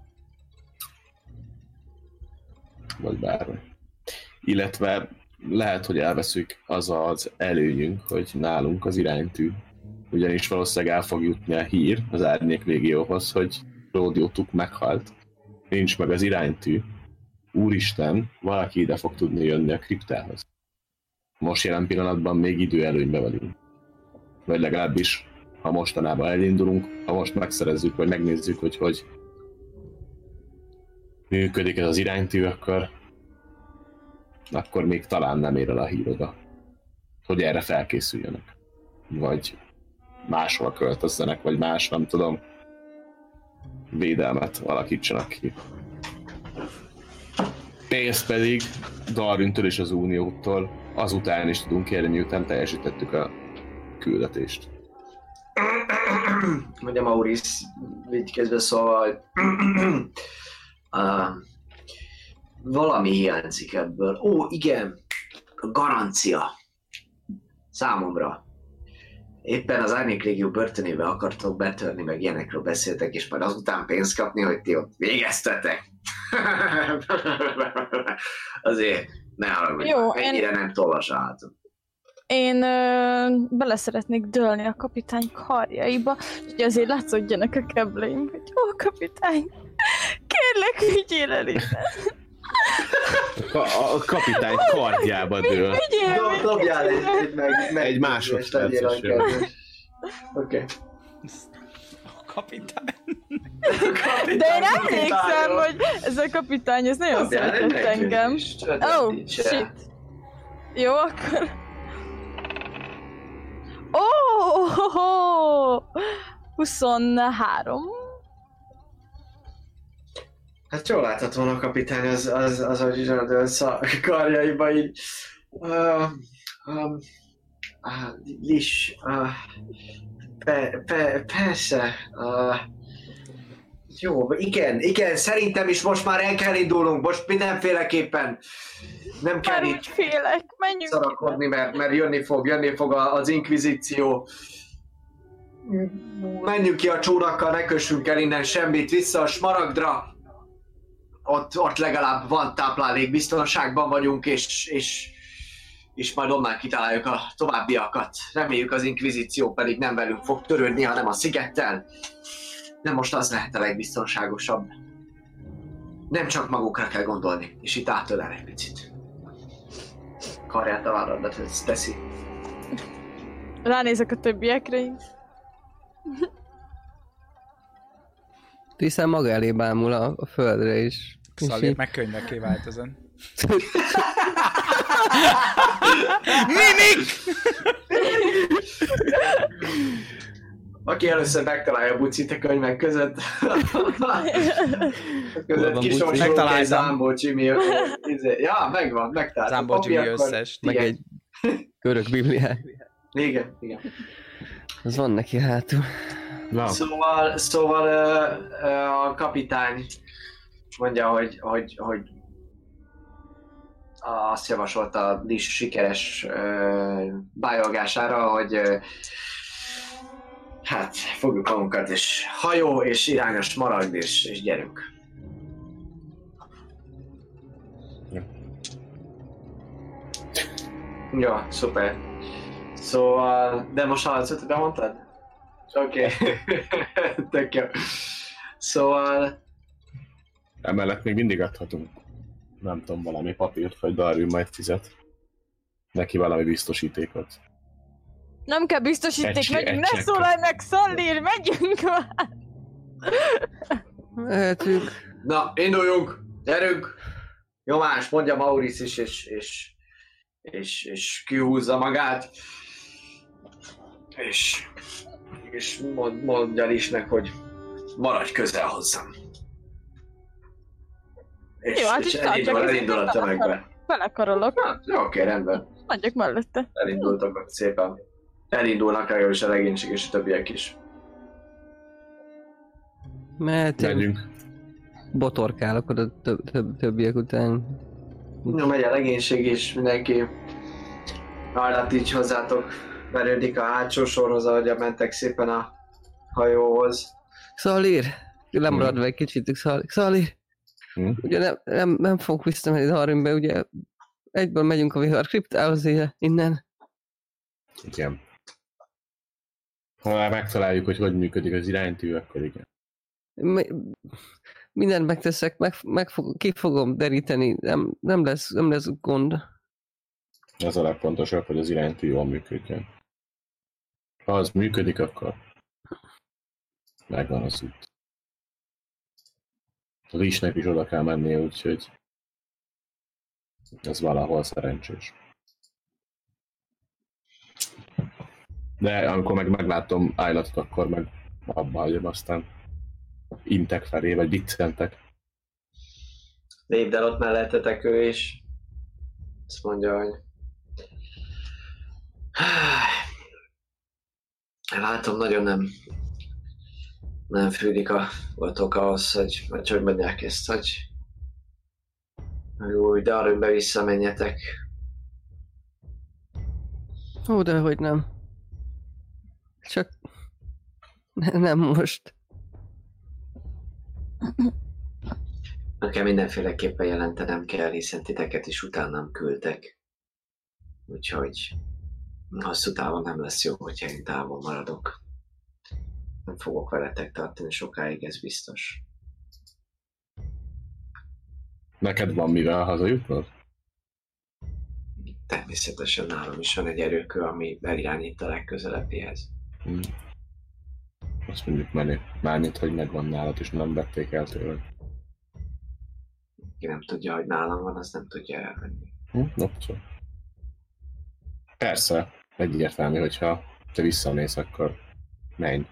Vagy bármi. Illetve lehet, hogy elveszük az az előnyünk, hogy nálunk az iránytű. Ugyanis valószínűleg el fog jutni a hír az árnyék légióhoz, hogy Ródiótuk meghalt. Nincs meg az iránytű. Úristen, valaki ide fog tudni jönni a kriptához. Most jelen pillanatban még időelőnybe vagyunk. Vagy legalábbis, ha mostanában elindulunk, ha most megszerezzük, vagy megnézzük, hogy hogy működik ez az iránytű, akkor akkor még talán nem ér el a hír oda, hogy erre felkészüljenek. Vagy máshol költözzenek, vagy más, nem tudom, védelmet alakítsanak ki. Pénzt pedig Darwintől és az Uniótól azután is tudunk kérni, miután teljesítettük a küldetést. Mondja Maurice, vigykezve szóval, uh, valami hiányzik ebből. Ó, igen, a garancia számomra. Éppen az Árnyék Légió börtönébe akartok betörni, meg ilyenekről beszéltek, és majd azután pénzt kapni, hogy ti ott végeztetek. Azért ne haragudj, ennyire én... nem tolvas a hátom. Én ö, bele szeretnék dőlni a kapitány karjaiba, hogy azért látszódjanak a kebleim, hogy ó, kapitány, kérlek, vigyél el innen. A, ka- a kapitány kardjába dől. Dobjál egy, egy, meg, meg, egy másodperces. Oké. A kapitány. De én emlékszem, hogy ez a kapitány, ez nagyon szeretett engem. Oh, shit. Jó, akkor... Oh, oh, huszonhárom. Hát jól láthatóan a kapitány az, az, az hogy zsördölsz a karjaiba így. Uh, um, uh, Lis, uh, pe, pe, persze. Uh, jó, igen, igen, szerintem is most már el kell indulnunk, most mindenféleképpen. Nem kell Már így úgy félek, menjünk szarakodni, mert, mert jönni fog, jönni fog az inkvizíció. Menjünk ki a csónakkal, ne kössünk el innen semmit, vissza a Smaragdra. Ott, ott legalább van táplálék, biztonságban vagyunk, és, és, és majd onnan kitaláljuk a továbbiakat. Reméljük az inkvizíció pedig nem velünk fog törődni, hanem a szigettel. De most az lehet a legbiztonságosabb. Nem csak magukra kell gondolni, és itt átölel egy picit. Karját a válladra teszi. Ránézek a többiekre is. Hiszen maga elé bámul a, a földre is. Szalért meg könyvekké változon. Mimik! Aki először megtalálja a bucit a könyvek között, között kisorsolunk egy Zámbó Csimi. Ja, megvan, megtaláltam. Zámbó Csimi összes. Meg egy görög bibliát. Igen, igen. Az van neki hátul. Na. Szóval, szóval uh, uh, a kapitány mondja, hogy, hogy, hogy azt javasolta a Lis sikeres uh, bájolgására, hogy uh, hát fogjuk magunkat, és hajó, és irányos maragd, és, és gyerünk. Ja. Jó, szuper. Szóval, de most hallasz, hogy bemondtad? Oké, okay. Tök jó. Szóval... Emellett még mindig adhatunk, nem tudom, valami papírt, vagy Darwin majd fizet. Neki valami biztosítékot. Nem kell biztosíték, Egy- megyünk, egy ne csekk. szólj meg, Szallír, megyünk már! Mehetünk. Na, induljunk! Gyerünk! Nyomás, mondja Maurice is, és, és, és, és kihúzza magát. És, és mond, mondja Lisnek, hogy maradj közel hozzám. És, Jó, hát és is tartsak, elindul, ezért elindul a tömegbe. Belekarolok, Na, jó, oké, rendben. adjak mellette. Elindultak ott szépen. elindulnak legalábbis a legénység és a többiek is. Mehetünk. Megyünk. Botorkálok oda több, több, többiek után. No, megy a legénység is, mindenki állat így hozzátok verődik a hátsó sorhoz, ahogy mentek szépen a hajóhoz. Szalír! Lemaradva egy kicsit, Szalír. Szalír! Hm? Ugye nem, nem, nem fogunk visszamenni Darwinbe, ugye egyből megyünk a vihar kriptához innen. Igen. Ha már megtaláljuk, hogy hogy működik az iránytű, akkor igen. Mi, mindent megteszek, meg, meg fog, ki fogom deríteni, nem, nem, lesz, nem lesz gond. Az a legfontosabb, hogy az iránytű jól működjön. Ha az működik, akkor megvan az út. A Lisnek is oda kell mennie, úgyhogy ez valahol szerencsés. De amikor meg meglátom Ájlatot, akkor meg abba hagyom, aztán intek felé, vagy biccentek. Lépd el ott mellettetek ő is. Azt mondja, hogy... Látom, nagyon nem... Nem fűlik a voltok ahhoz, hogy... Vagy hogy mondják ezt, hogy... Úgy, de arra visszamenjetek. Ó, de hogy nem. Csak... Ne, nem most. Nekem mindenféleképpen jelentenem kell, hiszen titeket is utánam küldtek. Úgyhogy hosszú távon nem lesz jó, hogyha én távol maradok. Nem fogok veletek tartani sokáig, ez biztos. Neked van mivel hazajutnod? Természetesen nálam is van egy erőkő, ami elirányít a legközelebbihez. Hmm. Azt mondjuk menni. Mármint, hogy megvan nálad, és nem vették el tőled. Ki nem tudja, hogy nálam van, az nem tudja elvenni. Hm? No, szó. Persze, egyértelmű, hogyha te visszamész, akkor menj.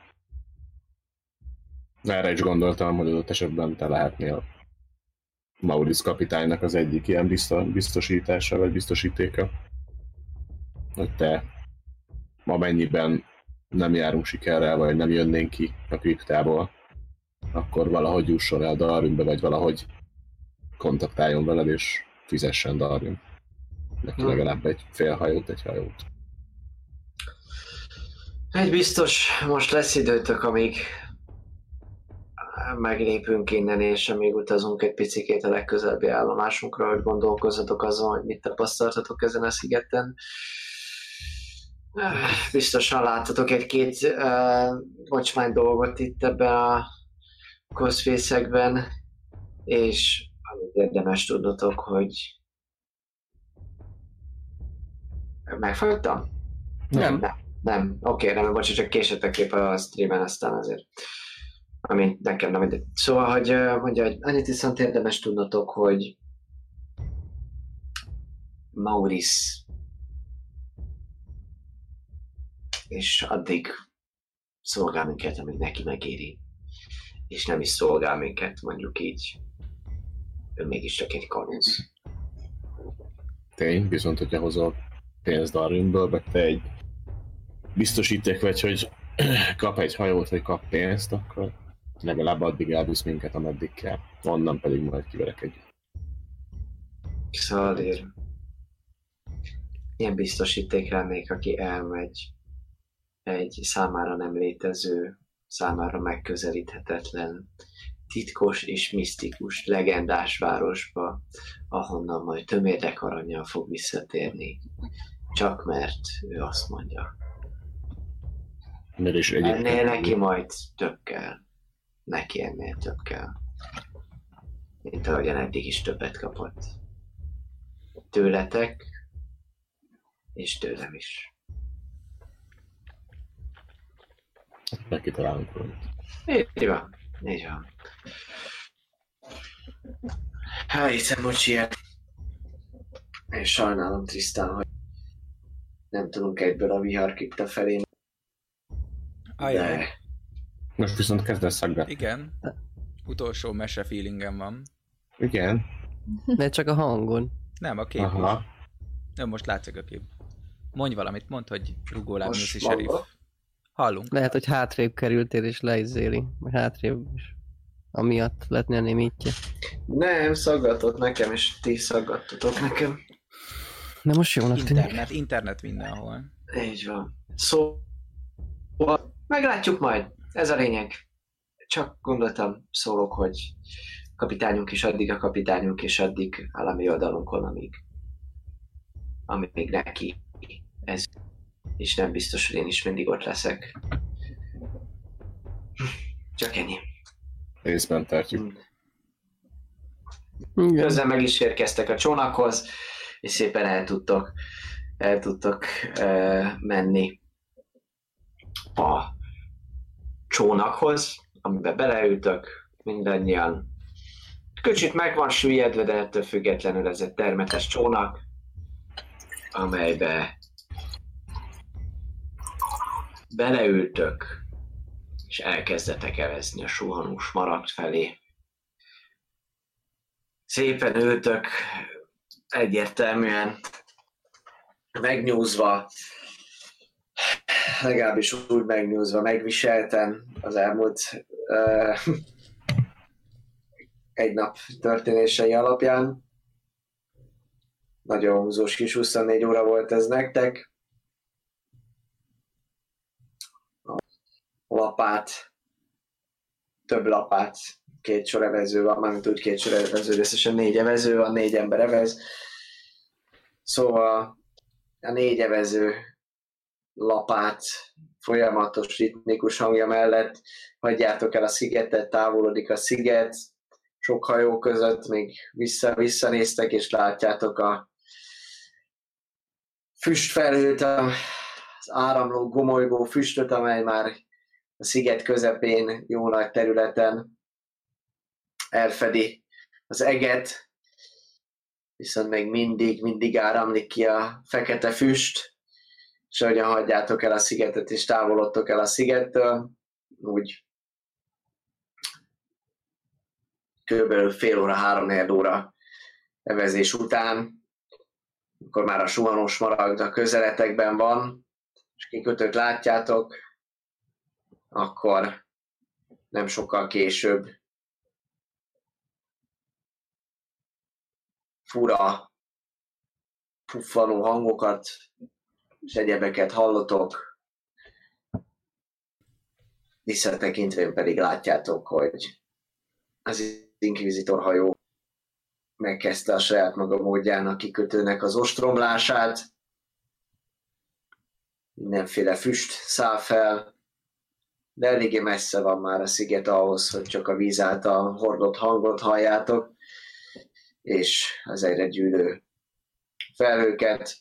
De erre is gondoltam, hogy adott esetben te lehetnél Maurice kapitánynak az egyik ilyen biztosítása, vagy biztosítéka. Hogy te, amennyiben nem járunk sikerrel, vagy nem jönnénk ki a kriptából, akkor valahogy jusson el Darwinbe, vagy valahogy kontaktáljon veled, és fizessen Darwin. Neki legalább egy fél hajót, egy hajót. Egy biztos, most lesz időtök, amíg meglépünk innen, és amíg utazunk egy picikét a legközelebbi állomásunkra, hogy gondolkozzatok azon, hogy mit tapasztaltatok ezen a szigeten. Biztosan láttatok egy-két uh, mocsmány dolgot itt ebben a koszfészekben, és amit érdemes tudnotok, hogy megfogtam? Nem. Nem. Nem. Oké, okay, nem, bocs, csak késetek éppen a streamen, aztán azért. Ami nekem nem mindegy. Szóval, hogy mondja, hogy annyit viszont érdemes tudnotok, hogy Maurice és addig szolgál minket, amíg neki megéri. És nem is szolgál minket, mondjuk így. Ő mégiscsak egy kalóz. Tény, viszont hogyha hozol pénzt Darwinből, meg te egy biztosíték vagy, hogy kap egy hajót, vagy kap pénzt, akkor legalább addig elvisz minket, ameddig kell. Onnan pedig majd kiverekedjük. Szóval azért ilyen biztosíték lennék, aki elmegy egy számára nem létező, számára megközelíthetetlen, titkos és misztikus, legendás városba, ahonnan majd tömérdek arannyal fog visszatérni. Csak mert ő azt mondja. Mert is egyébként... Ennél neki majd több kell. Neki ennél több kell. Mint ahogyan eddig is többet kapott. Tőletek, és tőlem is. Neki találunk valamit. Így van, így van. Hát hiszem, hogy ilyet. És sajnálom, Tristan, hogy nem tudunk egyből a viharkripta felé. Ajaj. De... Most viszont kezdesz szaggatni. Igen. Utolsó mese feelingem van. Igen. De csak a hangon. Nem, a kép Aha. is. Nem, most látszik a kép. Mondj valamit, mondd, hogy rugóláb nyuszi Most serif. mondom. Hallunk. Lehet, hogy hátrébb kerültél és leizzéli. Vagy hátrébb is. Amiatt lett némítja. Nem, szaggatott nekem, és ti szaggattatok nekem. De most jónak tűnik. Internet, internet mindenhol. Így van. Szóval meglátjuk majd. Ez a lényeg. Csak gondoltam, szólok, hogy kapitányunk is addig a kapitányunk, és addig áll a mi oldalunkon, amíg, amíg még neki. Ez. És nem biztos, hogy én is mindig ott leszek. Csak ennyi. Észben tartjuk. Igen. Közben meg is érkeztek a csónakhoz, és szépen el tudtok, el tudtok uh, menni a csónakhoz, amiben beleültök mindannyian. Kicsit meg van süllyedve, de ettől függetlenül ez egy termetes csónak, amelybe beleültök, és elkezdetek evezni a suhanó smaragd felé. Szépen ültök, egyértelműen megnyúzva, legalábbis úgy megnyúzva, megviselten az elmúlt uh, egy nap történései alapján. Nagyon húzós kis huszonnégy óra volt ez nektek. A lapát, több lapát, két sor evező van, mármint úgy két sor evező, összesen négy evező van, négy ember evez. Szóval a négy evező lapát folyamatos ritmikus hangja mellett hagyjátok el a szigetet, távolodik a sziget, sok hajó között még vissza, visszanéztek, és látjátok a füstfelhőt, az áramló, gomolygó füstöt, amely már a sziget közepén, jó nagy területen elfedi az eget, viszont még mindig, mindig áramlik ki a fekete füst, és ahogyan hagyjátok el a szigetet, és távolodtok el a szigettől, úgy kb. fél óra, három óra evezés után, amikor már a suhanó smaragd a közeletekben van, és kikötőt látjátok, akkor nem sokkal később fura, puffanó hangokat és egyebeket hallotok, visszatekintvén pedig látjátok, hogy az inkvizitor hajó megkezdte a saját maga módján a kikötőnek az ostromlását, mindenféle füst száll fel, de eléggé messze van már a sziget ahhoz, hogy csak a víz által hordott hangot halljátok, és az egyre gyűlő felhőket.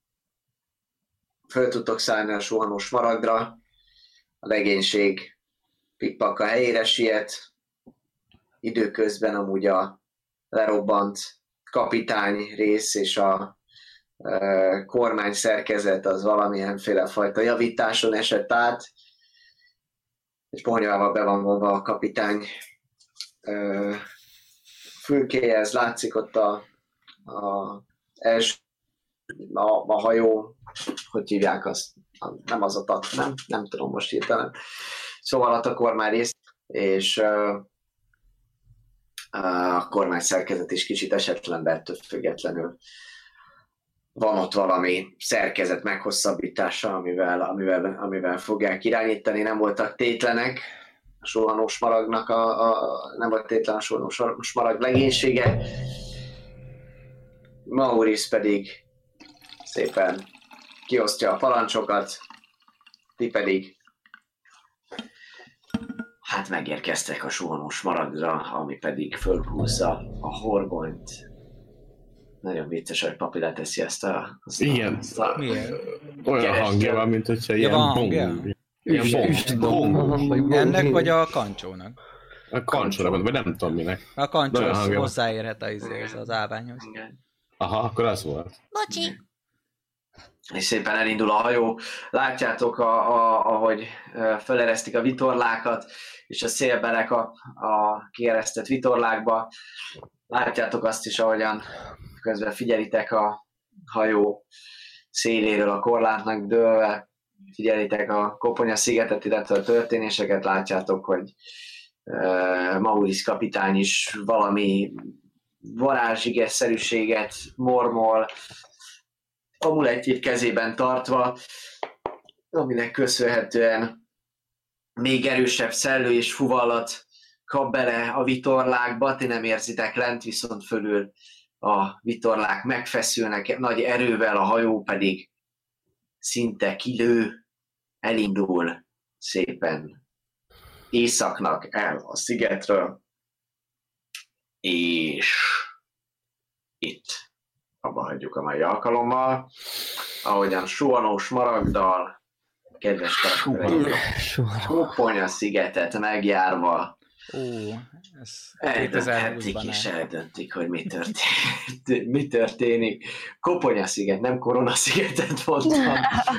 Föl tudtok szállni a suhanó smaragdra, a legénység pikpak a helyére siet, időközben amúgy a lerobbant kapitány rész és a e, kormány szerkezet az valamilyenféle fajta javításon esett át, és ponyvával be van vonva a kapitány e, fülkéhez, látszik ott a, a, első, a, a hajó, hogy hívják azt, nem az a tat, nem, nem tudom most hirtelen. Szóval ott a kormány rész, és uh, a kormány szerkezet is kicsit esetlen, de ettől függetlenül van ott valami szerkezet meghosszabbítása, amivel, amivel, amivel fogják irányítani. Nem voltak tétlenek, a suhanó smaragdnak a, a, nem volt tétlen a suhanó smaragd legénysége. Maurice pedig szépen kiosztja a parancsokat, ti pedig hát megérkeztek a suhanó smaragdra, ami pedig fölhúzza a horgonyt. Nagyon vicces, hogy papi leteszi ezt a... Azt Igen. A, azt a olyan kerestet. hangja van, mint hogyha ilyen van bong. hangja? Ilyen bong. bong. Ennek vagy a kancsónak? A kancsóra van, vagy nem tudom minek. A kancsó Nagyon az hangja van. hozzáérhet az, az, az állványhoz. Igen. Aha, akkor az volt. Bocsi! És szépen elindul a hajó. Látjátok, a, a, ahogy feleresztik a vitorlákat, és a szél belekap a kieresztett vitorlákba. Látjátok azt is, ahogyan közben figyelitek a hajó széléről a korlátnak dőlve figyelitek a Koponya szigetet, illetve a történéseket, látjátok, hogy uh, Maurice kapitány is valami varázsigesszerűséget mormol, amulettjét kezében tartva, aminek köszönhetően még erősebb szellő és fuvallat kap bele a vitorlákba, ti nem érzitek lent, viszont fölül a vitorlák megfeszülnek nagy erővel, a hajó pedig szinte kilő, elindul szépen északnak el a szigetről, és itt abba hagyjuk a mai alkalommal, ahogyan Suhanó Smaragddal, kedves társadalmaink, Koponya szigetet megjárva Ó, ez eldönthetik és eldöntik, hogy mi történik. mi történik. Koponya sziget, nem Korona szigetet mondtam.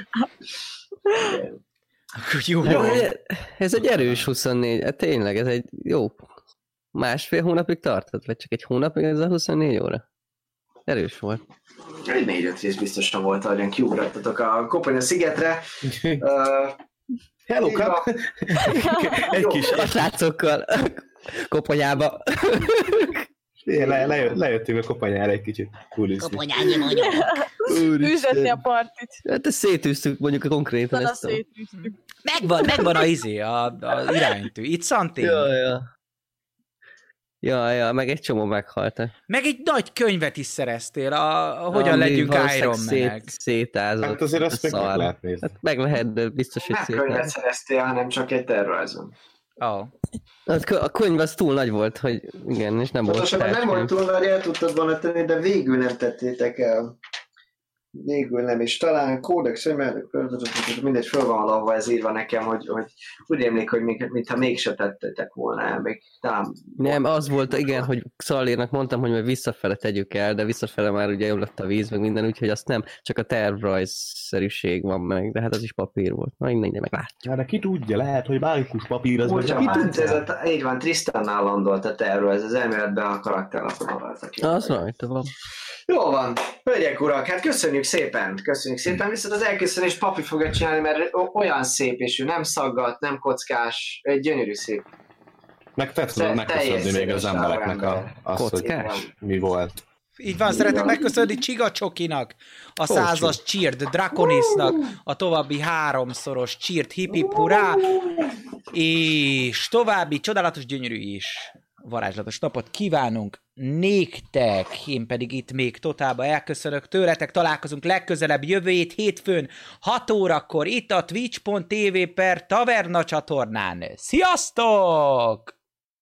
Jó. jó. Ez egy erős huszonnégy, hát tényleg, ez egy jó másfél hónapig tartott, vagy csak egy hónapig ez a huszonnégy óra? Erős volt. Egy négy-öt rész biztosan volt, ahogyan kiugrattatok a Koponya szigetre. uh, Hello, kap! Egy kis... A srácokkal Koponyába. Le, lejött, lejöttünk a Koponyára egy kicsit kuliszni. Koponyányi mondjuk. Üzetni a partit. Hát ezt szétűztük mondjuk konkrétan. Talán Ezt a... szétűztük. Megvan, megvan a izé, a, a iránytű. Itt Santé. Ja, ja. Ja, ja, meg egy csomó meghaltak. Meg egy nagy könyvet is szereztél, a, a hogyan Ami legyünk Iron szét, Man-ek. szétázott. Hát azért azt meg, meg lehet nézni. Hát meg lehet, de biztos, hogy Nem könyvet szétázott. szereztél, hanem csak egy tervrajzon. Oh. A könyv az túl nagy volt, hogy igen, és nem volt Pontosabban nem tárgykönyv. volt túl nagy, el tudtad volna tenni, de végül nem tettétek el. Végül nem, és talán kódex, mindegy, föl van valahol ez írva nekem, hogy, hogy úgy emlék, hogy még, mintha mégse tettétek volna el, még talán... Nem, az volt, igen, hogy Szalérnak mondtam, hogy majd visszafele tegyük el, de visszafele már ugye ömlött a víz, meg minden, úgyhogy azt nem, csak a tervrajzszerűség van meg, de hát az is papír volt. Na, innen meglátjuk. Hát de ki tudja, lehet, hogy mágikus papír az, vagy Úgy ki van, tudja. ez a, így van, Tristannál landolt a tervrajz, az elméletben a karakterlapon avaltak ki. Az rajta van. Jó van, hölgyek, urak, hát köszönjük szépen, köszönjük szépen, viszont az elkészülést Papi fogja csinálni, mert olyan szép, és ő nem szaggat, nem kockás, egy gyönyörű szép. Meg te tudod megköszönni még az embereknek a, azt, hogy Kockás? mi volt. Így van, szeretnék megköszönni Csiga Csokinak, a százas Cheered Draconisnak, a további háromszoros Cheered Hip Hip Hurrá, és további csodálatos, gyönyörű is varázslatos napot kívánunk néktek, én pedig itt még totálba elköszönök tőletek, találkozunk legközelebb jövő hét hétfőn hat órakor itt a twitch pont tv per Taverna csatornán. Sziasztok!